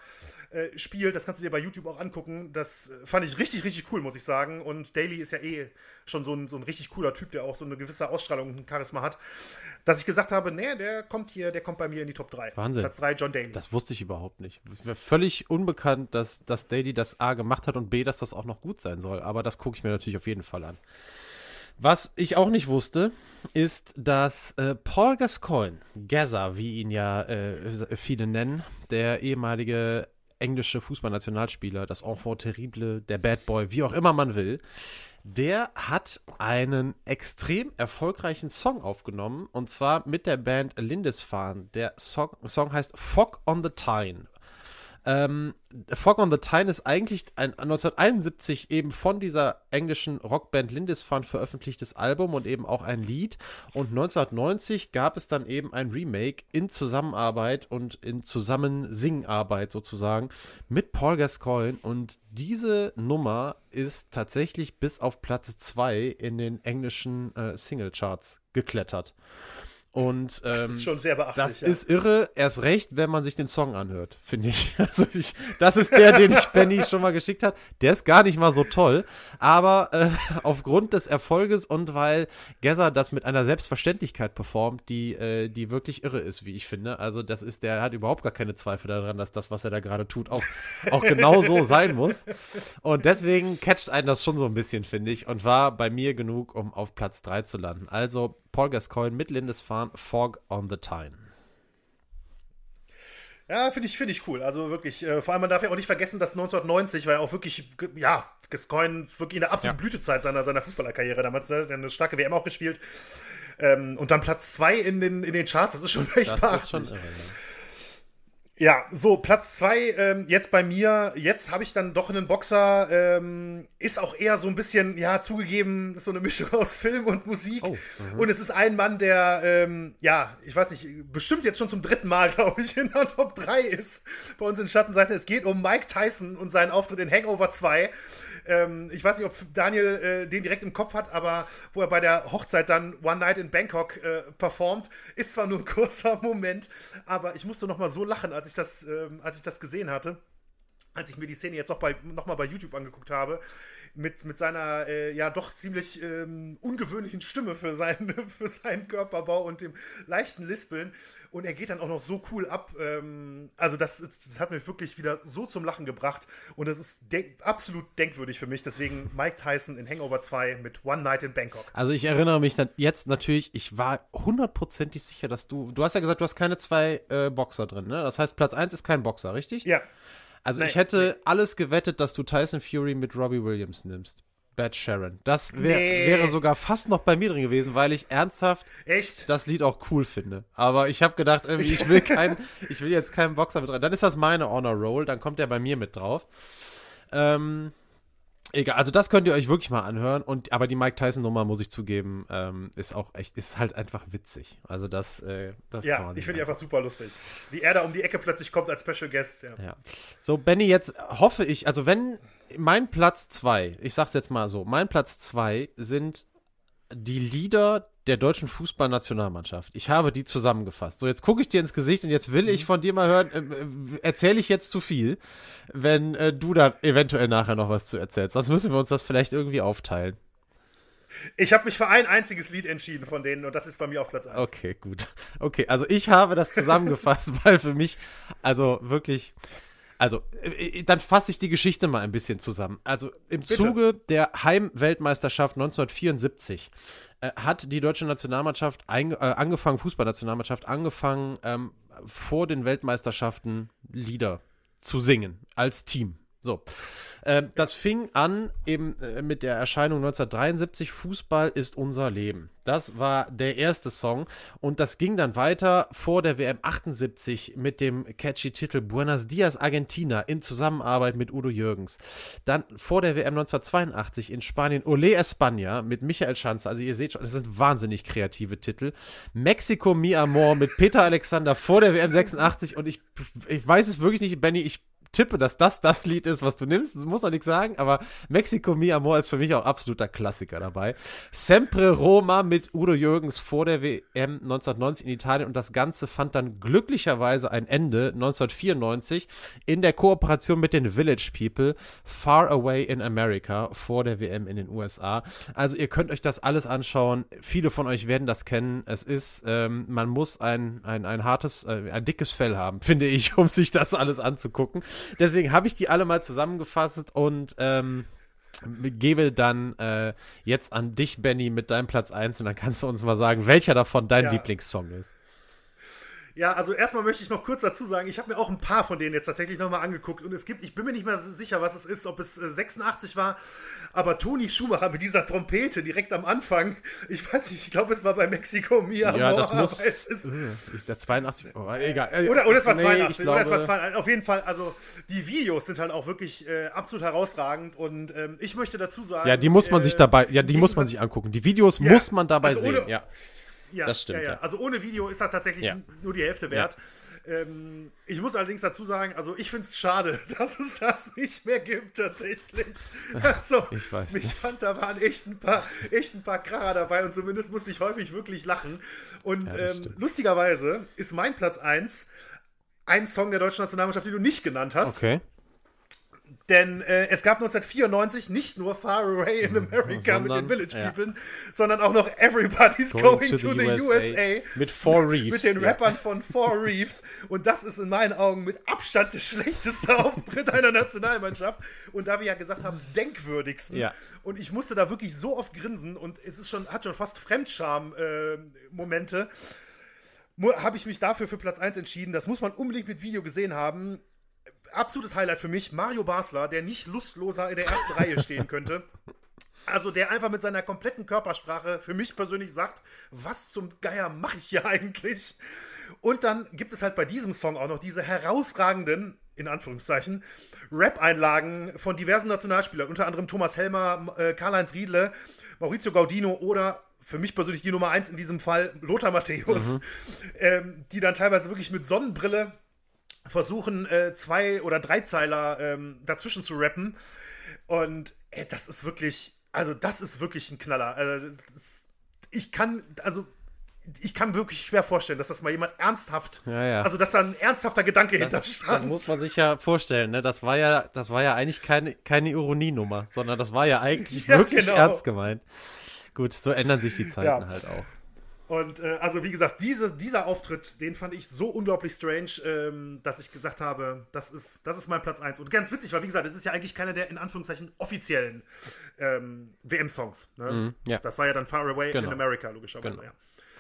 äh, spielt. Das kannst du dir bei YouTube auch angucken. Das fand ich richtig, richtig cool, muss ich sagen. Und Daly ist ja eh schon so ein, so ein richtig cooler Typ, der auch so eine gewisse Ausstrahlung und Charisma hat. Dass ich gesagt habe, nee, der kommt hier, der kommt bei mir in die Top drei. Wahnsinn. Platz drei, John Daly. Das wusste ich überhaupt nicht. Wäre völlig unbekannt, dass, dass Daly das A gemacht hat und B, dass das auch noch gut sein soll. Aber das gucke ich mir natürlich auf jeden Fall an. Was ich auch nicht wusste, ist, dass äh, Paul Gascoigne, Gazza, wie ihn ja äh, viele nennen, der ehemalige englische Fußballnationalspieler, das Enfant terrible, der Bad Boy, wie auch immer man will, der hat einen extrem erfolgreichen Song aufgenommen, und zwar mit der Band Lindisfarne. Der Song, Song heißt Fog on the Tyne. Ähm, Fog on the Tyne ist eigentlich ein neunzehnhunderteinundsiebzig eben von dieser englischen Rockband Lindisfarne veröffentlichtes Album und eben auch ein Lied. Und neunzehnhundertneunzig gab es dann eben ein Remake in Zusammenarbeit und in Zusammensingarbeit sozusagen mit Paul Gascoigne. Und diese Nummer ist tatsächlich bis auf Platz zwei in den englischen äh, Singlecharts geklettert. Und ähm, das ist schon sehr beachtlich. Das ja. ist irre, erst recht, wenn man sich den Song anhört, finde ich. Also ich, das ist der, den ich Benny schon mal geschickt hat. Der ist gar nicht mal so toll, aber äh, aufgrund des Erfolges und weil Gazza das mit einer Selbstverständlichkeit performt, die äh, die wirklich irre ist, wie ich finde. Also das ist, der hat überhaupt gar keine Zweifel daran, dass das, was er da gerade tut, auch auch genau so sein muss. Und deswegen catcht einen das schon so ein bisschen, finde ich, und war bei mir genug, um auf Platz drei zu landen. Also Paul Gascoigne mit Lindisfarne, Fog on the Tyne. Ja, finde ich, find ich cool. Also wirklich, äh, vor allem, man darf ja auch nicht vergessen, dass neunzehnhundertneunzig war ja auch wirklich, ja, Gascoigne ist wirklich in der absoluten ja. Blütezeit seiner, seiner Fußballerkarriere damals, ne? Der hat eine starke W M auch gespielt. Ähm, und dann Platz zwei in den, in den Charts, das ist schon echt beachtlich. Das ist schon irre, ja. Ja, so, Platz zwei, ähm, jetzt bei mir, jetzt habe ich dann doch einen Boxer, ähm, ist auch eher so ein bisschen, ja, zugegeben, ist so eine Mischung aus Film und Musik. Oh, und es ist ein Mann, der, ähm, ja, ich weiß nicht, bestimmt jetzt schon zum dritten Mal, glaube ich, in der Top drei ist bei uns in Schattenseiten. Es geht um Mike Tyson und seinen Auftritt in Hangover zwei. Ähm, ich weiß nicht, ob Daniel äh, den direkt im Kopf hat, aber wo er bei der Hochzeit dann One Night in Bangkok äh, performt, ist zwar nur ein kurzer Moment, aber ich musste noch mal so lachen, als ich das, ähm, als ich das gesehen hatte, als ich mir die Szene jetzt noch, bei, noch mal bei YouTube angeguckt habe, mit, mit seiner äh, ja doch ziemlich ähm, ungewöhnlichen Stimme für seinen, für seinen Körperbau und dem leichten Lispeln. Und er geht dann auch noch so cool ab. Ähm, also das, ist, das hat mich wirklich wieder so zum Lachen gebracht. Und das ist de- absolut denkwürdig für mich. Deswegen Mike Tyson in Hangover zwei mit One Night in Bangkok. Also ich erinnere mich jetzt natürlich, ich war hundertprozentig sicher, dass du, du hast ja gesagt, du hast keine zwei äh, Boxer drin, ne? Das heißt, Platz eins ist kein Boxer, richtig? Ja. Also nee, ich hätte nee. alles gewettet, dass du Tyson Fury mit Robbie Williams nimmst. Bad Sharon. Das wär, nee. wäre sogar fast noch bei mir drin gewesen, weil ich ernsthaft Echt? das Lied auch cool finde. Aber ich habe gedacht, irgendwie, ich will kein, ich will jetzt keinen Boxer mit rein. Dann ist das meine Honor Roll, dann kommt der bei mir mit drauf. Ähm, egal, also das könnt ihr euch wirklich mal anhören. Und aber die Mike Tyson Nummer, muss ich zugeben, ähm, ist auch echt, ist halt einfach witzig. Also das, äh, das ja, kann man ich finde die einfach super lustig. Wie er da um die Ecke plötzlich kommt als Special Guest. Ja. ja. So, Benny, jetzt hoffe ich, also wenn mein Platz zwei, ich sag's jetzt mal so, mein Platz zwei sind die Lieder der deutschen Fußballnationalmannschaft. Ich habe die zusammengefasst. So, jetzt gucke ich dir ins Gesicht und jetzt will ich von dir mal hören, äh, erzähle ich jetzt zu viel, wenn äh, du da eventuell nachher noch was zu erzählst. Sonst müssen wir uns das vielleicht irgendwie aufteilen. Ich habe mich für ein einziges Lied entschieden von denen und das ist bei mir auf Platz eins. Okay, gut. Okay, also ich habe das zusammengefasst, weil für mich, also wirklich... Also, dann fasse ich die Geschichte mal ein bisschen zusammen. Also, im Bitte. Zuge der Heimweltmeisterschaft neunzehnhundertvierundsiebzig äh, hat die deutsche Nationalmannschaft ein, äh, angefangen, Fußballnationalmannschaft angefangen, ähm, vor den Weltmeisterschaften Lieder zu singen, als Team. So, äh, das fing an eben äh, mit der Erscheinung neunzehnhundertdreiundsiebzig, Fußball ist unser Leben. Das war der erste Song und das ging dann weiter vor der W M achtundsiebzig mit dem catchy Titel Buenos Dias Argentina in Zusammenarbeit mit Udo Jürgens. Dann vor der W M neunzehnhundertzweiundachtzig in Spanien Olé España mit Michael Schanze. Also ihr seht schon, das sind wahnsinnig kreative Titel. Mexiko Mi Amor mit Peter Alexander vor der W M sechsundachtzig und ich, ich weiß es wirklich nicht, Benny, ich tippe, dass das das Lied ist, was du nimmst. Das muss doch nichts sagen, aber Mexico Mi Amor ist für mich auch absoluter Klassiker dabei. Sempre Roma mit Udo Jürgens vor der W M neunzehnhundertneunzig in Italien und das Ganze fand dann glücklicherweise ein Ende neunzehnhundertvierundneunzig in der Kooperation mit den Village People Far Away in America vor der W M in den U S A. Also ihr könnt euch das alles anschauen. Viele von euch werden das kennen. Es ist, ähm, man muss ein, ein, ein hartes, äh, ein dickes Fell haben, finde ich, um sich das alles anzugucken. Deswegen habe ich die alle mal zusammengefasst und ähm, gebe dann äh, jetzt an dich, Benny, mit deinem Platz eins und dann kannst du uns mal sagen, welcher davon dein ja. Lieblingssong ist. Ja, also erstmal möchte ich noch kurz dazu sagen, ich habe mir auch ein paar von denen jetzt tatsächlich nochmal angeguckt und es gibt, ich bin mir nicht mehr sicher, was es ist, ob es äh, sechsundachtzig war, aber Toni Schumacher mit dieser Trompete direkt am Anfang, ich weiß nicht, ich glaube, es war bei Mexico Mi Amor, ja, das muss, es ist, ist der zweiundachtzig, oh, egal. Oder, oder es war nee, zweiundachtzig, ich glaube, oder es war zweiundachtzig, auf jeden Fall, also die Videos sind halt auch wirklich äh, absolut herausragend und ähm, ich möchte dazu sagen, ja, die muss man äh, sich dabei, ja, die muss man sich angucken, die Videos ja, muss man dabei also ohne, sehen, ja. Ja, das stimmt. Ja, ja. Ja. Also ohne Video ist das tatsächlich ja. nur die Hälfte wert. Ja. Ähm, ich muss allerdings dazu sagen, also ich finde es schade, dass es das nicht mehr gibt tatsächlich. Also, ich weiß ich nicht. fand, da waren echt ein paar, echt ein paar Kracher dabei und zumindest musste ich häufig wirklich lachen. Und ja, ähm, lustigerweise ist mein Platz eins ein Song der deutschen Nationalmannschaft, den du nicht genannt hast. Okay. Denn äh, es gab neunzehnhundertvierundneunzig nicht nur Far Away in America sondern, mit den Village ja. People, sondern auch noch Everybody's Going, going to, to the, the U S A. U S A mit Four Reefs. Mit den ja. Rappern von Four Reefs. Und das ist in meinen Augen mit Abstand der schlechteste Auftritt einer Nationalmannschaft. Und da wir ja gesagt haben, denkwürdigsten. Ja. Und ich musste da wirklich so oft grinsen und es ist schon, hat schon fast Fremdscham-Momente. Äh, habe ich mich dafür für Platz eins entschieden. Das muss man unbedingt mit Video gesehen haben. Absolutes Highlight für mich, Mario Basler, der nicht lustloser in der ersten Reihe stehen könnte. Also der einfach mit seiner kompletten Körpersprache für mich persönlich sagt, was zum Geier mache ich hier eigentlich? Und dann gibt es halt bei diesem Song auch noch diese herausragenden, in Anführungszeichen, Rap-Einlagen von diversen Nationalspielern, unter anderem Thomas Helmer, äh, Karl-Heinz Riedle, Maurizio Gaudino oder für mich persönlich die Nummer eins in diesem Fall, Lothar Matthäus, mhm. ähm, die dann teilweise wirklich mit Sonnenbrille versuchen, äh, zwei- oder dreizeiler ähm, dazwischen zu rappen. Und ey, das ist wirklich, also das ist wirklich ein Knaller. Also, das, ich kann, also ich kann wirklich schwer vorstellen, dass das mal jemand ernsthaft, ja, ja. also dass da ein ernsthafter Gedanke das, hinter stand. Das muss man sich ja vorstellen, ne? Das war ja, das war ja eigentlich keine, keine Ironienummer, sondern das war ja eigentlich ja, wirklich genau. ernst gemeint. Gut, so ändern sich die Zeiten ja. halt auch. Und äh, also wie gesagt, diese, dieser Auftritt, den fand ich so unglaublich strange, ähm, dass ich gesagt habe, das ist, das ist mein Platz eins. Und ganz witzig, weil wie gesagt, das ist ja eigentlich keiner der in Anführungszeichen offiziellen ähm, W M-Songs. Ne? Mm, ja. Das war ja dann Far Away genau. in America, logischerweise. Genau. Ja,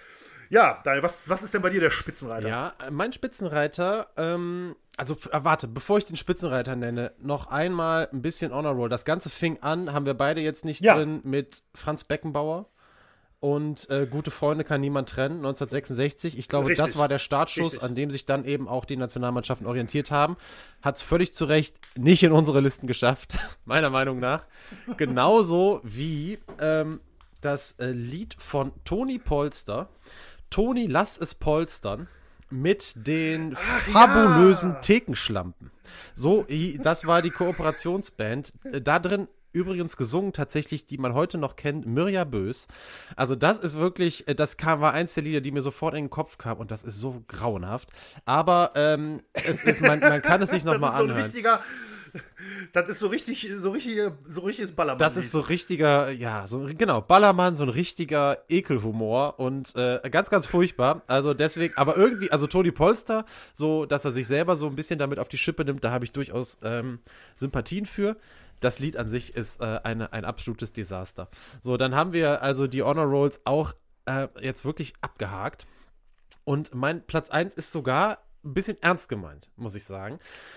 ja Daniel, was, was ist denn bei dir der Spitzenreiter? Ja, mein Spitzenreiter, ähm, also äh, warte, bevor ich den Spitzenreiter nenne, noch einmal ein bisschen Honor Roll. Das Ganze fing an, haben wir beide jetzt nicht ja. drin, mit Franz Beckenbauer. Und äh, Gute Freunde kann niemand trennen, neunzehnhundertsechsundsechzig. Ich glaube, Richtig. das war der Startschuss, Richtig. an dem sich dann eben auch die Nationalmannschaften orientiert haben. Hat es völlig zu Recht nicht in unsere Listen geschafft, meiner Meinung nach. Genauso wie ähm, das äh, Lied von Toni Polster, Toni, lass es polstern, mit den Ach, fabulösen ja. Thekenschlampen. So, das war die Kooperationsband. Äh, da drin übrigens gesungen tatsächlich, die man heute noch kennt, Mirja Bös. Also das ist wirklich, das kam, war eins der Lieder, die mir sofort in den Kopf kam und das ist so grauenhaft. Aber ähm, es ist, man, man kann es sich nochmal anhören. Das ist so ein richtiger, das ist so richtig, so richtige, so richtiges Ballermann. Das ist so richtiger, ja, so genau, Ballermann, so ein richtiger Ekelhumor und äh, ganz, ganz furchtbar. Also deswegen, aber irgendwie, also Toni Polster, so, dass er sich selber so ein bisschen damit auf die Schippe nimmt, da habe ich durchaus ähm, Sympathien für. Das Lied an sich ist äh, eine, ein absolutes Desaster. So, dann haben wir also die Honor Rolls auch äh, jetzt wirklich abgehakt. Und mein Platz eins ist sogar ein bisschen ernst gemeint, muss ich sagen.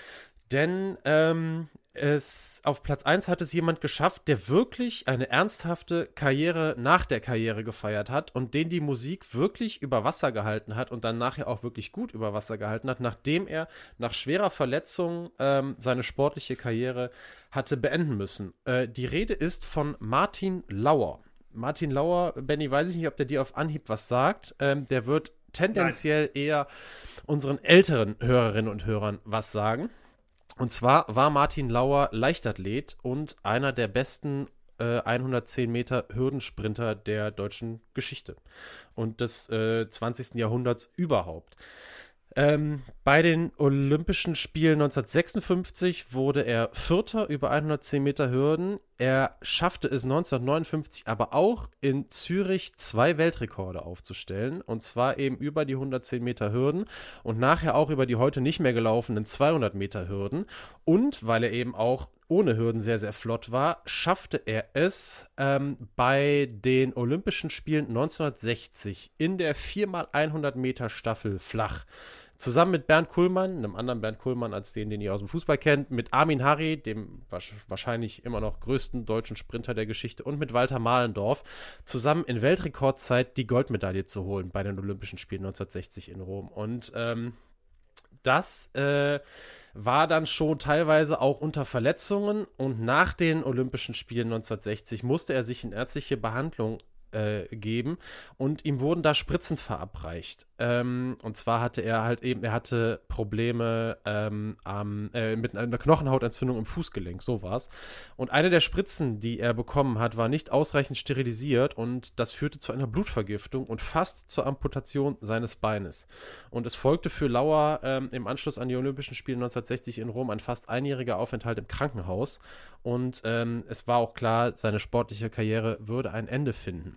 Denn ähm, es, auf Platz eins hat es jemand geschafft, der wirklich eine ernsthafte Karriere nach der Karriere gefeiert hat und den die Musik wirklich über Wasser gehalten hat und dann nachher auch wirklich gut über Wasser gehalten hat, nachdem er nach schwerer Verletzung ähm, seine sportliche Karriere hatte beenden müssen. Äh, die Rede ist von Martin Lauer. Martin Lauer, Benny, weiß ich nicht, ob der dir auf Anhieb was sagt. Ähm, der wird tendenziell Nein. eher unseren älteren Hörerinnen und Hörern was sagen. Und zwar war Martin Lauer Leichtathlet und einer der besten äh, hundertzehn Meter Hürdensprinter der deutschen Geschichte und des äh, zwanzigsten Jahrhunderts überhaupt. Ähm, bei den Olympischen Spielen neunzehnhundertsechsundfünfzig wurde er Vierter über hundertzehn Meter Hürden. Er schaffte es neunzehnhundertneunundfünfzig aber auch in Zürich zwei Weltrekorde aufzustellen. Und zwar eben über die hundertzehn Meter Hürden und nachher auch über die heute nicht mehr gelaufenen zweihundert Meter Hürden. Und weil er eben auch ohne Hürden sehr, sehr flott war, schaffte er es ähm, bei den Olympischen Spielen neunzehnhundertsechzig in der vier mal hundert Meter Staffel flach. Zusammen mit Bernd Kuhlmann, einem anderen Bernd Kuhlmann als den, den ihr aus dem Fußball kennt, mit Armin Harry, dem wahrscheinlich immer noch größten deutschen Sprinter der Geschichte, und mit Walter Mahlendorf, zusammen in Weltrekordzeit die Goldmedaille zu holen bei den Olympischen Spielen neunzehnhundertsechzig in Rom. Und ähm, das äh, war dann schon teilweise auch unter Verletzungen, und nach den Olympischen Spielen neunzehnhundertsechzig musste er sich in ärztliche Behandlung äh, geben und ihm wurden da Spritzen verabreicht. Ähm, und zwar hatte er halt eben, er hatte Probleme ähm, am, äh, mit einer Knochenhautentzündung im Fußgelenk, so war's. Und eine der Spritzen, die er bekommen hat, war nicht ausreichend sterilisiert, und das führte zu einer Blutvergiftung und fast zur Amputation seines Beines. Und es folgte für Lauer ähm, im Anschluss an die Olympischen Spiele neunzehnhundertsechzig in Rom ein fast einjähriger Aufenthalt im Krankenhaus. Und ähm, es war auch klar, seine sportliche Karriere würde ein Ende finden.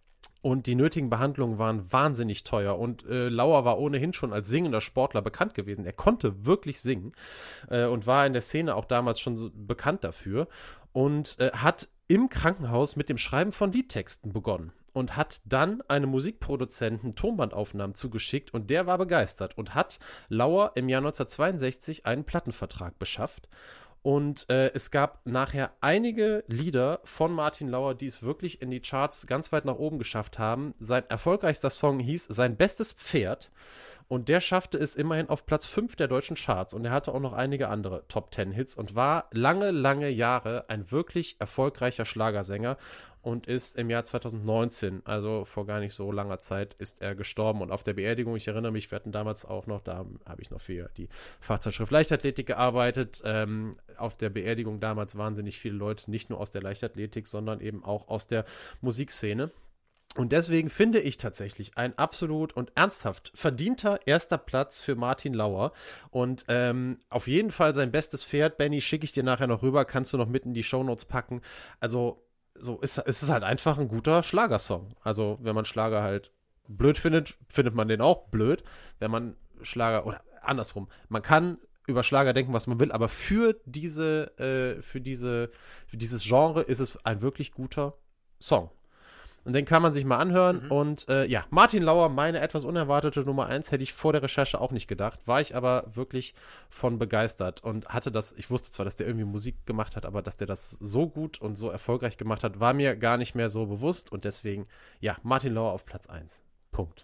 Und die nötigen Behandlungen waren wahnsinnig teuer. Und äh, Lauer war ohnehin schon als singender Sportler bekannt gewesen. Er konnte wirklich singen äh, und war in der Szene auch damals schon so bekannt dafür. Und äh, hat im Krankenhaus mit dem Schreiben von Liedtexten begonnen. Und hat dann einem Musikproduzenten Tonbandaufnahmen zugeschickt. Und der war begeistert und hat Lauer im Jahr neunzehnhundertzweiundsechzig einen Plattenvertrag beschafft. Und äh, es gab nachher einige Lieder von Martin Lauer, die es wirklich in die Charts ganz weit nach oben geschafft haben. Sein erfolgreichster Song hieß Sein bestes Pferd. Und der schaffte es immerhin auf Platz fünf der deutschen Charts. Und er hatte auch noch einige andere Top-Ten-Hits und war lange, lange Jahre ein wirklich erfolgreicher Schlagersänger. Und ist im Jahr zweitausendneunzehn, also vor gar nicht so langer Zeit, ist er gestorben. Und auf der Beerdigung, ich erinnere mich, wir hatten damals auch noch, da habe ich noch für die Fachzeitschrift Leichtathletik gearbeitet. Ähm, auf der Beerdigung damals wahnsinnig viele Leute, nicht nur aus der Leichtathletik, sondern eben auch aus der Musikszene. Und deswegen finde ich tatsächlich ein absolut und ernsthaft verdienter erster Platz für Martin Lauer. Und ähm, auf jeden Fall sein bestes Pferd. Benny, schicke ich dir nachher noch rüber, kannst du noch mit in die Shownotes packen. Also so ist, ist es halt einfach ein guter Schlagersong. Also wenn man Schlager halt blöd findet, findet man den auch blöd. Wenn man Schlager, oder andersrum, man kann über Schlager denken, was man will, aber für diese, äh, für diese, für dieses Genre ist es ein wirklich guter Song. Und den kann man sich mal anhören. Mhm. Und äh, ja, Martin Lauer, meine etwas unerwartete Nummer eins, hätte ich vor der Recherche auch nicht gedacht. War ich aber wirklich von begeistert und hatte das, ich wusste zwar, dass der irgendwie Musik gemacht hat, aber dass der das so gut und so erfolgreich gemacht hat, war mir gar nicht mehr so bewusst. Und deswegen, ja, Martin Lauer auf Platz eins. Punkt.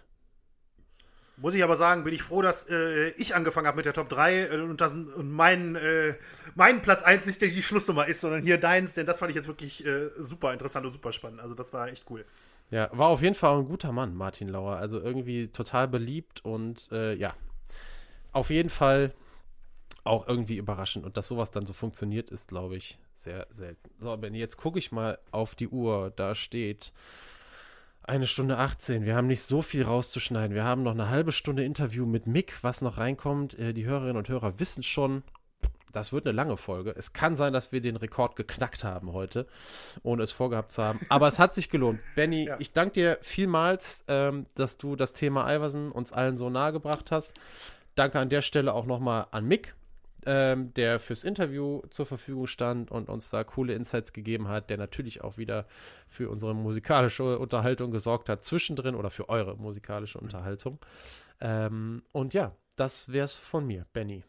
Muss ich aber sagen, bin ich froh, dass äh, ich angefangen habe mit der Top drei äh, und, das, und mein, äh, mein Platz eins nicht die Schlussnummer ist, sondern hier deins, denn das fand ich jetzt wirklich äh, super interessant und super spannend. Also das war echt cool. Ja, war auf jeden Fall ein guter Mann, Martin Lauer. Also irgendwie total beliebt und äh, ja, auf jeden Fall auch irgendwie überraschend. Und dass sowas dann so funktioniert, ist, glaube ich, sehr selten. So, Benni, jetzt gucke ich mal auf die Uhr. Da steht eine Stunde achtzehn. Wir haben nicht so viel rauszuschneiden. Wir haben noch eine halbe Stunde Interview mit Mick, was noch reinkommt. Die Hörerinnen und Hörer wissen schon, das wird eine lange Folge. Es kann sein, dass wir den Rekord geknackt haben heute, ohne es vorgehabt zu haben. Aber es hat sich gelohnt. Benni, ja. Ich danke dir vielmals, ähm, dass du das Thema Iverson uns allen so nahe gebracht hast. Danke an der Stelle auch nochmal an Mick, Ähm, der fürs Interview zur Verfügung stand und uns da coole Insights gegeben hat, der natürlich auch wieder für unsere musikalische Unterhaltung gesorgt hat, zwischendrin, oder für eure musikalische Unterhaltung. Ähm, und ja, das wär's von mir, Benni.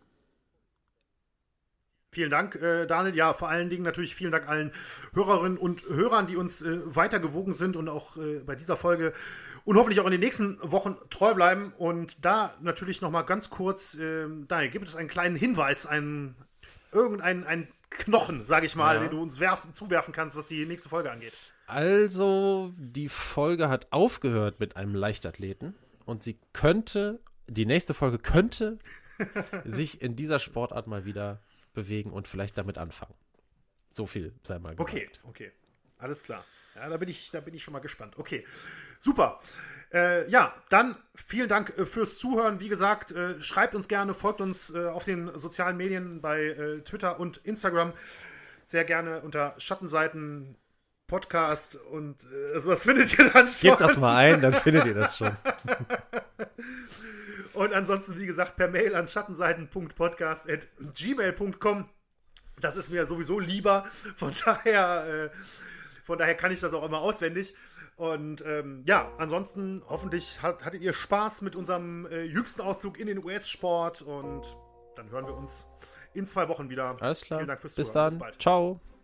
Vielen Dank, äh, Daniel. Ja, vor allen Dingen natürlich vielen Dank allen Hörerinnen und Hörern, die uns äh, weiter gewogen sind und auch äh, bei dieser Folge und hoffentlich auch in den nächsten Wochen treu bleiben. Und da natürlich noch mal ganz kurz, äh, Daniel, gibt es einen kleinen Hinweis, einen, irgendeinen einen Knochen, sage ich mal, ja, den du uns werfen, zuwerfen kannst, was die nächste Folge angeht. Also, die Folge hat aufgehört mit einem Leichtathleten und sie könnte, die nächste Folge könnte sich in dieser Sportart mal wieder bewegen und vielleicht damit anfangen. So viel sei mal gesagt. Okay, okay. Alles klar. Ja, da bin ich, da bin ich schon mal gespannt. Okay, super. Äh, ja, dann vielen Dank äh, fürs Zuhören. Wie gesagt, äh, schreibt uns gerne, folgt uns äh, auf den sozialen Medien bei äh, Twitter und Instagram. Sehr gerne unter Schattenseiten Podcast und äh, sowas findet ihr dann schon. Gebt das mal ein, dann findet ihr das schon. Und ansonsten, wie gesagt, per Mail an schattenseiten punkt podcast at gmail punkt com. Das ist mir sowieso lieber. Von daher, äh, von daher kann ich das auch immer auswendig. Und ähm, ja, ansonsten hoffentlich hat, hattet ihr Spaß mit unserem äh, jüngsten Ausflug in den U S-Sport. Und dann hören wir uns in zwei Wochen wieder. Alles klar. Vielen Dank fürs Bis Zuhören. dann. Bis bald. Ciao.